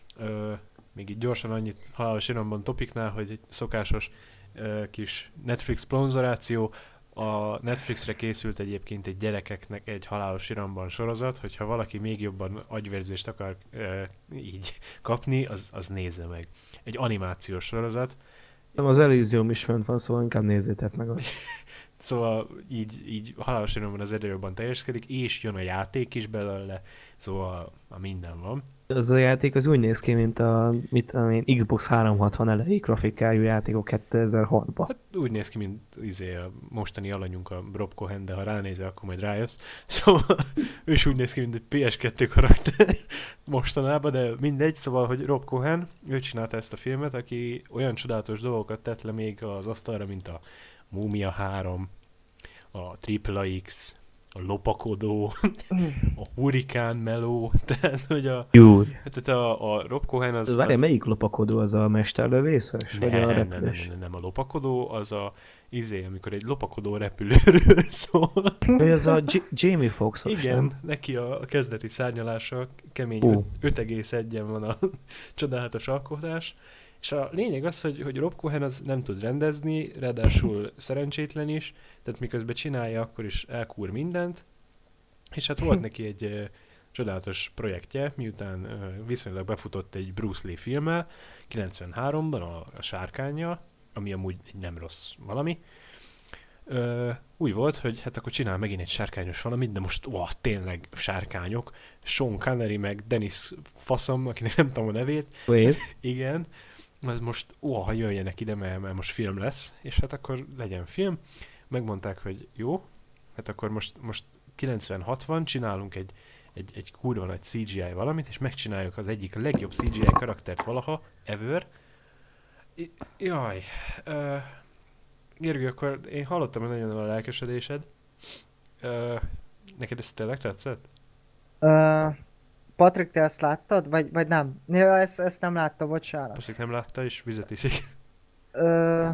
Még így gyorsan annyit Halálos Iramban topiknál, hogy egy szokásos kis Netflix szponzoráció. A Netflixre készült egyébként egy gyerekeknek egy Halálos Iramban sorozat, hogyha valaki még jobban agyvérzést akar így kapni, az nézze meg. Egy animációs sorozat, Az Elysium is fönt van, szóval inkább nézzétek meg azt. szóval így Halálos Iramban az egyre jobban teljeskedik, és jön a játék is belőle, szóval a minden van. Az a játék az úgy néz ki, mint a Xbox 360 elejé grafikájú játékok 2006-ban. Hát úgy néz ki, mint a mostani alanyunk, a Rob Cohen, de ha ránézel, akkor majd rájössz. Szóval ő is úgy néz ki, mint egy PS2 karakter mostanában, de mindegy. Szóval, hogy Rob Cohen, ő csinálta ezt a filmet, aki olyan csodálatos dolgokat tett le még az asztalra, mint a Múmia 3, a X, a Lopakodó, a Hurrikán Meló, tehát hogy Jó. tehát a Rob Cohen az... Várjál, melyik lopakodó, az a mesterlövészes? Vagy a repülés? Nem, a lopakodó, az a amikor egy lopakodó repülőről szól. Vagy az a Jamie Foxxos, Igen, nem? neki a kezdeti szárnyalása kemény Ó. 5,1-en van a csodálatos alkotás. És a lényeg az, hogy Rob Cohen az nem tud rendezni, ráadásul szerencsétlen is, tehát miközben csinálja, akkor is elkúr mindent. És hát volt neki egy csodálatos projektje, miután viszonylag befutott egy Bruce Lee filmmel, 93-ban a Sárkánnyal, ami amúgy egy nem rossz valami. Úgy volt, hogy hát akkor csinál megint egy sárkányos valamit, de most tényleg sárkányok. Sean Connery meg Dennis Faszom, akinek nem tudom a nevét, Wait. igen, az most ha jöjjenek ide, mert most film lesz, és hát akkor legyen film. Megmondták, hogy jó, hát akkor most 90-60, csinálunk egy kurva nagy CGI valamit, és megcsináljuk az egyik legjobb CGI karaktert valaha, ever. Jaj, Gergő, akkor én hallottam, hogy nagyon a lelkesedésed. Neked ez tényleg tetszett? Ö, Patrik, te ezt láttad? Vagy nem? Ja, ezt nem látta, bocsánat. Most nem látta, és vizet iszik. Ö,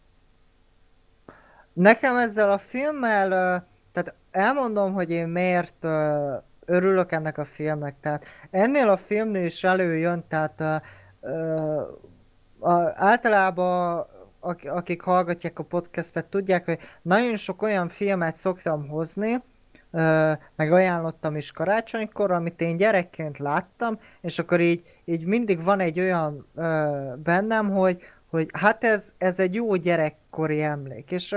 Nekem ezzel a filmmel, tehát elmondom, hogy én miért örülök ennek a filmnek. Tehát ennél a filmnél is előjön, tehát ö, általában akik hallgatják a podcastet, tudják, hogy nagyon sok olyan filmet szoktam hozni, meg ajánlottam is karácsonykor, amit én gyerekként láttam, és akkor így mindig van egy olyan bennem, hogy hát ez egy jó gyerekkori emlék, és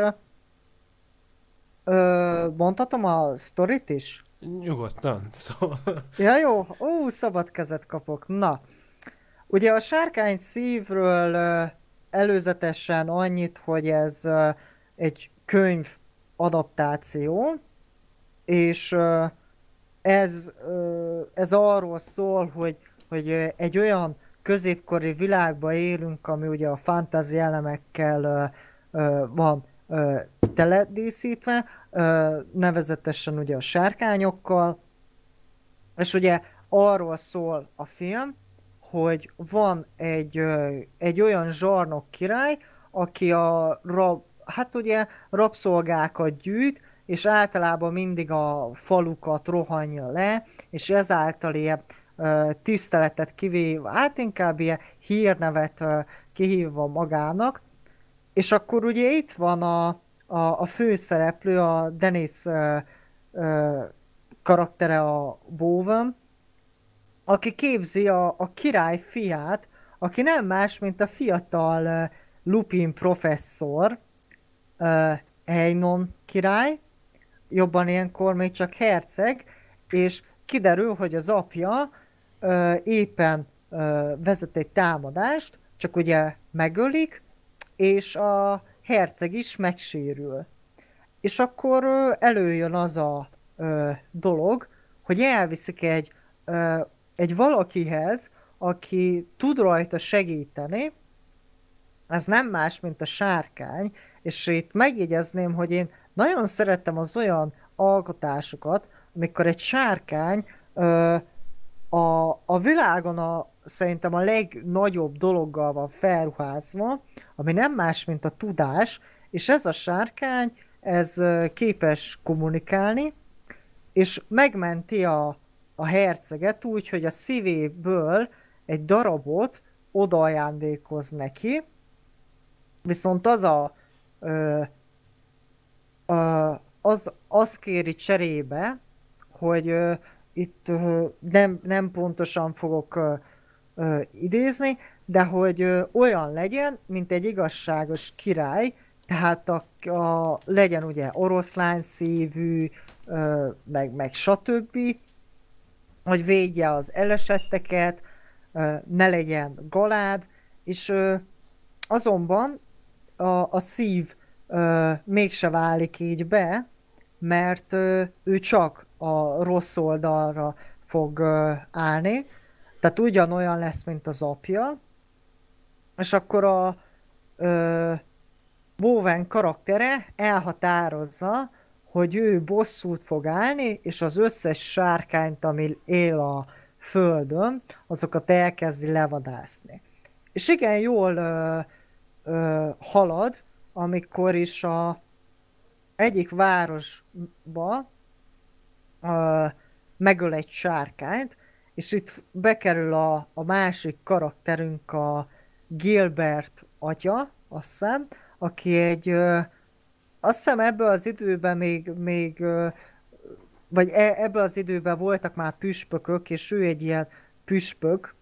mondhatom a sztorit is? Nyugodtan, szóval... Ja jó, szabad kezet kapok. Na, ugye a Sárkány szívről előzetesen annyit, hogy ez egy könyv adaptáció, és ez arról szól, hogy egy olyan középkori világban élünk, ami ugye a fantasy elemekkel van teledíszítve, nevezetesen ugye a sárkányokkal, és ugye arról szól a film, hogy van egy olyan zsarnok király, aki hát ugye rabszolgákat gyűjt, és általában mindig a falukat rohanja le, és ezáltal ilyen tiszteletet kivéve, hát inkább ilyen hírnevet kihívva magának. És akkor ugye itt van a főszereplő, a Dennis karaktere, a Bowen, aki képzi a király fiát, aki nem más, mint a fiatal Lupin professzor, Einon király, jobban ilyenkor még csak herceg, és kiderül, hogy az apja éppen vezet egy támadást, csak ugye megölik, és a herceg is megsérül. És akkor előjön az a dolog, hogy elviszik egy valakihez, aki tud rajta segíteni, ez nem más, mint a sárkány, és itt megjegyezném, hogy én nagyon szeretem az olyan alkotásokat, amikor egy sárkány a világon szerintem a legnagyobb dologgal van felruházva, ami nem más, mint a tudás, és ez a sárkány, ez képes kommunikálni, és megmenti a herceget úgy, hogy a szívéből egy darabot odaajándékoz neki, viszont az kéri cserébe, hogy itt nem pontosan fogok idézni, de hogy olyan legyen, mint egy igazságos király, tehát legyen ugye oroszlán szívű, meg stb., hogy védje az elesetteket, ne legyen galád, és azonban a szív mégse válik így be, mert ő csak a rossz oldalra fog állni, tehát ugyanolyan lesz, mint az apja, és akkor a Bowen karaktere elhatározza, hogy ő bosszút fog állni, és az összes sárkányt, ami él a földön, azokat elkezdi levadászni. És igen, jól halad, amikor is egyik városba megöl egy sárkányt, és itt bekerül a másik karakterünk, a Gilbert atya, azt hiszem, aki azt hiszem ebben az időben még vagy ebben az időben voltak már püspökök, és ő egy ilyen püspök,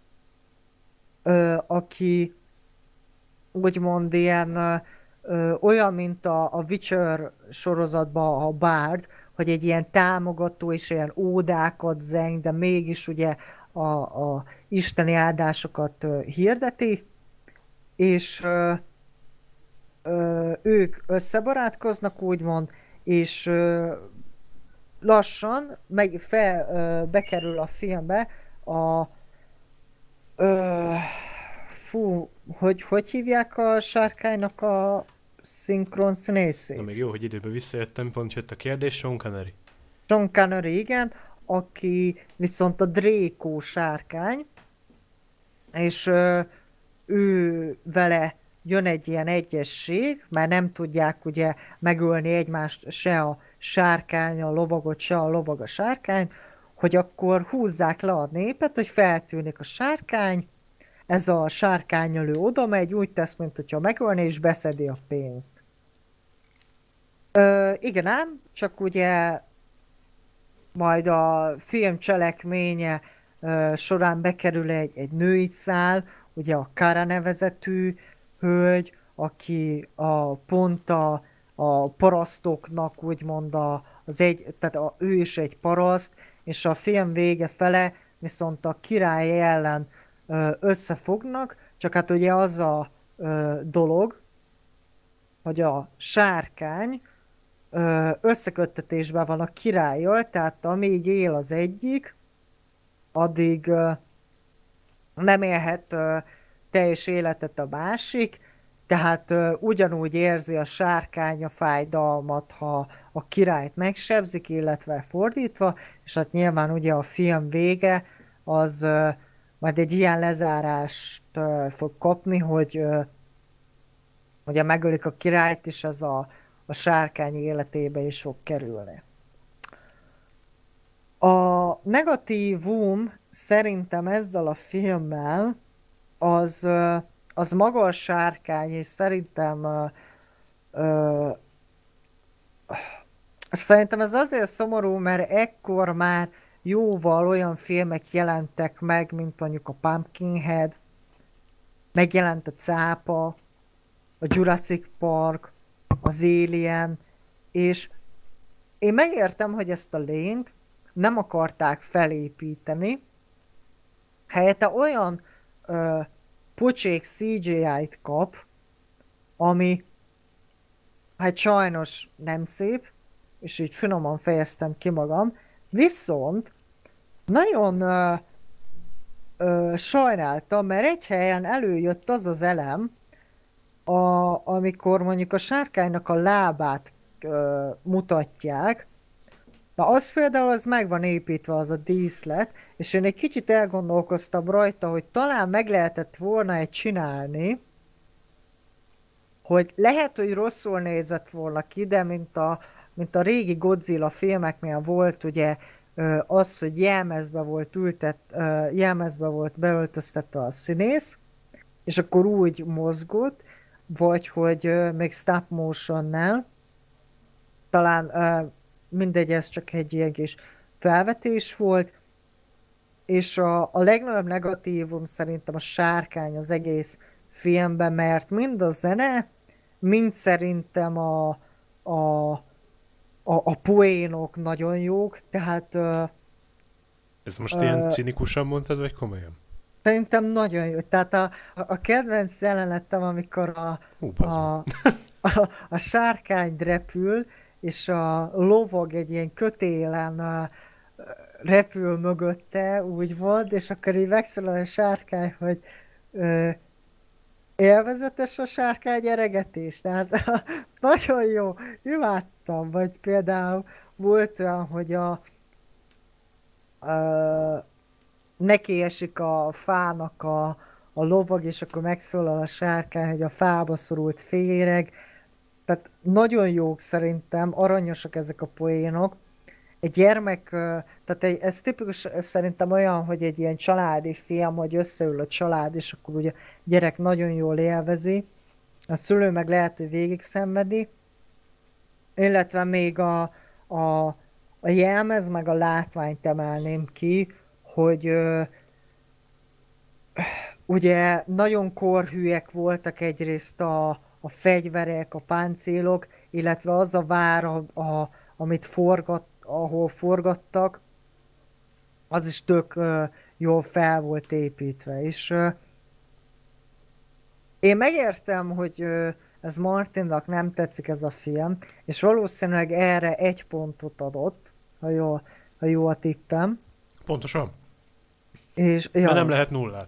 aki úgymond ilyen olyan, mint a Witcher sorozatban a Bard, hogy egy ilyen támogató és ilyen ódákat zeng, de mégis ugye a isteni áldásokat hirdeti, és ők összebarátkoznak úgymond, és lassan bekerül a filmbe a ö, hogy hívják a sárkánynak a szinkron Na színészét? még jó, hogy időbe visszajöttem, pont jött a kérdés, Sean Connery. Sean Connery, igen, aki viszont a Draco sárkány, és ő vele jön egy ilyen egyesség, mert nem tudják ugye megölni egymást, se a sárkány a lovagot, se a lovag a sárkány, hogy akkor húzzák le a népet, hogy feltűnik a sárkány, ez a sárkánnyal ő oda megy, úgy tesz, mint hogyha megölni, és beszedi a pénzt. Igen ám, csak ugye majd a film cselekménye során bekerül egy női szál, ugye a Kara nevezetű hölgy, aki pont a parasztoknak úgymond ő is egy paraszt, és a film vége fele viszont a király ellen összefognak, csak hát ugye az a dolog, hogy a sárkány összeköttetésben van a királlyal, tehát amíg él az egyik, addig nem élhet teljes életet a másik, tehát ugyanúgy érzi a sárkány a fájdalmat, ha a királyt megsebzik, illetve fordítva, és hát nyilván ugye a film vége az majd egy ilyen lezárást fog kapni, hogy ugye megölik a királyt, és ez a sárkány életébe is fog kerülni. A negatívum szerintem ezzel a filmmel az maga a sárkány, és szerintem ez azért szomorú, mert ekkor már jóval olyan filmek jelentek meg, mint mondjuk a Pumpkinhead, megjelent a Cápa, a Jurassic Park, az Alien, és én megértem, hogy ezt a lényt nem akarták felépíteni, helyette olyan pocsék CGI-t kap, ami hát sajnos nem szép, és így finoman fejeztem ki magam, viszont nagyon sajnáltam, mert egy helyen előjött az az elem, amikor mondjuk a sárkánynak a lábát mutatják, na az például az meg van építve az a díszlet, és én egy kicsit elgondolkoztam rajta, hogy talán meg lehetett volna egy csinálni, hogy lehet, hogy rosszul nézett volna ki, de mint a régi Godzilla filmeknél volt ugye az, hogy jelmezbe volt beöltöztetve a színész, és akkor úgy mozgott, vagy hogy még stop motionnel, talán mindegy, ez csak egy ilyen kis felvetés volt, és a legnagyobb negatívum szerintem a sárkány az egész filmben, mert mind a zene, mind szerintem a poénok nagyon jók, tehát Ez most ilyen cinikusan mondtad, vagy komolyan? szerintem nagyon jó. Tehát a kedvenc jelenetem, amikor a sárkány repül, és a lovag egy ilyen kötélen repül mögötte, úgy volt, és akkor így megszólal a sárkány, hogy élvezetes a sárkány eregetés. Tehát nagyon jó, imádtam. Vagy például volt olyan, hogy neki esik a fának a lovag, és akkor megszólal a sárkány, hogy a fába szorult féreg. Tehát nagyon jók szerintem, aranyosak ezek a poénok. Egy gyermek, tehát ez tipikus szerintem olyan, hogy egy ilyen családi film, hogy összeül a család, és akkor ugye a gyerek nagyon jól élvezi, a szülő meg lehet, hogy végig szenvedi, illetve még a jelmez, meg a látványt emelném ki, hogy ugye nagyon korhűek voltak egyrészt a fegyverek, a páncélok, illetve az a vár, amit ahol forgattak, az is tök jól fel volt építve. És én megértem, hogy ez Martinnak nem tetszik ez a film, és valószínűleg erre egy pontot adott, ha jó a tippem. Pontosan. És, Mert nem jaj, lehet nullát.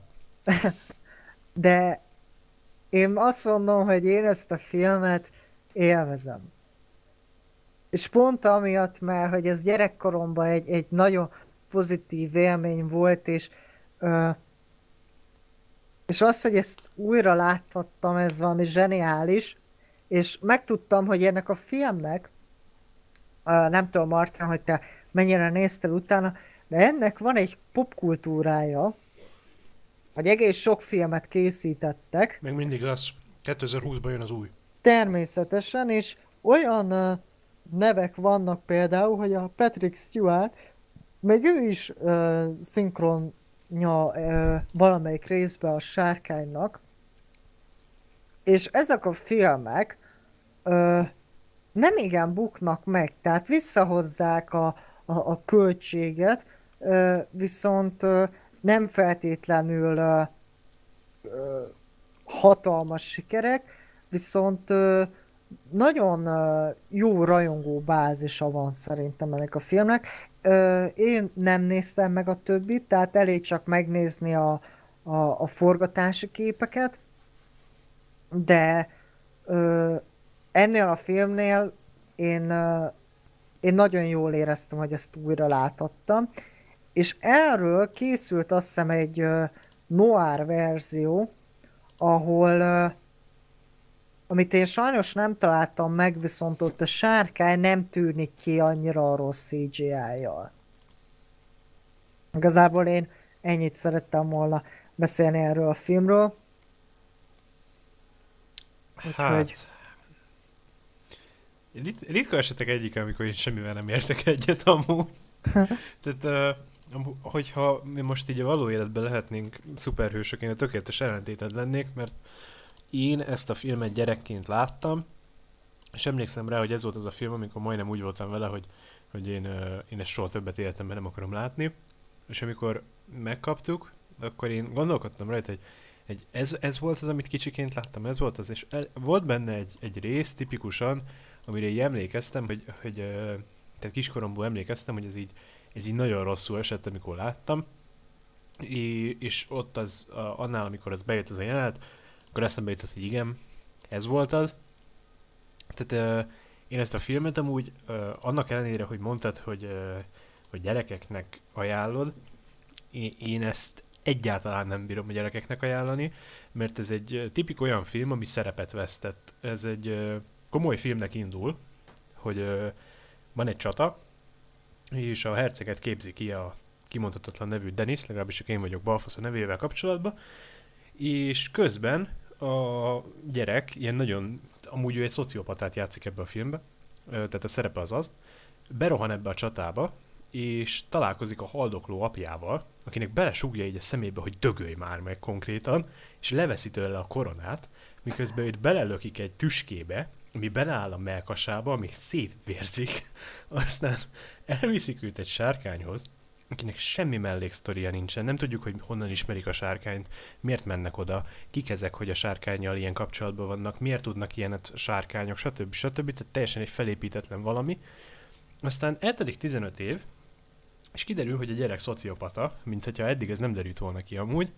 de én azt mondom, hogy én ezt a filmet élvezem. És pont amiatt már, hogy ez gyerekkoromban egy nagyon pozitív élmény volt, ö, és az, hogy ezt újra láthattam, ez valami zseniális, és megtudtam, hogy ennek a filmnek, nem tudom, Martin, hogy te mennyire néztél utána, de ennek van egy popkultúrája, hogy egész sok filmet készítettek, Még mindig lesz. 2020-ban jön az új. természetesen, és olyan nevek vannak például, hogy a Patrick Stewart, még ő is szinkronja valamelyik részben a sárkánynak, és ezek a filmek ö, nem igen buknak meg, tehát visszahozzák a költséget, viszont nem feltétlenül hatalmas sikerek, viszont nagyon jó rajongó bázisa van szerintem ennek a filmnek. Én nem néztem meg a többit, tehát elég csak megnézni a forgatási képeket, de ö, ennél a filmnél én, én nagyon jól éreztem, hogy ezt újra láthattam, és erről készült azt hiszem egy noir verzió, ahol amit én sajnos nem találtam meg, viszont ott a sárkány nem tűnik ki annyira a rossz CGI-jal. Igazából én ennyit szerettem volna beszélni erről a filmről. Úgyhogy Hát, ritka esetek egyik, amikor én semmivel nem értek egyet amúgy. Tehát, hogyha mi most így a való életben lehetnénk szuperhősök, én a tökéletes ellentéted lennék, mert én ezt a filmet gyerekként láttam, és emlékszem rá, hogy ez volt az a film, amikor majdnem úgy voltam vele, hogy én ezt soha többet életemben nem akarom látni. És amikor megkaptuk, akkor én gondolkodtam rajta, hogy ez volt az, amit kicsiként láttam, ez volt az, és volt benne egy rész tipikusan, amire így emlékeztem, tehát kiskoromból emlékeztem, hogy ez így nagyon rosszul esett, amikor láttam, és ott annál, amikor az bejött az a jelenet, akkor eszembe jutott, hogy igen, ez volt az. Tehát én ezt a filmet amúgy annak ellenére, hogy mondtad, hogy gyerekeknek ajánlod, én ezt egyáltalán nem bírom a gyerekeknek ajánlani, mert ez egy tipik olyan film, ami szerepet vesztett. Ez egy komoly filmnek indul, hogy van egy csata, és a herceget képzi ki a kimondhatatlan nevű Dennis, legalábbis csak én vagyok balfasz a nevével kapcsolatban, és közben a gyerek ilyen nagyon, amúgy ő egy szociopatát játszik ebbe a filmbe, tehát a szerepe az, berohan ebbe a csatába, és találkozik a haldokló apjával, akinek belesúgja így a szemébe, hogy dögölj már meg konkrétan, és leveszi tőle a koronát, miközben őt belelökik egy tüskébe, ami beleáll a mellkasába, ami szétvérzik, aztán elviszik őt egy sárkányhoz, akinek semmi melléksztoria nincsen, nem tudjuk, hogy honnan ismerik a sárkányt, miért mennek oda, kik ezek, hogy a sárkánnyal ilyen kapcsolatban vannak, miért tudnak ilyenet a sárkányok, stb. Tehát teljesen egy felépítetlen valami. Aztán eltelik 15 év, és kiderül, hogy a gyerek szociopata, mint hogyha eddig ez nem derült volna ki amúgy,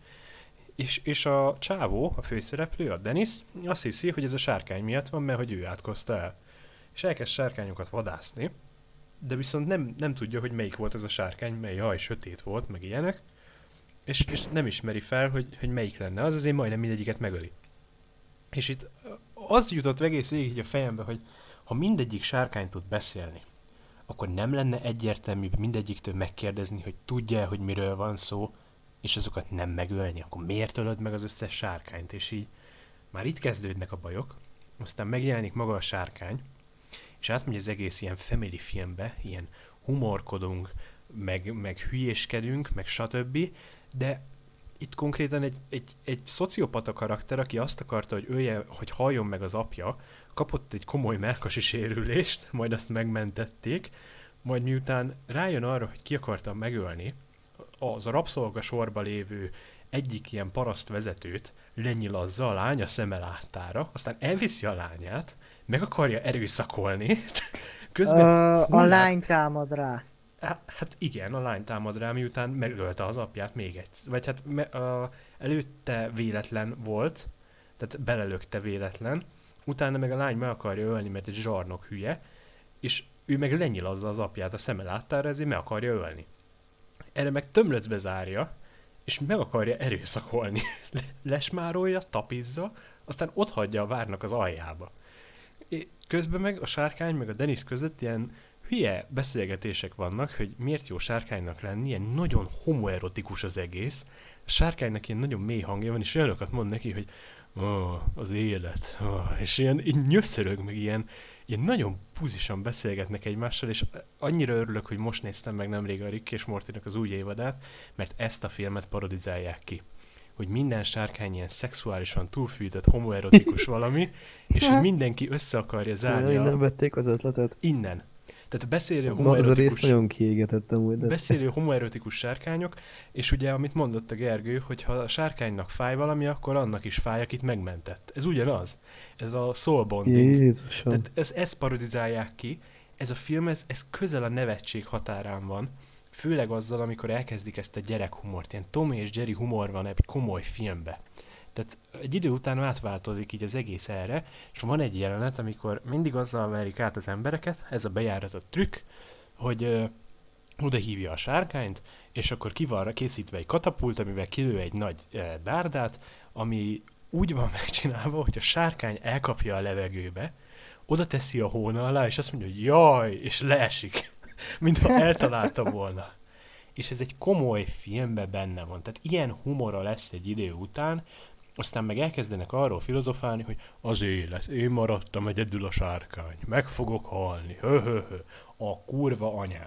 és a csávó, a főszereplő, a Dennis, azt hiszi, hogy ez a sárkány miatt van, mert hogy ő átkozta el. És elkezd sárkányokat vadászni, de viszont nem tudja, hogy melyik volt ez a sárkány, mely haj sötét volt, meg ilyenek, és nem ismeri fel, hogy melyik lenne az, azért majdnem mindegyiket megöli. És itt az jutott egész végig így a fejembe, hogy ha mindegyik sárkány tud beszélni, akkor nem lenne egyértelműbb mindegyiktől megkérdezni, hogy tudja, hogy miről van szó, és azokat nem megölni, akkor miért ölöd meg az összes sárkányt, és így már itt kezdődnek a bajok, aztán megjelenik maga a sárkány, és átmegy az egész ilyen family filmbe, ilyen humorkodunk, meg hülyéskedünk, meg stb. De itt konkrétan egy szociopata karakter, aki azt akarta, hogy hogy halljon meg az apja, kapott egy komoly mellkasi sérülést, majd azt megmentették, majd miután rájön arra, hogy ki akarta megölni, az a rabszolga sorba lévő egyik ilyen paraszt vezetőt lenyilazza a lánya szeme láttára, aztán elviszi a lányát, meg akarja erőszakolni, közben a lány támad rá. Hát igen, a lány támad rá, miután megölte az apját még egyszer. Vagy hát előtte véletlen volt, tehát belelökte véletlen, utána meg a lány meg akarja ölni, mert egy zsarnok hülye, és ő meg lenyilazza az apját a szeme láttára, ezért meg akarja ölni. Erre meg tömlöcbe zárja, és meg akarja erőszakolni. Lesmárolja, tapizza, aztán otthagyja a várnak az aljába. Közben meg a sárkány meg a Dennis között ilyen hülye beszélgetések vannak, hogy miért jó sárkánynak lenni, ilyen nagyon homoerotikus az egész. A sárkánynak ilyen nagyon mély hangja van, és olyanokat mond neki, hogy az élet, és ilyen nyöszörög, meg ilyen nagyon puzisan beszélgetnek egymással, és annyira örülök, hogy most néztem meg nemrég a Rick és Mortynak az új évadát, mert ezt a filmet parodizálják ki. Hogy minden sárkány ilyen szexuálisan túlfűtött, homoerotikus valami, és hogy mindenki össze akarja zárni. Innen vették az ötletet. Innen. Tehát beszélő Az a rész nagyon kiégetett amúgy. Beszélő homoerotikus sárkányok, és ugye, amit mondott a Gergő, hogy ha a sárkánynak fáj valami, akkor annak is fáj, akit megmentett. Ez ugyanaz. Ez a soul bonding. Jézusom. Tehát ezt parodizálják ki. Ez a film, ez közel a nevetség határán van. Főleg azzal, amikor elkezdik ezt a gyerekhumort. Ilyen Tom és Jerry humor van egy komoly filmbe. Tehát egy idő után átváltozik így az egész erre, és van egy jelenet, amikor mindig azzal verik át az embereket, ez a bejáratott trükk, hogy oda hívja a sárkányt, és akkor ki van készítve egy katapult, amivel kilő egy nagy dárdát, ami úgy van megcsinálva, hogy a sárkány elkapja a levegőbe, oda teszi a hóna alá, és azt mondja, hogy jaj, és leesik, mintha eltalálta volna. És ez egy komoly filmben benne van. Tehát ilyen humora lesz egy idő után, aztán meg elkezdenek arról filozofálni, hogy az élet, én maradtam egyedül a sárkány, meg fogok halni, a kurva anyád.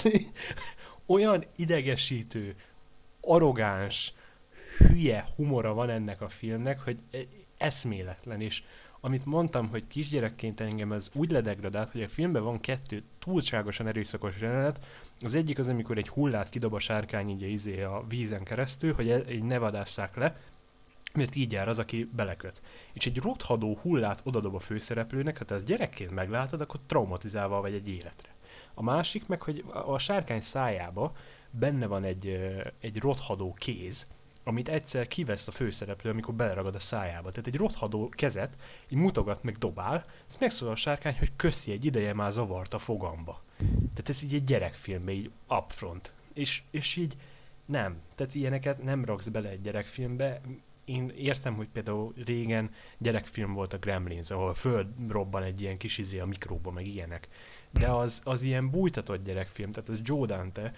Olyan idegesítő, arrogáns, hülye humora van ennek a filmnek, hogy eszméletlen, és amit mondtam, hogy kisgyerekként engem ez úgy ledegradált, hogy a filmben van 2 túlságosan erőszakos jelenet. Az egyik az, amikor egy hullát kidob a sárkány így a vízen keresztül, hogy így ne vadásszák le, mert így jár az, aki beleköt. És egy rothadó hullát odadob a főszereplőnek, ha te ezt gyerekként meglátod, akkor traumatizálva vagy egy életre. A másik meg, hogy a sárkány szájába benne van egy rothadó kéz, amit egyszer kivesz a főszereplő, amikor beleragad a szájába. Tehát egy rothadó kezet így mutogat, meg dobál, ezt megszólal a sárkány, hogy köszi, egy ideje már zavart a fogamba. Tehát ez így egy gyerekfilmbe, így upfront. És így nem. Tehát ilyeneket nem raksz bele egy gyerekfilmbe. Én értem, hogy például régen gyerekfilm volt a Gremlins, ahol fölrobban egy ilyen kis a mikróba, meg ilyenek. De az ilyen bújtatott gyerekfilm, tehát az Joe Dante,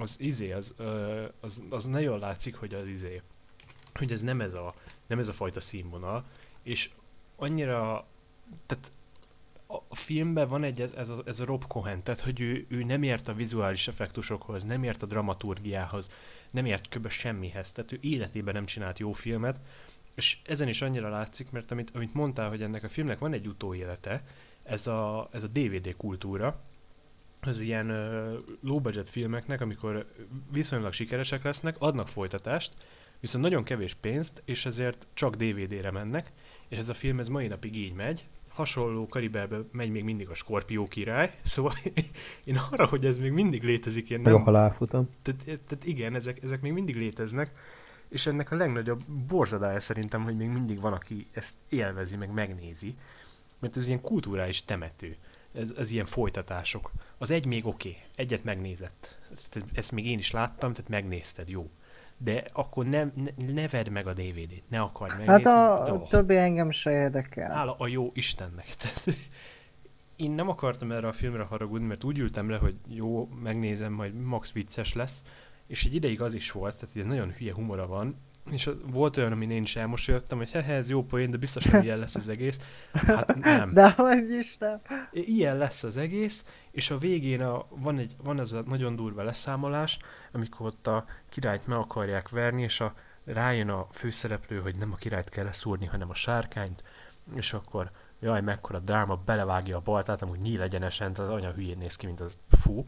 az nagyon látszik, hogy hogy ez nem ez a fajta színvonal, és annyira, tehát a filmben van ez a Rob Cohen, tehát hogy ő nem ért a vizuális effektusokhoz, nem ért a dramaturgiához, nem ért kb. Semmihez, tehát ő életében nem csinált jó filmet, és ezen is annyira látszik, mert amit mondtál, hogy ennek a filmnek van egy utóélete, ez a DVD kultúra, az ilyen low budget filmeknek, amikor viszonylag sikeresek lesznek, adnak folytatást, viszont nagyon kevés pénzt, és ezért csak DVD-re mennek, és ez a film ez mai napig így megy. Hasonló kaliberben megy még mindig a Skorpió király, szóval én arra, hogy ez még mindig létezik, én nem... Meg a halálfutam. Tehát igen, ezek még mindig léteznek, és ennek a legnagyobb borzadája szerintem, hogy még mindig van, aki ezt élvezi, meg megnézi, mert ez ilyen kulturális temető, ez ilyen folytatások. Az egy még oké, egyet megnézett, ezt még én is láttam, tehát megnézted, jó. De akkor ne vedd meg a DVD-t, ne akarj megnézni. Hát a többi engem se érdekel. Hála a jó Istennek. Tehát, én nem akartam erre a filmre haragudni, mert úgy ültem le, hogy jó, megnézem, majd max vicces lesz, és egy ideig az is volt, tehát ilyen nagyon hülye humora van, és volt olyan, amin én is elmosolyodtam, hogy ez jó poén, de biztosan ilyen lesz az egész. Hát nem. De hogy is nem. Ilyen lesz az egész, és a végén van ez a nagyon durva leszámolás, amikor ott a királyt meg akarják verni, és rájön a főszereplő, hogy nem a királyt kell leszúrni, hanem a sárkányt, és akkor jaj, mekkora dráma, belevágja a baltát, amúgy nyíl egyenesen, az anya hülyén néz ki, mint az fú.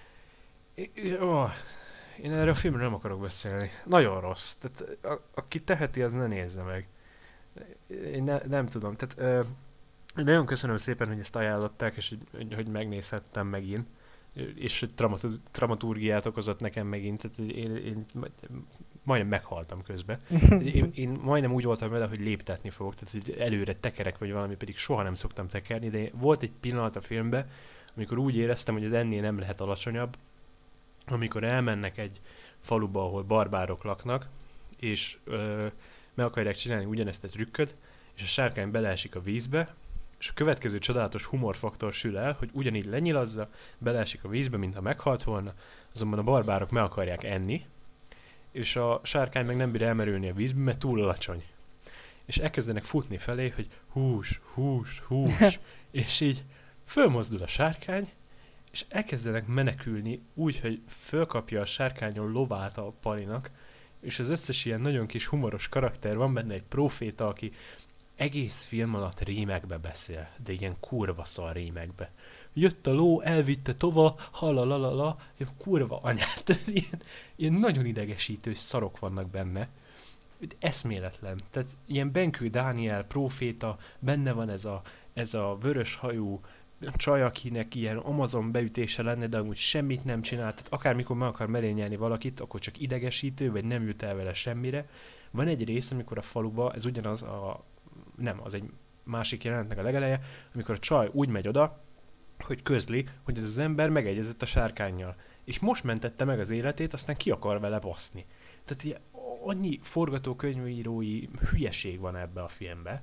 Én erre a filmről nem akarok beszélni. Nagyon rossz. Tehát aki teheti, az ne nézze meg. Én nem tudom. Tehát nagyon köszönöm szépen, hogy ezt ajánlották, és hogy megnézhettem megint. és dramaturgiát okozott nekem megint, tehát én majdnem meghaltam közben. Én majdnem úgy voltam vele, hogy léptetni fogok, tehát hogy előre tekerek vagy valami, pedig soha nem szoktam tekerni, de volt egy pillanat a filmben, amikor úgy éreztem, hogy az ennél nem lehet alacsonyabb, amikor elmennek egy faluba, ahol barbárok laknak, és meg akarják csinálni ugyanezt a trükköt, és a sárkány beleesik a vízbe, és a következő csodálatos humorfaktor sül el, hogy ugyanígy lenyilazza, beleesik a vízbe, mintha meghalt volna, azonban a barbárok meg akarják enni, és a sárkány meg nem bír elmerülni a vízbe, mert túl alacsony. És elkezdenek futni felé, hogy hús, hús, hús, és így fölmozdul a sárkány, és elkezdenek menekülni úgy, hogy fölkapja a sárkányon lovát a Palinak, és az összes ilyen nagyon kis humoros karakter, van benne egy próféta, aki egész film alatt rímekbe beszél, de ilyen kurva szar rímekbe. Jött a ló, elvitte tova, halalalala, kurva anyát, ilyen nagyon idegesítő szarok vannak benne. Eszméletlen. Tehát ilyen Benkő Dániel próféta, benne van ez a vörös hajú csaj, akinek ilyen Amazon beütése lenne, de amúgy semmit nem csinál, tehát akármikor meg akar merényelni valakit, akkor csak idegesítő, vagy nem jut el vele semmire. Van egy rész, amikor a faluba, ez ugyanaz az egy másik jelenetnek a legeleje, amikor a csaj úgy megy oda, hogy közli, hogy ez az ember megegyezett a sárkánnyal. És most mentette meg az életét, aztán ki akar vele baszni. Tehát ilyen, annyi forgatókönyvírói hülyeség van ebbe a filmbe.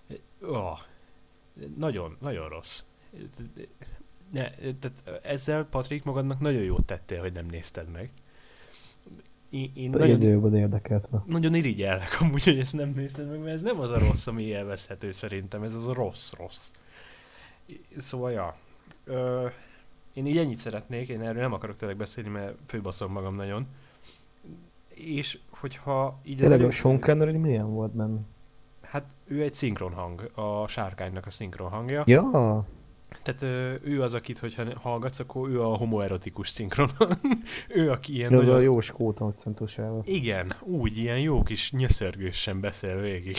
Nagyon, nagyon rossz. Tehát ezzel, Patrik, magadnak nagyon jót tettél, hogy nem nézted meg. Én nagyon érdekelt meg. Nagyon irigyellek amúgy, hogy ezt nem nézted meg, mert ez nem az a rossz, ami élvezhető szerintem, ez az a rossz. Szóval, ja. Én így ennyit szeretnék, én erről nem akarok tényleg beszélni, mert főbaszom magam nagyon. És hogyha így... Tényleg a Sean Connery milyen volt benne? Hát ő egy szinkron hang, a sárkánynak a szinkron hangja. Ja. Tehát ő az, akit, hogyha hallgatsz, akkor ő a homoerotikus szinkron. Ő, aki ilyen nagyon... a jó skót akcentusával. Igen, úgy, ilyen jó kis nyöszörgősen beszél végig.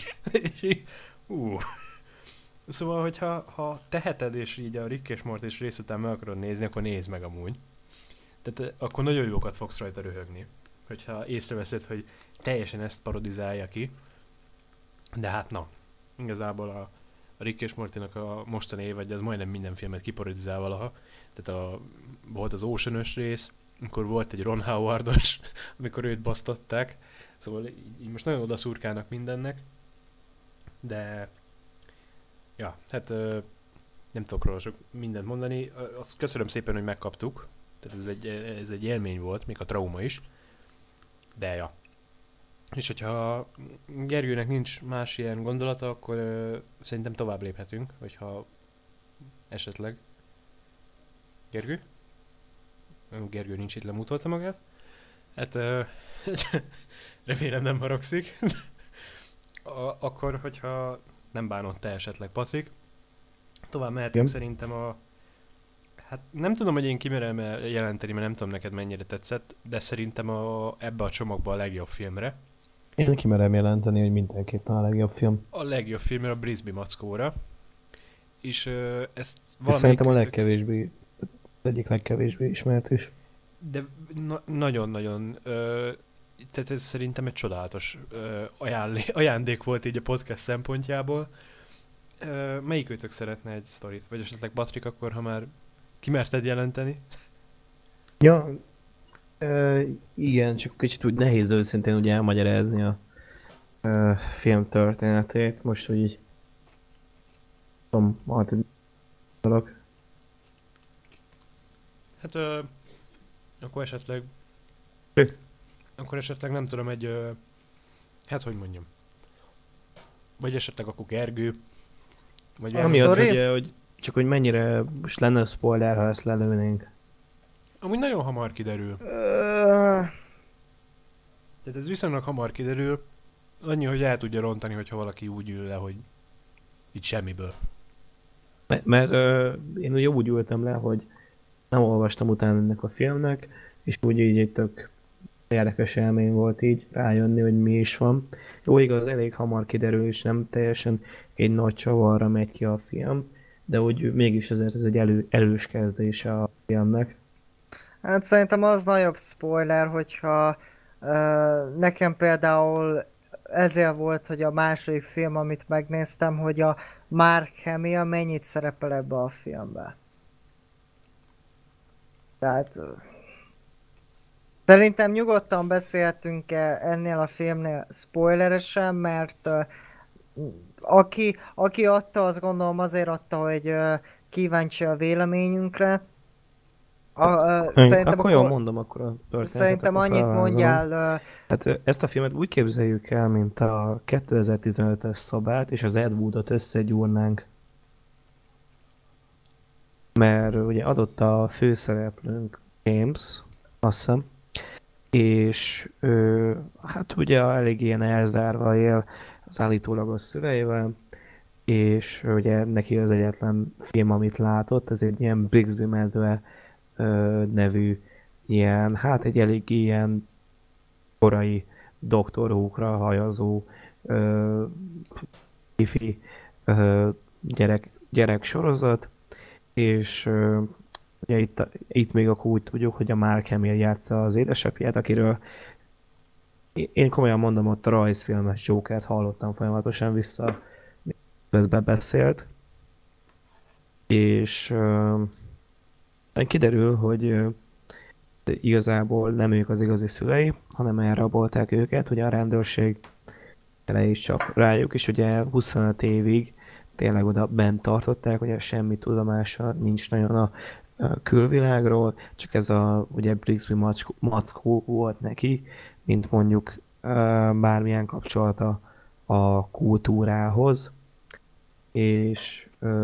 Szóval, hogyha teheted, és így a Rick és Morty rész után meg akarod nézni, akkor nézd meg amúgy. Tehát akkor nagyon jókat fogsz rajta röhögni. Hogyha észreveszed, hogy teljesen ezt parodizálja ki. De hát na, igazából a Rick és Mortynak a mostani évadja az majdnem minden filmet kiparodizál valaha. Tehát volt az Ocean-ös rész, amikor volt egy Ron Howard-os, amikor őt basztották. Szóval így most nagyon odaszurkálnak mindennek. De... ja, hát nem tudok róla sok mindent mondani. Azt köszönöm szépen, hogy megkaptuk. Tehát ez egy élmény volt, még a trauma is. De ja. És hogyha Gergőnek nincs más ilyen gondolata, akkor szerintem tovább léphetünk, hogyha esetleg. Gergő? Gergő nincs itt, lemutolta magát. Hát remélem nem haragszik. Akkor, hogyha nem bánod te esetleg, Patrik, tovább mehetünk szerintem hát nem tudom, hogy én kimerem jelenteni, mert nem tudom neked mennyire tetszett, de szerintem ebbe a csomagba a legjobb filmre. Én kimerem jelenteni, hogy mindenképpen a legjobb film. A legjobb filmre, a Brisby Mackóra. És ezt szerintem a legkevésbé, egyik legkevésbé ismert is. De nagyon-nagyon, tehát ez szerintem egy csodálatos ajándék volt így a podcast szempontjából. Melyikőtök szeretne egy sztorit? Vagy esetleg Patrik, akkor ha már kimerted jelenteni? Ja, igen, csak kicsit úgy nehéz őszintén ugye elmagyarázni a film történetét. Most, hogy így tudom, dolog. Hát akkor esetleg nem tudom, hát hogy mondjam. Vagy esetleg akkor Gergő. Vagy amiatt, hogy csak hogy mennyire most lenne spoiler, ha ezt lelőnénk. Amúgy nagyon hamar kiderül. Tehát ez viszonylag hamar kiderül. Annyi, hogy el tudja rontani, hogyha valaki úgy ül le, hogy így semmiből. Mert én ugye úgy ültem le, hogy nem olvastam utána ennek a filmnek, és úgy így tök érdekes élmény volt így rájönni, hogy mi is van. Jó, igaz, elég hamar kiderül, és nem teljesen egy nagy csavarra megy ki a film, de úgy mégis azért ez egy elős kezdése a filmnek. Hát szerintem az nagyobb spoiler, hogyha nekem például ezért volt, hogy a második film, amit megnéztem, hogy a Mark Hamill mennyit szerepel ebbe a filmbe. Tehát szerintem nyugodtan beszélhetünk ennél a filmnél spoileresen, mert aki adta, azt gondolom azért adta, hogy kíváncsi a véleményünkre. Szerintem Akkor jól mondom, akkor a történetet szerintem akkor annyit felvázolom. mondjál, Hát ezt a filmet úgy képzeljük el, mint a 2015-ös Szabát és az Ed Woodot összegyúrnánk. Mert ugye adott a főszereplőnk James, azt hiszem, és hát ugye elég ilyen elzárva él az állítólagos szüleivel, és ugye neki az egyetlen film, amit látott, ez egy ilyen Brigsby medve nevű ilyen, hát egy elég ilyen korai Doctor Who-kra hajazó sci-fi gyerek sorozat, és ugye itt még akkor úgy tudjuk, hogy a Mark Hamill játsza az édesapját, akiről én komolyan mondom, ott a rajzfilmes Jokert hallottam folyamatosan vissza, közben beszélt, és kiderül, hogy igazából nem ők az igazi szülei, hanem elrabolták őket, ugye a rendőrség le is csap rájuk, és ugye 25 évig tényleg oda bent tartották, ugye semmi tudomása nincs nagyon a külvilágról, csak ez a ugye Brigsby mackó volt neki, mint mondjuk bármilyen kapcsolata a kultúrához, és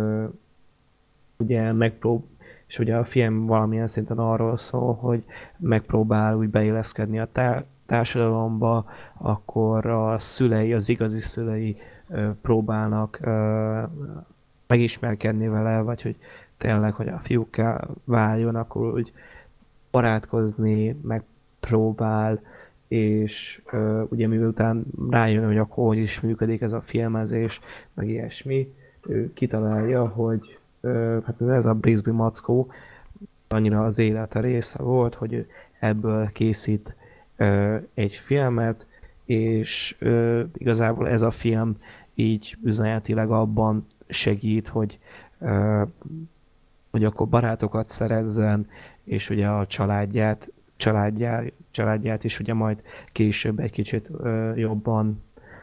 ugye és ugye a film valamilyen szinten arról szól, hogy megpróbál úgy beilleszkedni a társadalomba, akkor a szülei, az igazi szülei próbálnak megismerkedni vele, vagy hogy tényleg, hogy a fiúkká váljon, akkor úgy barátkozni, megpróbál, és ugye miután rájön, hogy akkor hogy is működik ez a filmezés, meg ilyesmi, ő kitalálja, hogy hát ez a Brigsby mackó annyira az élete része volt, hogy ő ebből készít egy filmet, és igazából ez a film így üzenetileg abban segít, hogy akkor barátokat szerezzen, és ugye a családját is ugye majd később egy kicsit jobban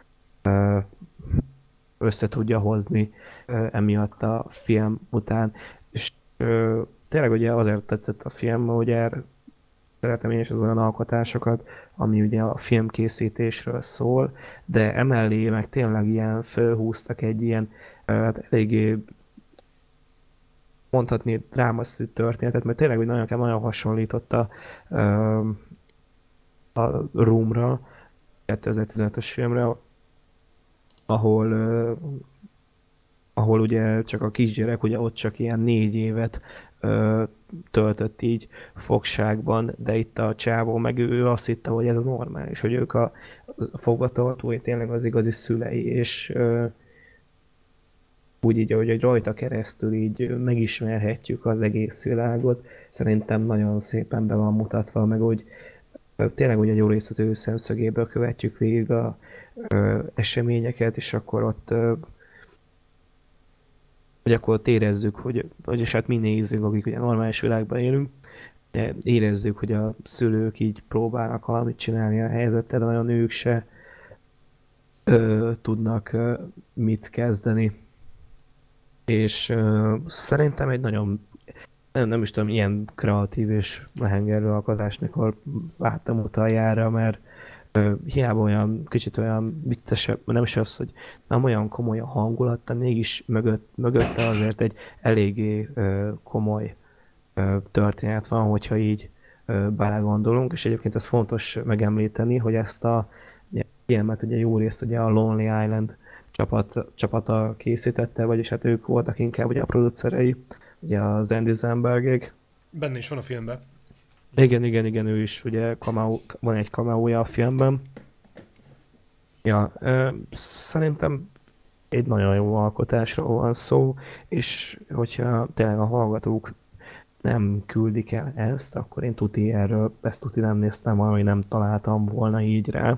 össze tudja hozni emiatt a film után. És tényleg ugye azért tetszett a film, hogy szeretem én is az olyan alkotásokat, ami ugye a filmkészítésről szól, de emellé meg tényleg ilyen fölhúztak egy ilyen hát eléggé mondhatni drámasztű történetet, mert tényleg nagyon hasonlított a Roomra, 2015-ös filmre, ahol ahol ugye csak a kisgyerek, ugye ott csak ilyen 4 évet töltött így fogságban, de itt a csávó meg ő azt hitte, hogy ez a normális, hogy ők a fogvatartói tényleg az igazi szülei, és úgy így, ahogy rajta keresztül így megismerhetjük az egész világot, szerintem nagyon szépen be van mutatva, meg úgy tényleg ugye jó rész az ő szemszögéből követjük végig a eseményeket, és akkor ott hogy akkor ott érezzük, hogy hát mi nézzük, akik ugye normális világban élünk, de érezzük, hogy a szülők így próbálnak valamit csinálni a helyzettel, de nagyon ők se tudnak mit kezdeni. És szerintem egy nagyon, nem is tudom, ilyen kreatív és lehengerlő alkotás, mikor láttam utoljára, mert hiába olyan, kicsit olyan viccesebb, nem is az, hogy nem olyan komoly a hangulata, mégis mögötte azért egy eléggé komoly történet van, hogyha így belegondolunk, és egyébként ez fontos megemlíteni, hogy ezt a filmet ugye jó részt ugye a Lonely Island csapata készítette, vagyis hát ők voltak inkább ugye a producerei, ugye az Andy Sambergék. Benne is van a filmben. Igen, ő is ugye van egy cameója a filmben. Ja, szerintem egy nagyon jó alkotásról van szó, és hogyha tényleg a hallgatók nem küldik el ezt, akkor én ezt tuti nem néztem, valami nem találtam volna így rá.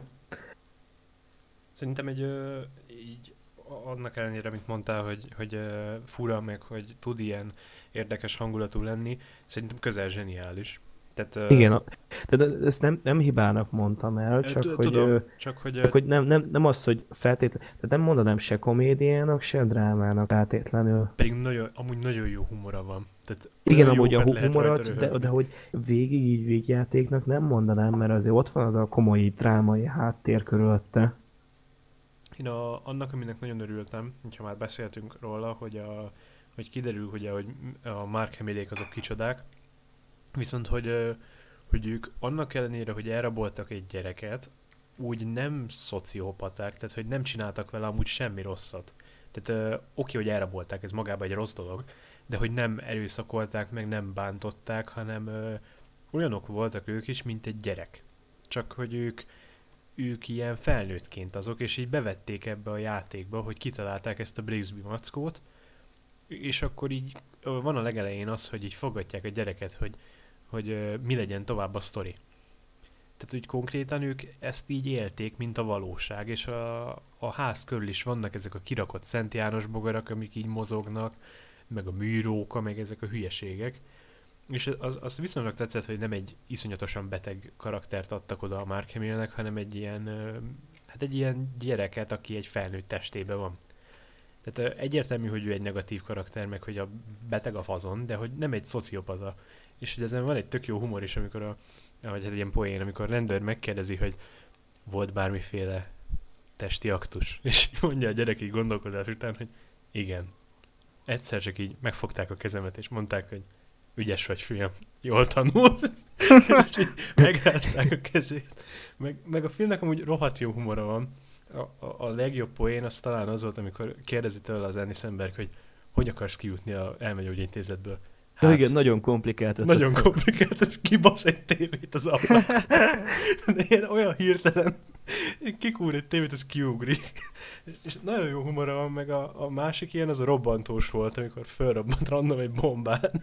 Szerintem így annak ellenére, amit mondtál, hogy fura, meg hogy tud ilyen érdekes hangulatú lenni, szerintem közel zseniális. Tehát, Igen, tehát ezt nem hibának mondtam el, tudom, csak csak hogy nem az, hogy feltétlenül, tehát nem mondanám se komédiának, se drámának feltétlenül. pedig amúgy nagyon jó humora van. Tehát Igen, olyan amúgy a jókat lehet rajta humorat, de röhögni. hogy végig így végjátéknak nem mondanám, mert azért ott van az a komoly drámai háttér körülötte. Én annak, aminek nagyon örültem, hogyha már beszéltünk róla, hogy kiderül, hogy a Mark Hamillék azok kicsodák, viszont hogy ők annak ellenére, hogy elraboltak egy gyereket, úgy nem szociopaták, tehát hogy nem csináltak vele amúgy semmi rosszat. Tehát oké, hogy elrabolták, ez magában egy rossz dolog, de hogy nem erőszakolták, meg nem bántották, hanem olyanok voltak ők is, mint egy gyerek. Csak hogy ők ilyen felnőttként azok, és így bevették ebbe a játékba, hogy kitalálták ezt a Brigsby mackót, és akkor így van a legelején az, hogy így fogadják a gyereket, hogy mi legyen tovább a sztori. Tehát úgy konkrétan ők ezt így élték, mint a valóság, és a ház körül is vannak ezek a kirakott Szent János bogarak, amik így mozognak, meg a műróka, meg ezek a hülyeségek. És az viszonylag tetszett, hogy nem egy iszonyatosan beteg karaktert adtak oda a Mark Hamillnek, hanem egy ilyen gyereket, aki egy felnőtt testében van. Tehát egyértelmű, hogy ő egy negatív karakter, meg hogy a beteg a fazon, de hogy nem egy szociopata. És hogy ezen van egy tök jó humor is, amikor vagy hát ilyen poén, amikor a rendőr megkérdezi, hogy volt bármiféle testi aktus. És mondja a gyerek így gondolkodás után, hogy igen. Egyszer csak így megfogták a kezemet, és mondták, hogy ügyes vagy, fiam, jól tanulsz. És így megrázták a kezét. Meg a filmnek amúgy rohadt jó humora van. A legjobb poén az talán az volt, amikor kérdezi tőle az Andy Samberg, hogy akarsz kijutni a elmegyógyintézetből. Hát, igen, nagyon komplikált ötlet. Nagyon komplikált, ez kibasz egy tévét az ablakon. De ilyen olyan hirtelen kikúr egy tévét, ez kiugrik. És nagyon jó humora van, meg a másik ilyen, az a robbantós volt, amikor fölrobbant random egy bombán.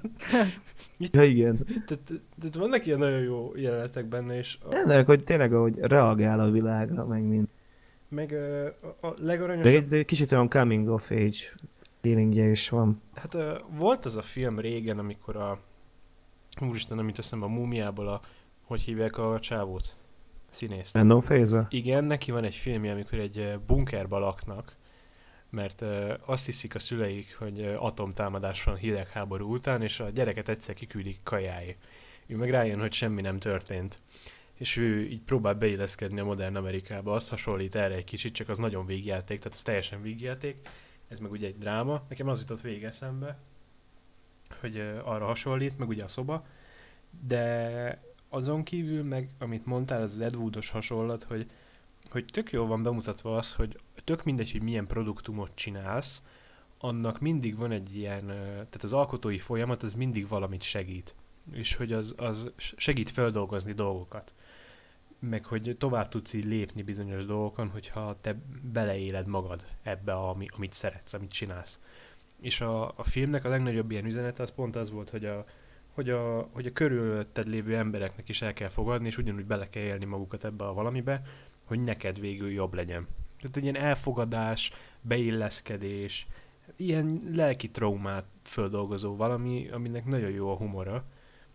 Ja, igen. Tehát vannak ilyen nagyon jó jelenetek benne, és De hogy tényleg, ahogy reagál a világra, meg mind. meg a De legaranyosabb... egy kicsit olyan coming of age feelingje is van. Hát volt az a film régen, amikor úristen, amit teszem, a Múmiából hogy hívják a csávót? Színészt. Brandon Fraser? Igen, neki van egy filmje, amikor egy bunkerba laknak, mert azt hiszik a szüleik, hogy atomtámadás van hidegháború után, és a gyereket egyszer kiküldik kajáé. Ő meg rájön, hogy semmi nem történt. És ő így próbál beilleszkedni a modern Amerikába, az hasonlít erre egy kicsit, csak az nagyon végjáték, tehát az teljesen végjáték. Ez meg ugye egy dráma. Nekem az jutott végig eszembe, hogy arra hasonlít, meg ugye a szoba. De azon kívül meg, amit mondtál, ez az Ed Woodos hasonlat, hogy tök jól van bemutatva az, hogy tök mindegy, hogy milyen produktumot csinálsz, annak mindig van egy ilyen, tehát az alkotói folyamat az mindig valamit segít. És hogy az segít feldolgozni dolgokat. Meg hogy tovább tudsz így lépni bizonyos dolgokon, hogyha te beleéled magad ebbe, amit szeretsz, amit csinálsz. És a filmnek a legnagyobb ilyen üzenete az pont az volt, hogy a körülötted lévő embereknek is el kell fogadni, és ugyanúgy bele kell élni magukat ebbe a valamibe, hogy neked végül jobb legyen. Tehát egy ilyen elfogadás, beilleszkedés, ilyen lelki traumát földolgozó valami, aminek nagyon jó a humora,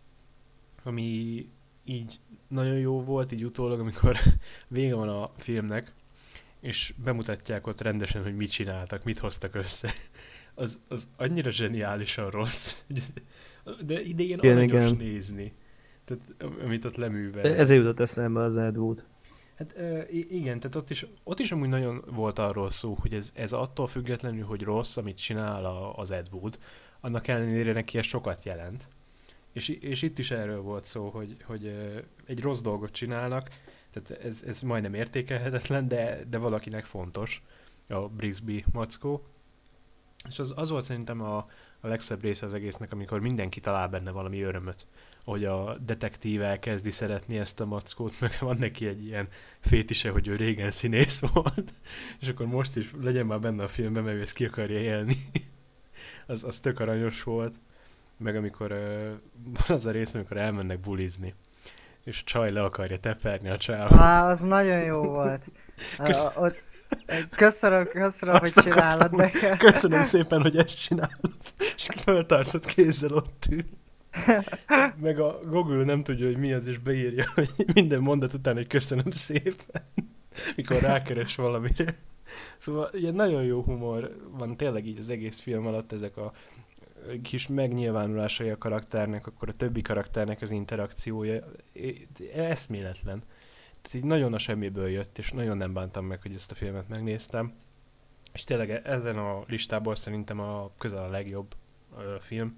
ami így nagyon jó volt, így utólag, amikor vége van a filmnek, és bemutatják ott rendesen, hogy mit csináltak, mit hoztak össze. Az annyira zseniálisan rossz, de idén aranyos nézni. Tehát, amit ott leművel. Ezért jutott eszembe az Ed Wood. Hát igen, tehát ott is amúgy nagyon volt arról szó, hogy ez attól függetlenül, hogy rossz, amit csinál az Ed Wood, annak ellenére neki ez sokat jelent. És itt is erről volt szó, hogy egy rossz dolgot csinálnak, tehát ez majdnem értékelhetetlen, de valakinek fontos, a Brigsby mackó. És az volt szerintem a legszebb része az egésznek, amikor mindenki talál benne valami örömöt. Hogy a detektív elkezdi szeretni ezt a mackót, meg van neki egy ilyen fétise, hogy ő régen színész volt, és akkor most is legyen már benne a filmben, mert ő ezt ki akarja élni. az tök aranyos volt. meg amikor van az a rész, amikor elmennek bulizni, és a csaj le akarja teperni a csávot. Az nagyon jó volt. Kösz- Ott, köszönöm, hogy Azt csinálod akartam, hogy nekem. köszönöm szépen, hogy ezt csinálod. És feltartott kézzel ott ül. Meg a Google nem tudja, hogy mi az, és beírja, hogy minden mondat után, hogy köszönöm szépen, mikor rákeres valamire. Szóval ilyen nagyon jó humor van tényleg így az egész film alatt, ezek a kis megnyilvánulásai a karakternek, akkor a többi karakternek az interakciója eszméletlen. Tehát így nagyon a semmiből jött, és nagyon nem bántam meg, hogy ezt a filmet megnéztem. És tényleg ezen a listából szerintem közel a legjobb film.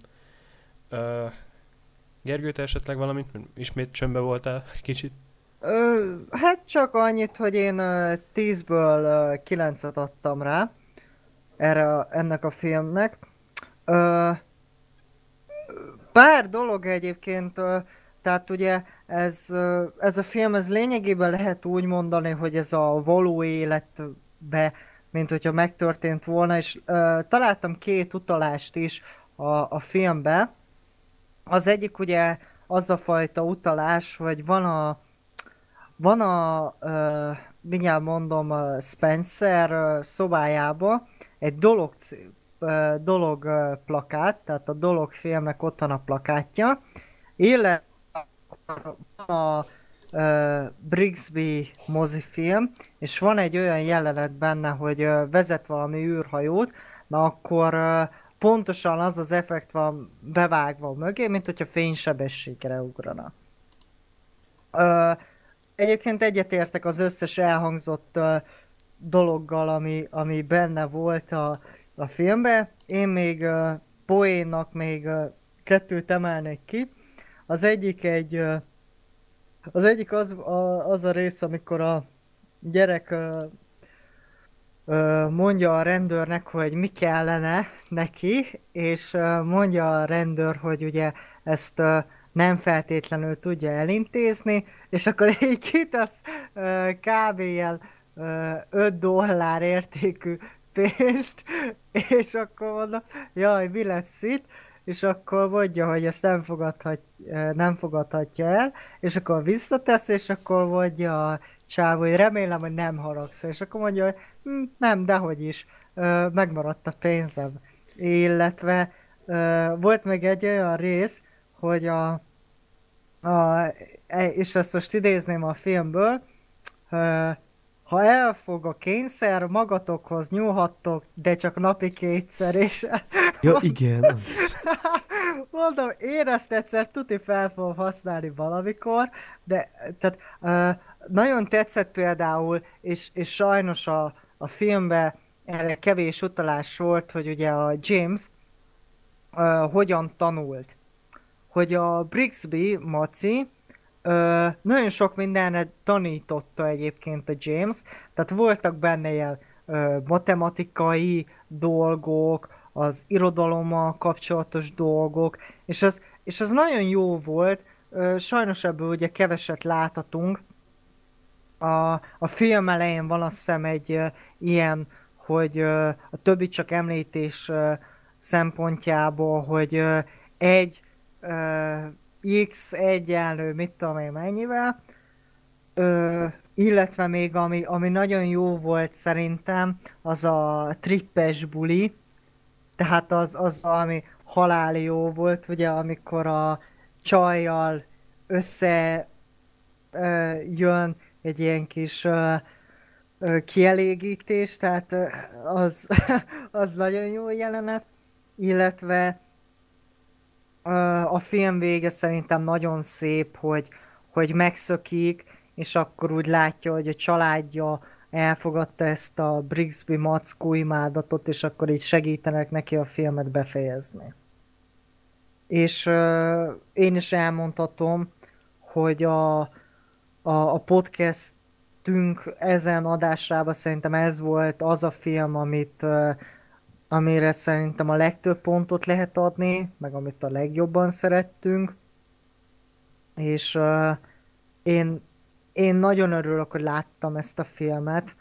Gergő, te esetleg valamit? Ismét csöndbe voltál egy kicsit? Hát csak annyit, hogy én 10-ből 9-et adtam rá ennek a filmnek. Ö, Pár dolog egyébként, tehát ugye ez a film, ez lényegében lehet úgy mondani, hogy ez a való életbe, mint hogyha megtörtént volna, és találtam két utalást is a filmbe. Az egyik ugye az a fajta utalás, hogy mindjárt mondom, Spencer szobájába egy dolog plakát, tehát a dolog filmnek ott van a plakátja, illetve a Brigsby mozifilm, és van egy olyan jelenet benne, hogy vezet valami űrhajót, na akkor pontosan az az effekt van bevágva mögé, mint hogyha fénysebességre ugrana. Egyébként egyetértek az összes elhangzott dologgal, ami benne volt a filmben. Én még poénnak még kettőt emelnék ki. Az egyik az a rész, amikor a gyerek mondja a rendőrnek, hogy mi kellene neki, és mondja a rendőr, hogy ugye ezt nem feltétlenül tudja elintézni, és akkor így kitesz kb. Ilyen $5 értékű pénzt, és akkor mondom, jaj, mi lesz itt? És akkor mondja, hogy ezt nem fogadhatja el, és akkor visszatesz, és akkor mondja a csávó, hogy remélem, hogy nem haragsz, és akkor mondja, hogy nem, dehogy is, megmaradt a pénzem. Illetve volt még egy olyan rész, hogy és ezt most idézném a filmből, ha elfog a kényszer, magatokhoz nyúlhattok, de csak napi 2-szer, és Ja, igen. mondom, én ezt egyszer tuti fel fogom használni valamikor, de tehát nagyon tetszett például, és sajnos a filmben erre kevés utalás volt, hogy ugye a James hogyan tanult. Hogy a Brigsby Maci nagyon sok mindenre tanította egyébként a James, tehát voltak benne ilyen matematikai dolgok, az irodalommal kapcsolatos dolgok, és az nagyon jó volt, sajnos ebből ugye keveset láthatunk. A film elején van azt hiszem egy ilyen, hogy a többi csak említés szempontjából, hogy egy x egyenlő, mit tudom én mennyivel, illetve még ami nagyon jó volt szerintem, az a trippes buli, tehát az ami halál jó volt, ugye amikor a csajjal össze jön egy ilyen kis kielégítés, tehát az nagyon jó jelenet, illetve a film vége szerintem nagyon szép, hogy megszökik, és akkor úgy látja, hogy a családja elfogadta ezt a Brigsby mackó imádatot, és akkor így segítenek neki a filmet befejezni. És én is elmondhatom, hogy a podcastünk ezen adásában szerintem ez volt az a film, amire szerintem a legtöbb pontot lehet adni, meg amit a legjobban szerettünk. És én nagyon örülök, hogy láttam ezt a filmet,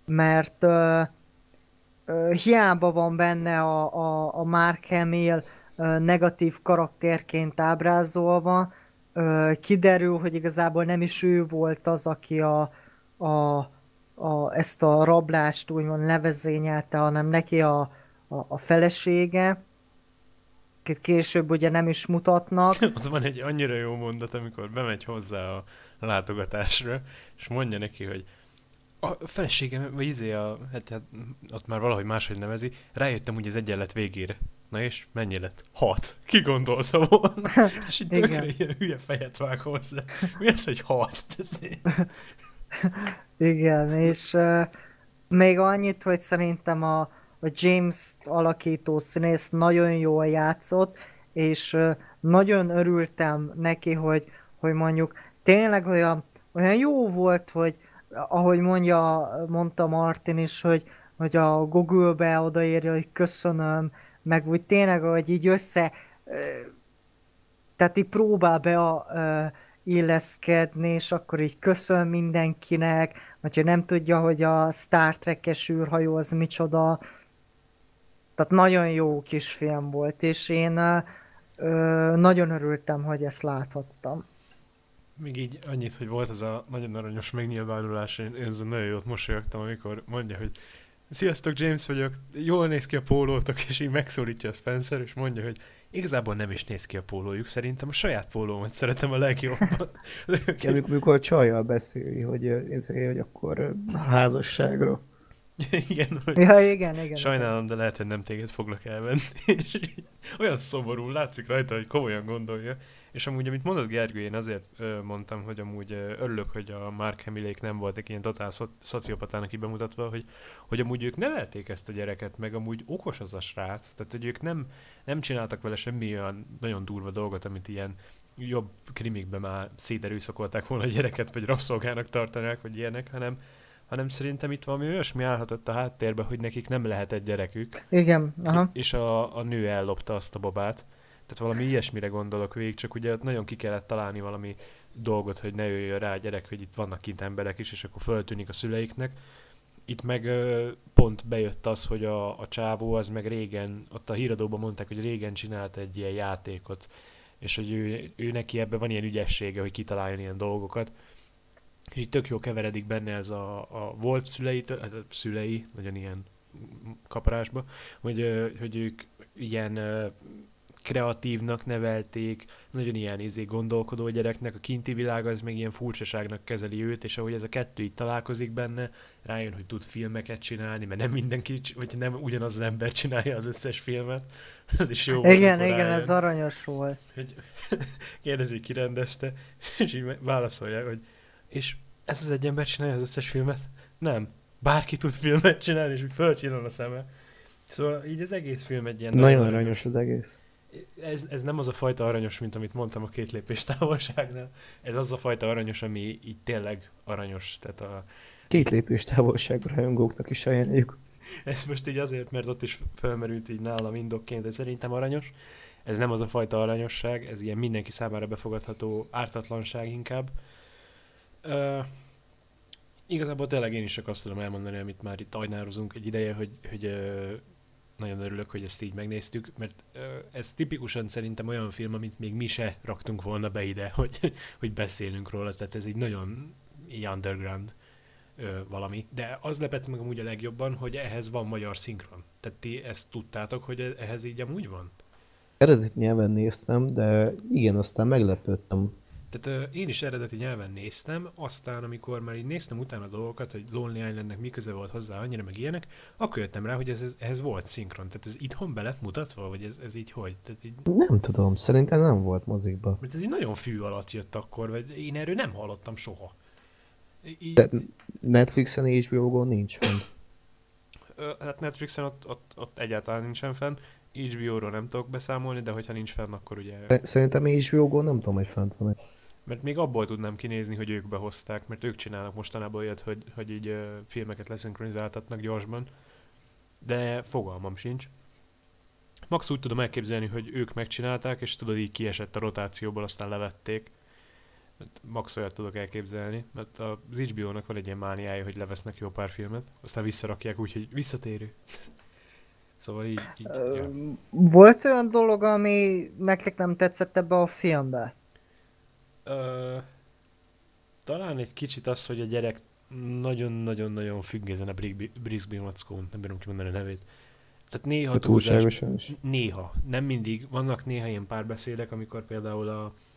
mert hiába van benne a Mark Hamill negatív karakterként ábrázolva, kiderül, hogy igazából nem is ő volt az, aki a, ezt a rablást úgymond levezényelte, hanem neki a felesége, akit később ugye nem is mutatnak. Az van egy annyira jó mondat, amikor bemegy hozzá a látogatásra, és mondja neki, hogy a feleségem, vagy hát ott már valahogy máshogy nevezi, rájöttem úgy az egyenlet végére. Na és mennyi lett? 6. Ki gondolta volna? És így tökre ilyen hülye fejet vág hozzá. Mi az, hogy 6? Igen, és még annyit, hogy szerintem a James alakító színész nagyon jól játszott, és nagyon örültem neki, hogy mondjuk tényleg olyan jó volt, hogy ahogy mondta Martin is, hogy a Google-be odaírja, hogy köszönöm, meg úgy tényleg, hogy így tehát így próbál illeszkedni, és akkor így köszön mindenkinek, vagy hogy nem tudja, hogy a Star Trek-es űrhajó az micsoda. Tehát nagyon jó kis film volt, és én nagyon örültem, hogy ezt láthattam. Még így annyit, hogy volt ez a nagyon aranyos megnyilvánulás, én ezzel nagyon jót mosolyogtam, amikor mondja, hogy sziasztok, James vagyok, jól néz ki a pólótok, és így megszólítja a Spencer, és mondja, hogy igazából nem is néz ki a pólójuk, szerintem a saját pólómat szeretem a legjobban. Amikor a csajjal beszéli, hogy akkor házasságra. Igen, Ja, igen. sajnálom, de lehet, hogy nem téged foglak elvenni. És így, olyan szomorú, látszik rajta, hogy komolyan gondolja. És amúgy, amit mondott Gergő, én azért mondtam, hogy amúgy örülök, hogy a Mark Hamilék nem voltak ilyen totál szociopatának így bemutatva, hogy amúgy ők nevelték ezt a gyereket, meg amúgy okos az a srác. Tehát, hogy ők nem csináltak vele semmi olyan nagyon durva dolgot, amit ilyen jobb krimikben már széterőszakolták volna a gyereket, vagy rabszolgának tartanák, vagy ilyenek, hanem szerintem itt valami olyasmi állhatott a háttérbe, hogy nekik nem lehetett gyerekük. Igen, aha. És a nő ellopta azt a babát. Tehát valami ilyesmire gondolok végig, csak ugye ott nagyon ki kellett találni valami dolgot, hogy ne jöjjön rá a gyerek, hogy itt vannak kint emberek is, és akkor föltűnik a szüleiknek. Itt meg pont bejött az, hogy a csávó az meg régen, ott a híradóban mondták, hogy régen csinált egy ilyen játékot, és hogy ő neki ebben van ilyen ügyessége, hogy kitaláljon ilyen dolgokat. És így tök jó keveredik benne ez a volt szülei, nagyon ilyen kaparásba, hogy ők ilyen kreatívnak nevelték, nagyon ilyen gondolkodó gyereknek, a kinti világ az meg ilyen furcsaságnak kezeli őt, és ahogy ez a kettő így találkozik benne, rájön, hogy tud filmeket csinálni, mert nem mindenki, vagy nem ugyanaz az ember csinálja az összes filmet. Ez is jó volt. Igen, ez aranyos volt. Hogy kérdezik, ki rendezte, és így válaszolják, hogy és ez az egy ember csinálja az összes filmet? Nem. Bárki tud filmet csinálni, és úgy fölcsillan a szeme. Szóval így az egész film egy ilyen... Nagyon aranyos az egész. Ez nem az a fajta aranyos, mint amit mondtam a 2 lépés távolságnál. Ez az a fajta aranyos, ami így tényleg aranyos. Tehát 2 lépés távolságra rajongóknak is ajánljuk. Ez most így azért, mert ott is felmerült így nálam indokként, de szerintem aranyos. Ez nem az a fajta aranyosság, ez ilyen mindenki számára befogadható ártatlanság inkább. Igazából tényleg én is csak azt tudom elmondani, amit már itt ajnározunk egy ideje, hogy nagyon örülök, hogy ezt így megnéztük, mert ez tipikusan szerintem olyan film, amit még mi se raktunk volna be ide, hogy beszélünk róla, tehát ez egy nagyon underground valami. De az lepett meg amúgy a legjobban, hogy ehhez van magyar szinkron. Tehát ti ezt tudtátok, hogy ehhez így amúgy van? Eredeti nyelven néztem, de igen, aztán meglepődtem. Tehát én is eredeti nyelven néztem, aztán amikor már így néztem utána a dolgokat, hogy Lonely Islandnek mi köze volt hozzá annyira, meg ilyenek, akkor jöttem rá, hogy ehhez volt szinkron. Tehát ez itthon be lett mutatva, vagy ez így hogy? Tehát így... Nem tudom, szerintem nem volt mozikba. Mert ez így nagyon fű alatt jött akkor, vagy én erről nem hallottam soha. De Netflixen és HBO-gon nincs fenn. Hát Netflixen ott egyáltalán nincsen fenn. HBO-ról nem tudok beszámolni, de hogyha nincs fenn, akkor ugye... Szerintem HBO-gon nem tudom, hogy fent van. Mert még abból tudnám kinézni, hogy ők behozták, mert ők csinálnak mostanában olyat, hogy így filmeket leszinkronizáltatnak gyorsban. De fogalmam sincs. Max úgy tudom elképzelni, hogy ők megcsinálták, és tudod, így kiesett a rotációból, aztán levették. Max olyat tudok elképzelni, mert az HBO-nak van egy ilyen mániája, hogy levesznek jó pár filmet, aztán visszarakják úgy, hogy visszatérő. Szóval így Ö, ja. Volt olyan dolog, ami nektek nem tetszett ebbe a filmbe? Ö, Talán egy kicsit az, hogy a gyerek nagyon-nagyon-nagyon függ ezen a Brisby mackón, nem bírom kimondani a nevét. Tehát néha De túlzás, túlságosan is. néha, nem mindig. Vannak néha ilyen párbeszédek, amikor például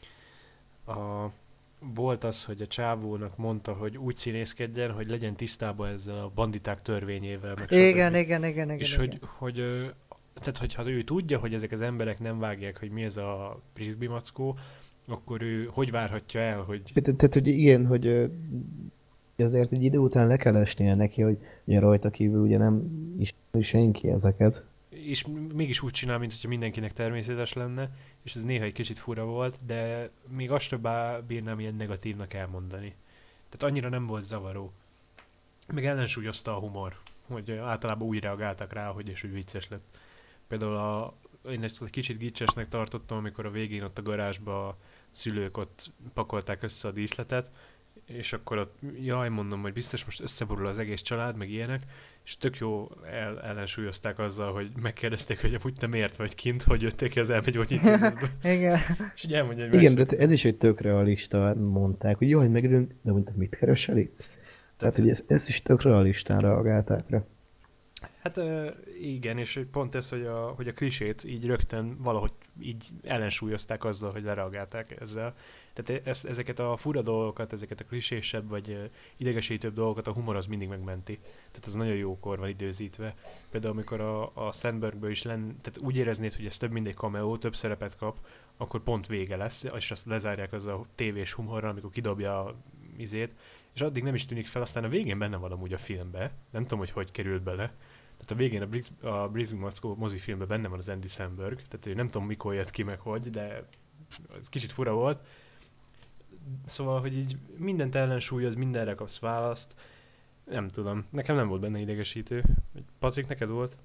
volt az, hogy a csávónak mondta, hogy úgy színészkedjen, hogy legyen tisztában ezzel a banditák törvényével, meg Igen, stb. igen. És tehát hogyha ő tudja, hogy ezek az emberek nem vágják, hogy mi ez a Brisby mackó, akkor ő hogy várhatja el, hogy Tehát, hogy igen, hogy azért egy idő után le kell esnie neki, hogy ugye rajta kívül ugye nem ismeri senki ezeket. és mégis úgy csinál, mint hogyha mindenkinek természetes lenne, és ez néha egy kicsit fura volt, de még azt sem bírnám ilyen negatívnak elmondani. Tehát annyira nem volt zavaró. Meg ellensúlyozta a humor, hogy általában úgy reagáltak rá, hogy és úgy vicces lett. Például én ezt egy kicsit gicsesnek tartottam, amikor a végén ott a garázsba a szülők ott pakolták össze a díszletet, és akkor ott, jaj, mondom, hogy biztos most összeborul az egész család, meg ilyenek, és tök jó ellensúlyozták azzal, hogy megkérdezték, hogy amúgy te miért vagy kint, hogy jöttél ki az elmegyógyintézetbe. Igen. És így elmondja, hogy Igen, de megszökött. ez is egy tök realista, mondták, hogy jaj, megörülünk, de mondták, mit keresel itt? Tehát, hogy ezt is tök realistán reagálták rá. Hát igen, és pont ez, hogy a klisét így rögtön valahogy így ellensúlyozták azzal, hogy lereagálták ezzel. Tehát ezeket a fura dolgokat, ezeket a klisésebb vagy idegesítőbb dolgokat a humor az mindig megmenti. Tehát az nagyon jókor van időzítve. Például amikor a Sandbergből is tehát úgy éreznéd, hogy ez több mint egy cameo, több szerepet kap, akkor pont vége lesz, és azt lezárják az a tévés humorral, amikor kidobja a izét, és addig nem is tűnik fel, aztán a végén benne van amúgy a filmbe, nem tudom, hogy került bele. Tehát a végén a Brisbane Mackó mozifilmben benne van az Andy Samberg, tehát ő nem tudom mikor jött ki meg hogy, de ez kicsit fura volt. Szóval, hogy így mindent ellensúlyoz, mindenre kapsz választ. Nem tudom, nekem nem volt benne idegesítő. Patrik, neked volt?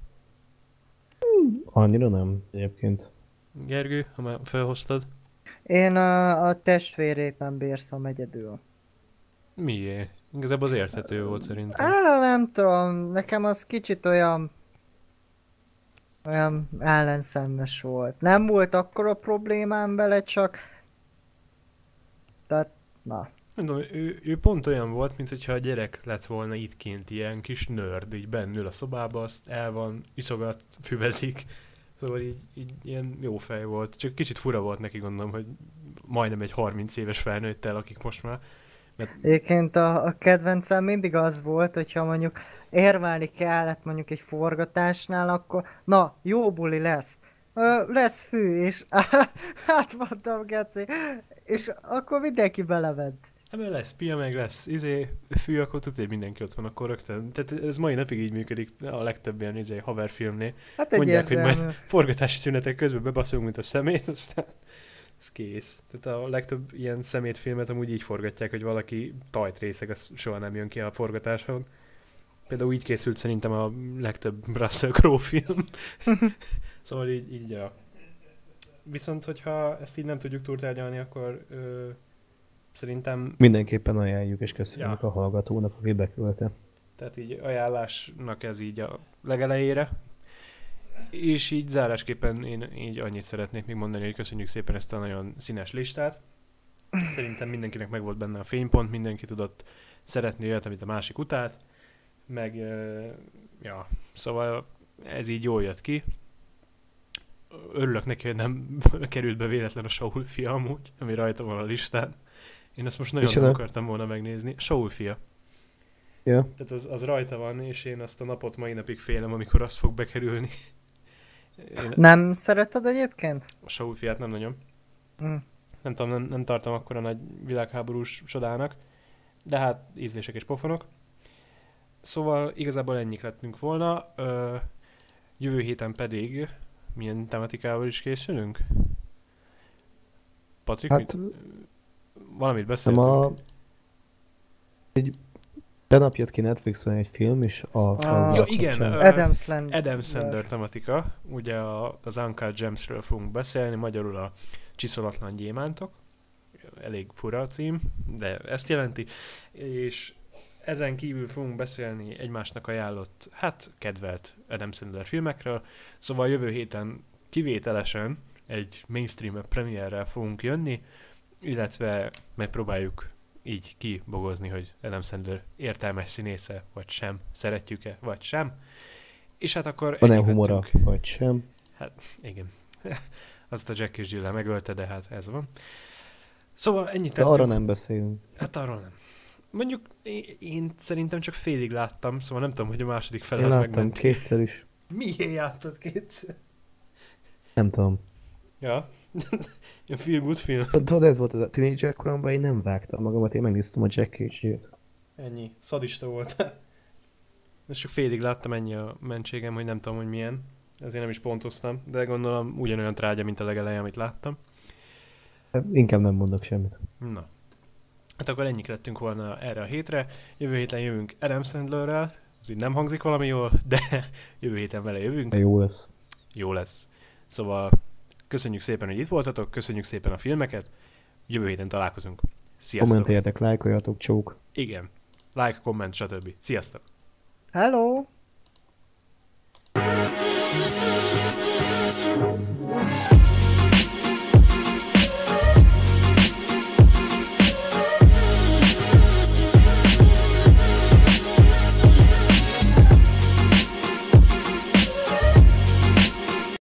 Annyira nem, egyébként. Gergő, ha már felhoztad? Én a testvérét nem bírtam egyedül. Miért? Igazából az érthető volt szerintem. Nem tudom, nekem az kicsit olyan ellenszenves volt. Nem volt akkora problémám vele, csak... Tehát, na. Nem tudom, ő pont olyan volt, mint hogyha a gyerek lett volna itt kint, ilyen kis nörd, így bennül a szobába, azt el van, iszogat, füvezik. Szóval így ilyen jó fej volt. Csak kicsit fura volt neki, gondolom, hogy majdnem egy 30 éves felnőttel, akik most már. Mert Egyébként a kedvencem mindig az volt, hogyha mondjuk érvelni kellett mondjuk egy forgatásnál, akkor na, jó buli lesz. Lesz fű, és hát mondtam, geci, és akkor mindenki belevett. ebből lesz pia, meg lesz fű, akkor tudod, hogy mindenki ott van, akkor rögtön. Tehát ez mai napig így működik a legtöbb ilyen haverfilmnél. Hát Mondják, hogy egyértelmű. majd forgatási szünetek közben bebaszolunk, mint a szemét, aztán ez kész. Tehát a legtöbb ilyen szemétfilmet amúgy így forgatják, hogy valaki tajtrészeg, az soha nem jön ki a forgatáson. Például így készült szerintem a legtöbb Russell Crowe film. Szóval így ja. Viszont, hogyha ezt így nem tudjuk túltárgyalni, akkor szerintem, Mindenképpen ajánljuk, és köszönjük Ja. a hallgatónak, aki beküldte. tehát így ajánlásnak ez így a legelejére. És így zárásképpen én így annyit szeretnék még mondani, hogy köszönjük szépen ezt a nagyon színes listát. Szerintem mindenkinek meg volt benne a fénypont, mindenki tudott szeretni olyat, amit a másik utált. Meg, ja, szóval ez így jól jött ki. Örülök neki, hogy nem került be véletlen a Saul fia amúgy, ami rajta van a listán. Én azt most nagyon Micsoda? nem akartam volna megnézni. Saul fia. Ja, Tehát az rajta van, és én azt a napot mai napig félem, amikor azt fog bekerülni. Én Nem szereted egyébként? a Saul fiát nem nagyon. Hm. Nem tudom, nem tartom akkora nagy világháborús csodának, de hát ízlések és pofonok. Szóval igazából ennyik lettünk volna. Jövő héten pedig milyen tematikával is készülünk? Patrik, hát valamit nem beszéltünk. Tegnap jött ki Netflixen egy film is, azzal Ja, igen, kapcsán. Adam Sandler. Adam Sandler tematika. Ugye az Uncut Gemsről fogunk beszélni, magyarul a Csiszolatlan gyémántok. Elég fura a cím, de ezt jelenti. És ezen kívül fogunk beszélni egymásnak ajánlott, hát kedvelt Adam Sandler filmekről, szóval jövő héten kivételesen egy mainstream premierrel fogunk jönni, illetve megpróbáljuk így kibogozni, hogy Adam Sandler értelmes színésze, vagy sem, szeretjük-e, vagy sem. És hát akkor Van-e ennyi humora, vettünk. vagy sem? Hát igen. Azt a Jack és Jill megölte, de hát ez van. Szóval ennyit De tettünk. arra nem beszélünk. Hát arról nem. Mondjuk én szerintem csak félig láttam, szóval nem tudom, hogy a második fele Én az láttam megment. kétszer is. Miért játtad kétszer? Nem tudom. Ja. Ilyen feel good film. Tudod, ez volt az a tínédzser koromban, én nem vágtam magamat, én megnéztem a Jack és Jill-t. Ennyi. Szadista volt. És csak félig láttam, ennyi a mentségem, hogy nem tudom, hogy milyen. Ezért nem is pontoztam, de gondolom ugyanolyan trágya, mint a legelején, amit láttam. Inkább nem mondok semmit. Na. Hát akkor ennyik lettünk volna erre a hétre. Jövő héten jövünk Adam Sandlerrel. Ez így nem hangzik valami jól, de jövő héten vele jövünk. De jó lesz. Jó lesz. Szóval köszönjük szépen, hogy itt voltatok, köszönjük szépen a filmeket. Jövő héten találkozunk. Sziasztok! Kommenteljetek, lájkoljatok, csók. Igen. Like, komment, stb. Sziasztok! Hello!